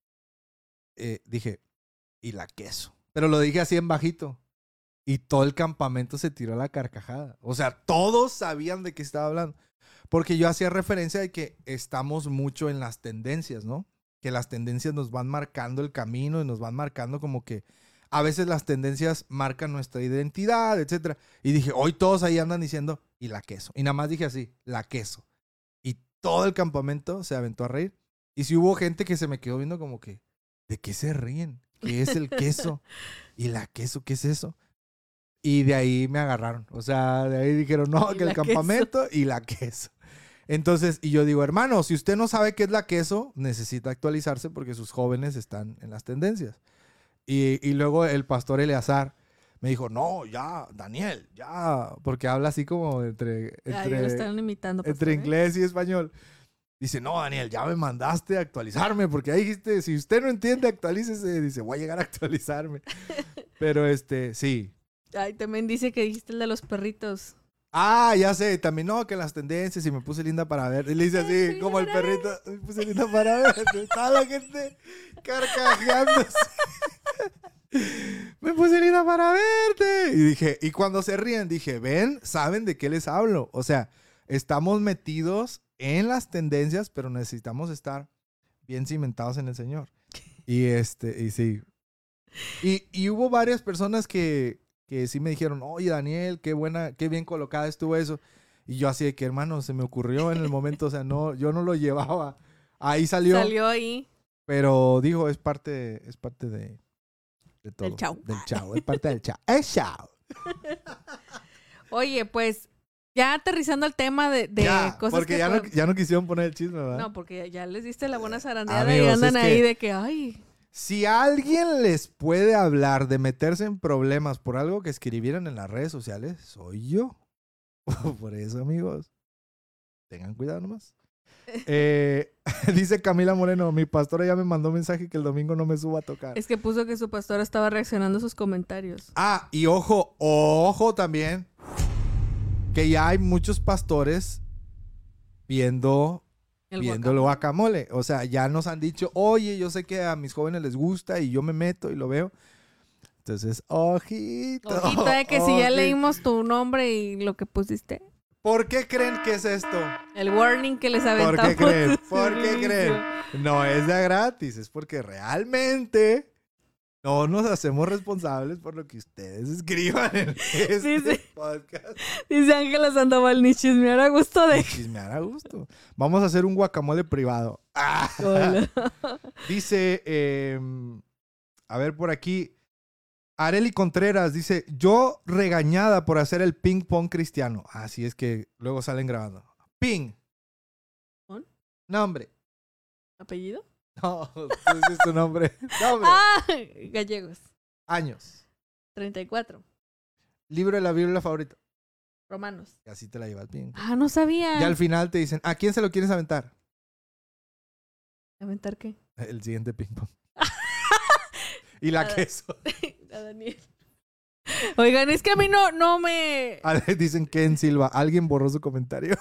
dije, y la queso. Pero lo dije así en bajito. Y todo el campamento se tiró a la carcajada. O sea, todos sabían de qué estaba hablando. Porque yo hacía referencia de que estamos mucho en las tendencias, ¿no? Que las tendencias nos van marcando el camino y nos van marcando como que a veces las tendencias marcan nuestra identidad, etcétera. Y dije, hoy todos ahí andan diciendo, y la queso. Y nada más dije así, la queso. Y todo el campamento se aventó a reír. Y sí hubo gente que se me quedó viendo como que, ¿de qué se ríen? ¿Qué es el queso? ¿Y la queso? ¿Qué es eso? Y de ahí me agarraron. O sea, de ahí dijeron, no, Y que el la campamento y la queso. Entonces, y yo digo, hermano, si usted no sabe qué es la queso, necesita actualizarse porque sus jóvenes están en las tendencias. Y luego el pastor Eleazar me dijo, no, ya, Daniel, ya, porque habla así como entre Ya lo están imitando. entre pastor, ¿eh? inglés y español. Dice, no, Daniel, ya me mandaste a actualizarme, porque ahí dijiste, si usted no entiende, actualícese. Dice, voy a llegar a actualizarme. Pero sí. Ay, también dice que dijiste el de los perritos. Ah, ya sé, también no, que las tendencias y me puse linda para ver. Y le dice así, Sí, como el para perrito, me puse linda para ver. Estaba la gente carcajeándose. Me puse linda para verte. Y dije, y cuando se ríen, dije, ven, saben de qué les hablo. O sea, estamos metidos en las tendencias, pero necesitamos estar bien cimentados en el Señor. Y sí. Y hubo varias personas que sí me dijeron, oye, Daniel, qué buena, qué bien colocada estuvo eso. Y yo así de que, hermano, se me ocurrió en el momento, o sea, no, yo no lo llevaba. Ahí salió. Salió ahí. Pero digo, es parte de todo. Del chao. Del chao, es parte del chao. Es chao. Oye, pues, ya aterrizando el tema de Ya, cosas porque que... ya no quisieron poner el chisme, ¿verdad? No, porque ya les diste la buena zarandeada Amigos, y andan es ahí que- de que, ay... Si alguien les puede hablar de meterse en problemas por algo que escribieron en las redes sociales, soy yo. Por eso, amigos, tengan cuidado nomás. Dice Camila Moreno, mi pastora ya me mandó mensaje que el domingo no me suba a tocar. Es que puso que su pastora estaba reaccionando a sus comentarios. Ah, y ojo también, que ya hay muchos pastores viendo el guacamole. O sea, ya nos han dicho, oye, yo sé que a mis jóvenes les gusta y yo me meto y lo veo. Ojitos, es ojito. Ojito, que si ya leímos tu nombre y lo que pusiste. ¿Por qué creen que es esto? El warning que les ¿Por aventamos. qué creen? ¿Por qué creen? No es de a gratis, es porque realmente no nos hacemos responsables por lo que ustedes escriban en este podcast. Dice Ángela Sandoval, ni chismear a gusto de... Chismear a gusto. Vamos a hacer un guacamole privado. Hola. Dice, a ver por aquí, Areli Contreras dice, yo regañada por hacer el ping pong cristiano. Así es que luego salen grabando. Ping. ¿Pon? Nombre. ¿Apellido? No, tú dices tu nombre. Nombre. Ah, gallegos. Años. 34. Libro de la Biblia favorito. Romanos. Y así te la llevas bien. Ah, no sabía. Y al final te dicen, ¿a quién se lo quieres aventar? ¿Aventar qué? El siguiente ping pong. Y la queso. A Daniel. Oigan, es que a mí no me... Dicen Ken Silva. Alguien borró su comentario.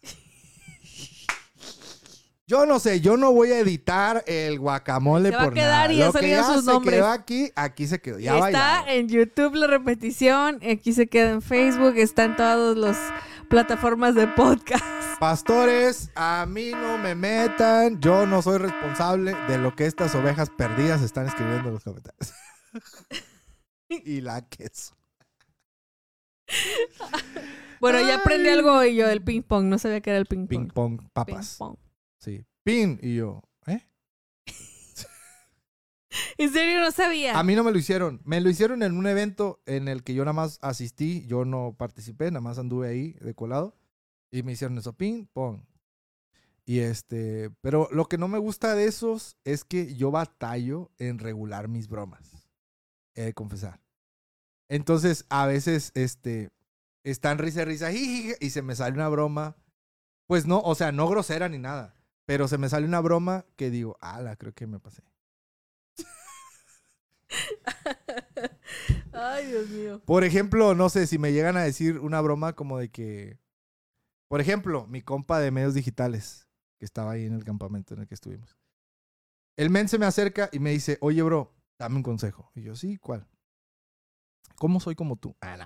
Yo no sé, yo no voy a editar el guacamole Se va por a quedar nada. y ya Lo que salieron ya sus se nombres. quedó aquí se quedó. Ya está bailaron. en YouTube la repetición, aquí se queda en Facebook, está en todas las plataformas de podcast. Pastores, a mí no me metan. Yo no soy responsable de lo que estas ovejas perdidas están escribiendo en los comentarios. Y la queso. Bueno, ya aprendí algo yo del ping pong, no sabía que era el ping pong. Ping pong, Ping papas. pong. Sí. Pin. Y yo, ¿En serio no sabía? A mí no me lo hicieron. Me lo hicieron en un evento en el que yo nada más asistí. Yo no participé, nada más anduve ahí de colado. Y me hicieron eso, ping pong. Y pero lo que no me gusta de esos es que yo batallo en regular mis bromas. He de confesar. Entonces, a veces, están risa, jiji, y se me sale una broma. Pues no, o sea, no grosera ni nada. Pero se me sale una broma que digo, ala, creo que me pasé. Ay, Dios mío. Por ejemplo, no sé, si me llegan a decir una broma como de que... Por ejemplo, mi compa de medios digitales, que estaba ahí en el campamento en el que estuvimos. El men se me acerca y me dice, oye, bro, dame un consejo. Y yo, sí, ¿cuál? ¿Cómo soy como tú? Ah, no,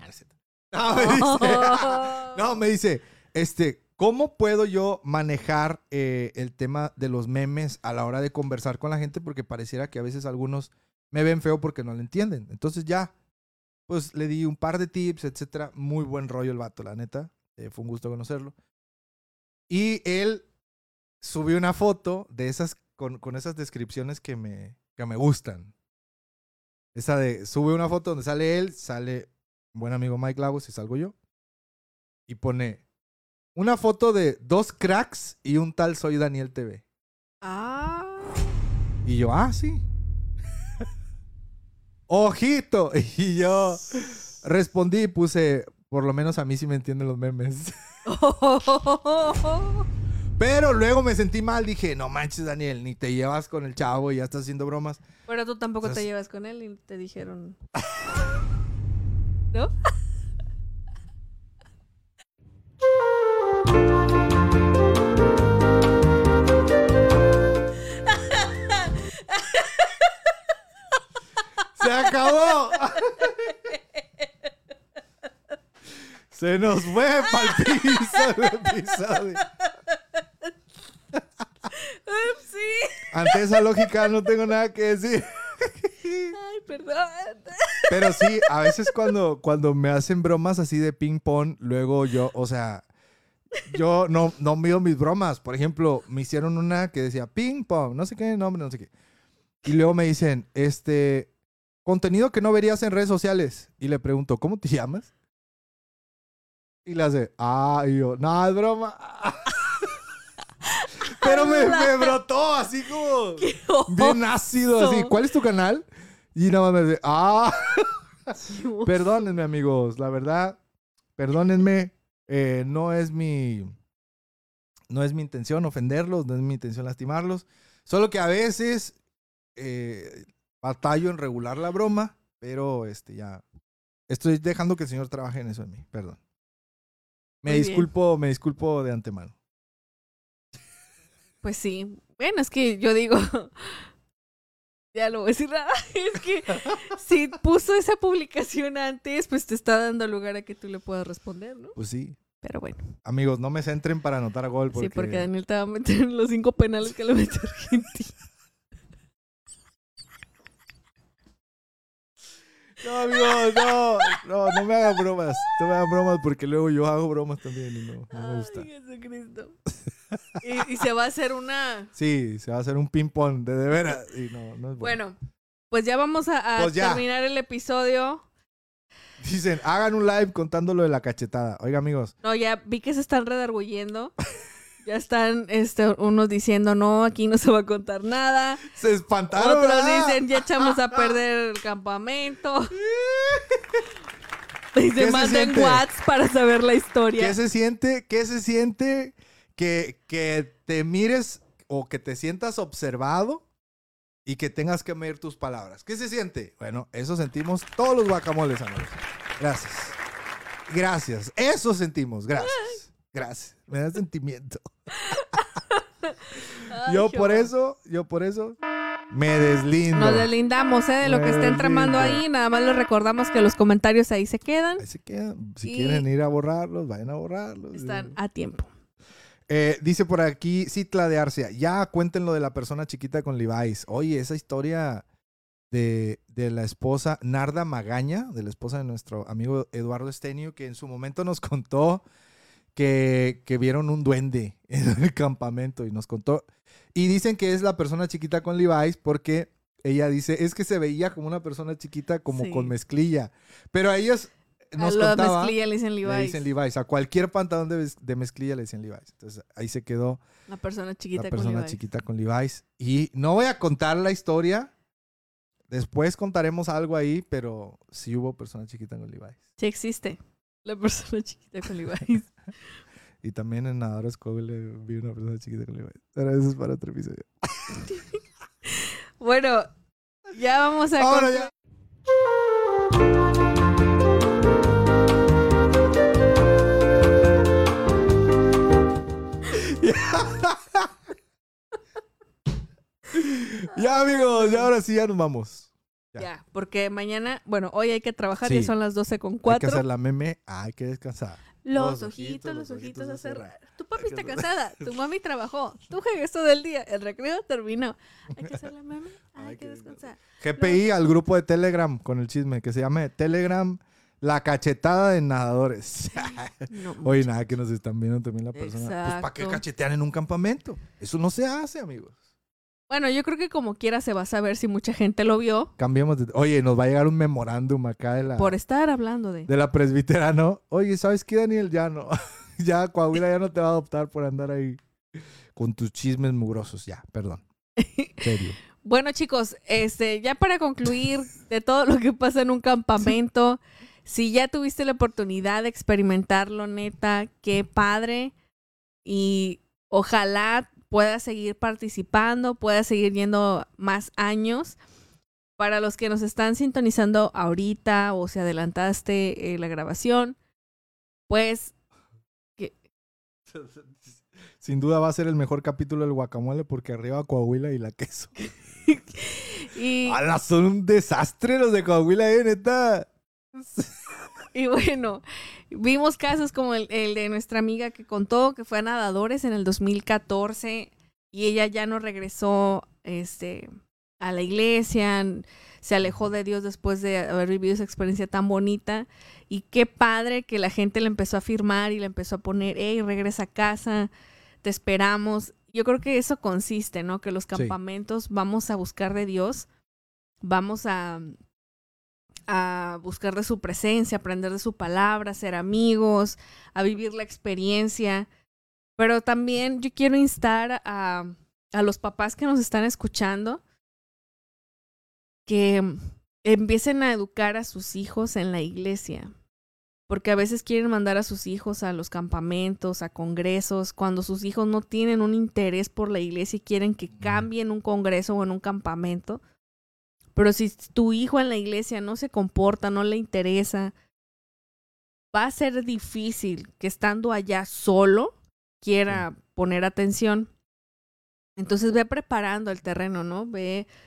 no, me dice, ¿cómo puedo yo manejar el tema de los memes a la hora de conversar con la gente? Porque pareciera que a veces algunos me ven feo porque no lo entienden. Entonces ya, pues le di un par de tips, etcétera. Muy buen rollo el vato, la neta. Fue un gusto conocerlo. Y él subió una foto de esas con esas descripciones que me gustan. Esa de, sube una foto donde sale él, sale un buen amigo Mike Lagos y salgo yo. Y pone una foto de 2 cracks y un tal Soy Daniel TV. Ah. Y yo, sí. ¡Ojito! Y yo respondí y puse, por lo menos a mí sí me entienden los memes. Pero luego me sentí mal, dije, no manches, Daniel, ni te llevas con el chavo y ya estás haciendo bromas. Pero tú tampoco Entonces, te llevas con él y te dijeron... ¿No? ¡Se acabó! Se nos fue pa'l piso el episodio. Sí. Ante esa lógica no tengo nada que decir. Ay, perdón. Pero sí, a veces cuando me hacen bromas así de ping pong, luego yo, o sea, yo no mido mis bromas. Por ejemplo, me hicieron una que decía ping pong, no sé qué nombre, no sé qué. Y luego me dicen, contenido que no verías en redes sociales. Y le pregunto, ¿cómo te llamas? Y le hace, y yo, no, es broma. Pero me brotó así como bien ácido, así. ¿Cuál es tu canal? Y nada más me dice, Perdónenme, amigos, la verdad, perdónenme. No es mi intención ofenderlos, no es mi intención lastimarlos. Solo que a veces batallo en regular la broma, pero ya estoy dejando que el Señor trabaje en eso en mí. Perdón. Me disculpo de antemano. Pues sí. Bueno, es que yo digo, Ya no voy a decir nada. Es que si puso esa publicación antes, pues te está dando lugar a que tú le puedas responder, ¿no? Pues sí. Pero bueno. Amigos, no me centren para anotar gol. Sí, porque Daniel te va a meter en los 5 penales que le metió Argentina. No, amigos, no me hagan bromas. No me hagan bromas porque luego yo hago bromas también y no me gusta. Ay, Jesucristo. Y se va a hacer una... Sí, se va a hacer un ping-pong de veras. Y no es bueno, pues ya vamos a Pues ya. terminar el episodio. Dicen, hagan un live contando lo de la cachetada. Oiga, amigos. No, ya vi que se están redarguyendo. Ya están unos diciendo, no, aquí no se va a contar nada. Se espantaron. Otros dicen, ya echamos a perder el campamento. Dicen, manden WhatsApp para saber la historia. ¿Qué se siente? ¿Qué se siente que te mires o que te sientas observado y que tengas que medir tus palabras? ¿Qué se siente? Bueno, eso sentimos todos los guacamoles, amigos. Gracias. Gracias. Eso sentimos. Gracias. Gracias. Me da sentimiento. Ay, Yo por eso me deslindo. Nos deslindamos de lo que estén tramando ahí. Nada más les recordamos que los comentarios ahí se quedan. Ahí se quedan. Si quieren ir a borrarlos, vayan a borrarlos. Están a tiempo. Dice por aquí Citla de Arcia, ya cuéntenlo de la persona chiquita con Levi's. Oye, esa historia de la esposa Narda Magaña, de la esposa de nuestro amigo Eduardo Estenio, que en su momento nos contó que vieron un duende en el campamento y nos contó. Y dicen que es la persona chiquita con Levi's porque ella dice, es que se veía como una persona chiquita como Sí. con mezclilla. Pero a ellos nos a la contaba... mezclilla le dicen Levi's. Le dicen Levi's. A cualquier pantalón de mezclilla le dicen Levi's. Entonces ahí se quedó La persona chiquita la con persona Levi's. chiquita con Levi's. Y no voy a contar la historia. Después contaremos algo ahí, pero sí hubo persona chiquita con Levi's. Sí existe. La persona chiquita con Levi's. Y también en Nadadores Cogle vi una persona chiquita con Levi's. Pero eso es para otro episodio. Bueno, ya vamos a... Ahora ya. Ya, amigos, ya ahora sí ya nos vamos. Ya, porque mañana, bueno, hoy hay que trabajar, Sí. ya son las 12:04. Hay que hacer la meme, hay que descansar. Los ojitos a cerrar. Tu papi está cansada, tu mami trabajó, tú juegas todo el día, el recreo terminó. Hay que hacer la meme, hay que descansar. GPI al grupo de Telegram con el chisme que se llama Telegram La Cachetada de Nadadores. No, Oye, nada, que nos están viendo también la persona. Pues, ¿para qué Exacto. cachetean en un campamento? Eso no se hace, amigos. bueno, yo creo que como quiera se va a saber si mucha gente lo vio Cambiemos de... Oye, nos va a llegar un memorándum acá de por estar hablando de... la presbítera, ¿no? Oye, ¿sabes qué, Daniel? Ya no. Ya Coahuila ya no te va a adoptar por andar ahí con tus chismes mugrosos. Ya, perdón. Serio. Bueno, chicos, ya para concluir de todo lo que pasa en un campamento, si ya tuviste la oportunidad de experimentarlo, neta, qué padre. Y ojalá puedas seguir participando, puedas seguir yendo más años. Para los que nos están sintonizando ahorita o si adelantaste la grabación, pues Sin duda va a ser el mejor capítulo del guacamole porque arriba Coahuila y la queso. y, ¡Hala! Son un desastre los de Coahuila, neta. y bueno, vimos casos como el de nuestra amiga que contó que fue a nadadores en el 2014 y ella ya no regresó a la iglesia, se alejó de Dios después de haber vivido esa experiencia tan bonita. Y qué padre que la gente le empezó a firmar y le empezó a poner, hey, regresa a casa, te esperamos. Yo creo que eso consiste, ¿no? Que los campamentos vamos a buscar de Dios, vamos a buscar de su presencia, aprender de su palabra, ser amigos, a vivir la experiencia. Pero también yo quiero instar a los papás que nos están escuchando que empiecen a educar a sus hijos en la iglesia. Porque a veces quieren mandar a sus hijos a los campamentos, a congresos, cuando sus hijos no tienen un interés por la iglesia y quieren que cambien un congreso o en un campamento. Pero si tu hijo en la iglesia no se comporta, no le interesa, va a ser difícil que estando allá solo quiera poner atención. Entonces ve preparando el terreno, ¿no? Ve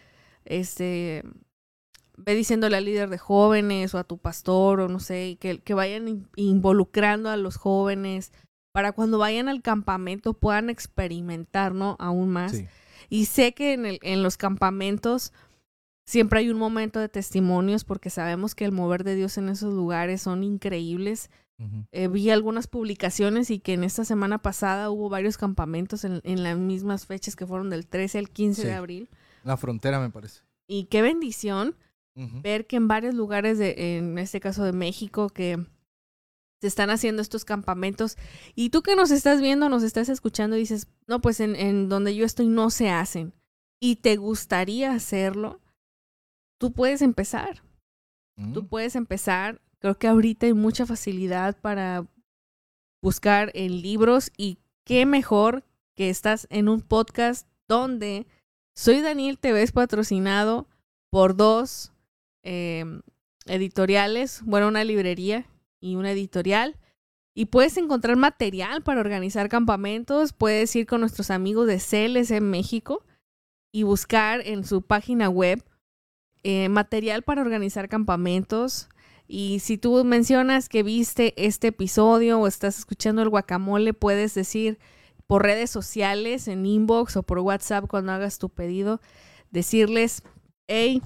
ve diciéndole al líder de jóvenes o a tu pastor o no sé, y que vayan involucrando a los jóvenes para cuando vayan al campamento puedan experimentar, ¿no? Aún más. Sí. Y sé que en los campamentos siempre hay un momento de testimonios porque sabemos que el mover de Dios en esos lugares son increíbles. Uh-huh. Vi algunas publicaciones y que en esta semana pasada hubo varios campamentos en las mismas fechas que fueron del 13 al 15 Sí. de abril. La frontera, me parece. Y qué bendición Uh-huh. ver que en varios lugares, en este caso de México, que se están haciendo estos campamentos. Y tú que nos estás viendo, nos estás escuchando y dices, no, pues en donde yo estoy no se hacen. Y te gustaría hacerlo, tú puedes empezar. Uh-huh. Tú puedes empezar. Creo que ahorita hay mucha facilidad para buscar en libros y qué mejor que estás en un podcast donde Soy Daniel TV es patrocinado por 2 editoriales, bueno, una librería y una editorial. Y puedes encontrar material para organizar campamentos. Puedes ir con nuestros amigos de CLC México y buscar en su página web material para organizar campamentos. Y si tú mencionas que viste este episodio o estás escuchando el guacamole, puedes decir por redes sociales, en inbox o por WhatsApp cuando hagas tu pedido, decirles, hey,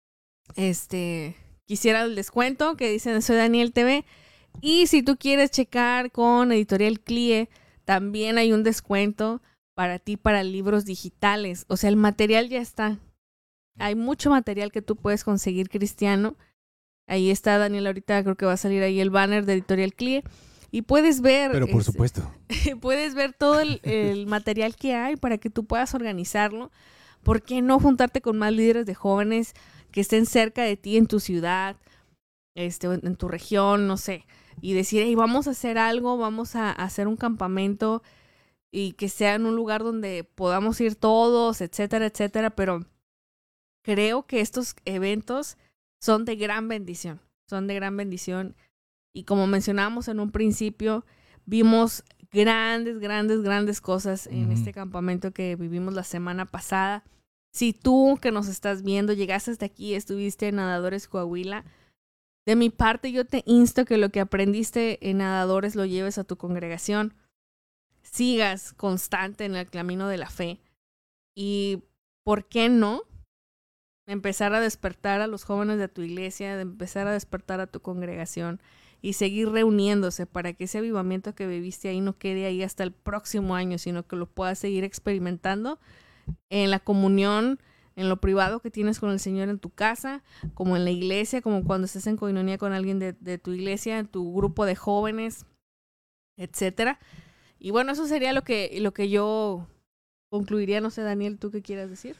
quisiera el descuento que dicen Soy Daniel TV. Y si tú quieres checar con Editorial CLIE, también hay un descuento para ti para libros digitales. O sea, el material ya está. Hay mucho material que tú puedes conseguir, cristiano. Ahí está, Daniel, ahorita creo que va a salir ahí el banner de Editorial CLIE. Y puedes ver... Pero por supuesto. Puedes ver todo el material que hay para que tú puedas organizarlo. ¿Por qué no juntarte con más líderes de jóvenes que estén cerca de ti en tu ciudad, en tu región, no sé? Y decir, hey, vamos a hacer algo, vamos a hacer un campamento y que sea en un lugar donde podamos ir todos, etcétera, etcétera. Pero creo que estos eventos son de gran bendición. Son de gran bendición. Y como mencionábamos en un principio, vimos grandes cosas en este campamento que vivimos la semana pasada. Si tú que nos estás viendo llegaste hasta aquí, estuviste en Nadadores Coahuila, de mi parte yo te insto que lo que aprendiste en Nadadores lo lleves a tu congregación. Sigas constante en el camino de la fe. Y, ¿por qué no? Empezar a despertar a los jóvenes de tu iglesia, de empezar a despertar a tu congregación y seguir reuniéndose para que ese avivamiento que viviste ahí no quede ahí hasta el próximo año, sino que lo puedas seguir experimentando en la comunión, en lo privado que tienes con el Señor en tu casa, como en la iglesia, como cuando estés en coinonía con alguien de tu iglesia, en tu grupo de jóvenes, etcétera. Y bueno, eso sería lo que yo concluiría. No sé, Daniel, ¿tú qué quieras decir?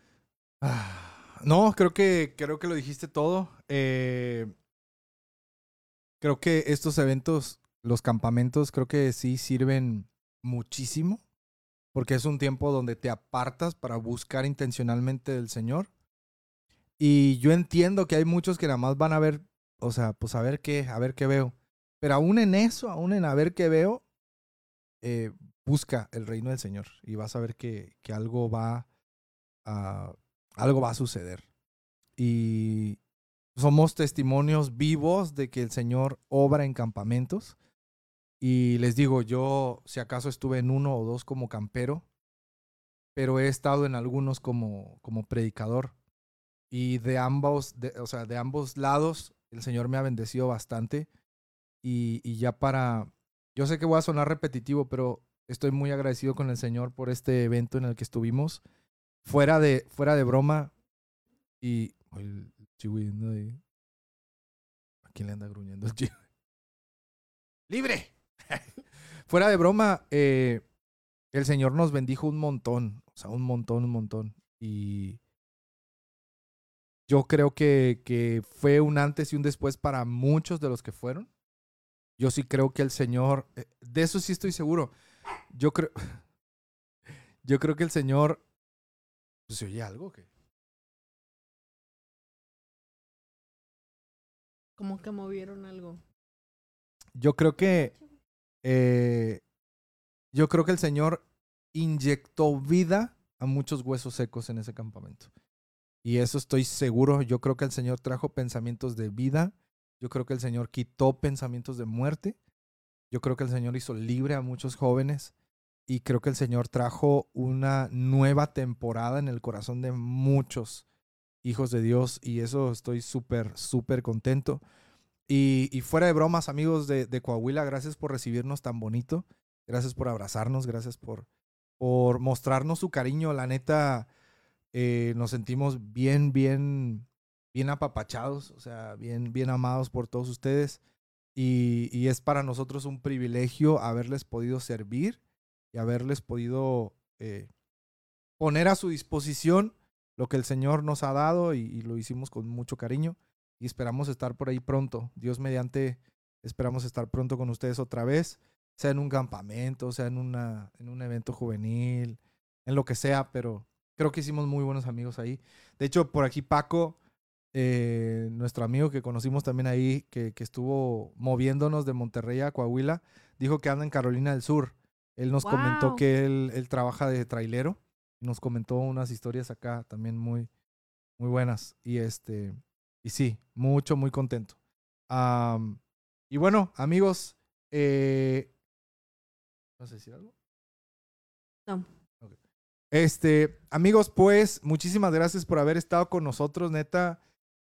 No, creo que lo dijiste todo. Creo que estos eventos, los campamentos, creo que sí sirven muchísimo. Porque es un tiempo donde te apartas para buscar intencionalmente del Señor. Y yo entiendo que hay muchos que nada más van a ver, o sea, pues a ver qué veo. Pero aún en eso, aún en a ver qué veo, busca el reino del Señor. Y vas a ver que algo va a suceder. Y somos testimonios vivos de que el Señor obra en campamentos. Y les digo, yo si acaso estuve en 1 o 2 como campero, pero he estado en algunos como predicador. Y de ambos lados, el Señor me ha bendecido bastante. Y ya yo sé que voy a sonar repetitivo, pero estoy muy agradecido con el Señor por este evento en el que estuvimos. Fuera de broma. Y el chihui anda ahí. ¿A quién le anda gruñendo el chihui? ¡Libre! Fuera de broma, el Señor nos bendijo un montón. O sea, un montón. Y yo creo que fue un antes y un después para muchos de los que fueron. Yo sí creo que el Señor, de eso sí estoy seguro. Yo creo que el Señor, pues, ¿se oye algo o qué? Como que movieron algo. Yo creo que el Señor inyectó vida a muchos huesos secos en ese campamento. Y eso estoy seguro. Yo creo que el Señor trajo pensamientos de vida. Yo creo que el Señor quitó pensamientos de muerte. Yo creo que el Señor hizo libre a muchos jóvenes. Y creo que el Señor trajo una nueva temporada en el corazón de muchos hijos de Dios. Y eso estoy súper, súper contento. Y fuera de bromas, amigos de Coahuila, gracias por recibirnos tan bonito. Gracias por abrazarnos. Gracias por mostrarnos su cariño. La neta, nos sentimos bien, bien, bien apapachados. O sea, bien, bien amados por todos ustedes. Y es para nosotros un privilegio haberles podido servir y haberles podido poner a su disposición lo que el Señor nos ha dado y lo hicimos con mucho cariño y esperamos estar por ahí pronto. Dios mediante, esperamos estar pronto con ustedes otra vez, sea en un campamento, sea en un evento juvenil, en lo que sea, pero creo que hicimos muy buenos amigos ahí. De hecho, por aquí Paco, nuestro amigo que conocimos también ahí, que estuvo moviéndonos de Monterrey a Coahuila, dijo que anda en Carolina del Sur. Él nos comentó que él trabaja de trailero y nos comentó unas historias acá también muy, muy buenas. Y sí, muy contento. Y bueno, amigos, ¿vas a decir algo? No. Okay. Amigos, pues, muchísimas gracias por haber estado con nosotros, neta.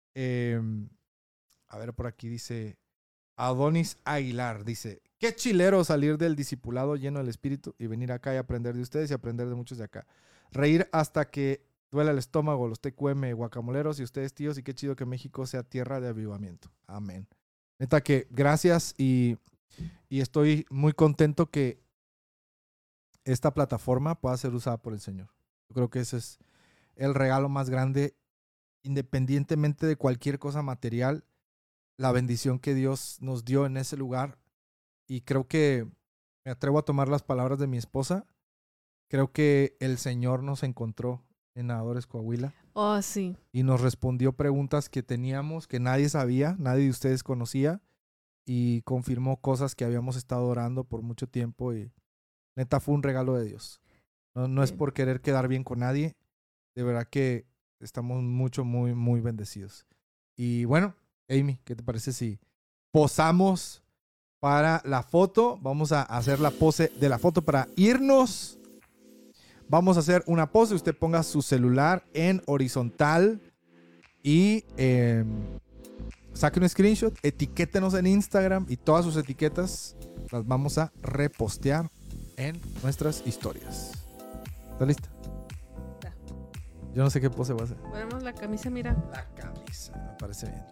A ver, por aquí dice Adonis Aguilar, dice, qué chilero salir del discipulado lleno del espíritu y venir acá y aprender de ustedes y aprender de muchos de acá. Reír hasta que duela el estómago, los TQM guacamoleros y ustedes, tíos, y qué chido que México sea tierra de avivamiento. Amén. Neta que gracias y estoy muy contento que esta plataforma pueda ser usada por el Señor. Yo creo que ese es el regalo más grande, independientemente de cualquier cosa material, la bendición que Dios nos dio en ese lugar. Y creo que me atrevo a tomar las palabras de mi esposa. Creo que el Señor nos encontró en Nadadores Coahuila. Oh, sí. Y nos respondió preguntas que teníamos, que nadie sabía, nadie de ustedes conocía. Y confirmó cosas que habíamos estado orando por mucho tiempo. Y neta fue un regalo de Dios. No es por querer quedar bien con nadie. De verdad que estamos muy, muy bendecidos. Y bueno, Amy, ¿qué te parece si posamos para la foto? Vamos a hacer la pose de la foto para irnos. Vamos a hacer una pose. Usted ponga su celular en horizontal y saque un screenshot, etiquétenos en Instagram y todas sus etiquetas las vamos a repostear en nuestras historias. ¿Está lista? Ya. Yo no sé qué pose va a hacer. Ponemos la camisa, mira. La camisa, me parece bien.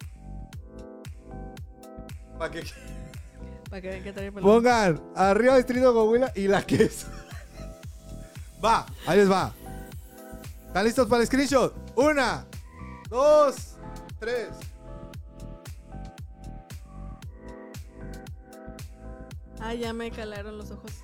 ¿Para qué? Para que vean que trae pelo. Pongan arriba Distrito Coahuila y la queso. Va, ahí les va. ¿Están listos para el screenshot? 1, 2, 3. Ay, ya me calaron los ojos.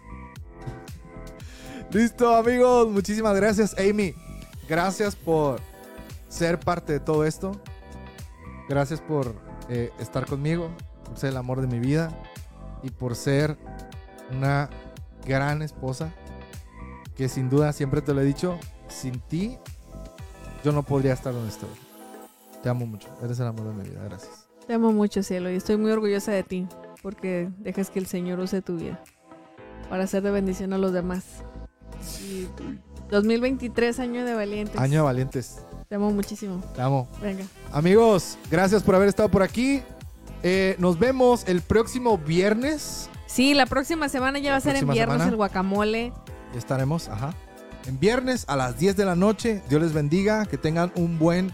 Listo, amigos. Muchísimas gracias, Amy. Gracias por ser parte de todo esto. Gracias por estar conmigo, por ser el amor de mi vida y por ser una gran esposa que sin duda, siempre te lo he dicho, sin ti yo no podría estar donde estoy. Te amo mucho, eres el amor de mi vida, gracias. Te amo mucho, cielo, y estoy muy orgullosa de ti porque dejas que el Señor use tu vida para hacer de bendición a los demás. Y 2023, año de valientes. Año de valientes. Te amo muchísimo. Te amo. Venga. Amigos, gracias por haber estado por aquí. Nos vemos el próximo viernes. Sí, la próxima semana ya va a ser en viernes el guacamole. Ya estaremos, en viernes a las 10 de la noche. Dios les bendiga, que tengan un buen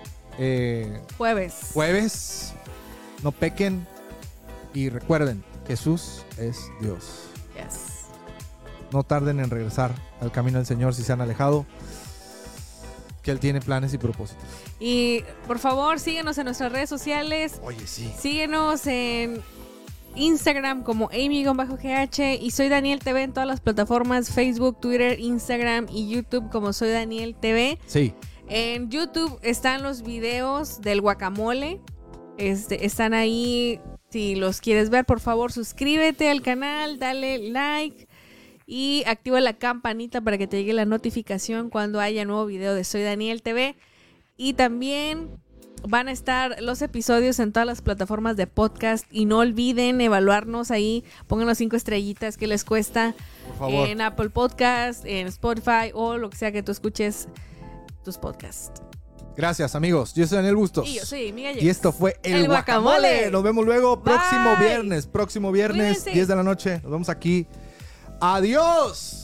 jueves. No pequen y recuerden, Jesús es Dios. Yes. No tarden en regresar al camino del Señor si se han alejado, que Él tiene planes y propósitos. Y por favor, síguenos en nuestras redes sociales. Oye, sí. Síguenos en Instagram como Amy-GH y Soy Daniel TV en todas las plataformas, Facebook, Twitter, Instagram y YouTube como Soy Daniel TV. Sí. En YouTube están los videos del guacamole. Están ahí. Si los quieres ver, por favor, suscríbete al canal, dale like y activa la campanita para que te llegue la notificación cuando haya nuevo video de Soy Daniel TV. Y también van a estar los episodios en todas las plataformas de podcast. Y no olviden evaluarnos ahí. Pónganos 5 estrellitas que les cuesta. Por favor. En Apple Podcast, en Spotify o lo que sea que tú escuches tus podcasts. Gracias, amigos. Yo soy Daniel Bustos. Y yo soy Miguel. Y esto fue El Guacamole. Guacamole. Nos vemos luego próximo Bye. viernes. Próximo viernes, Cuídense. 10 de la noche. Nos vemos aquí. ¡Adiós!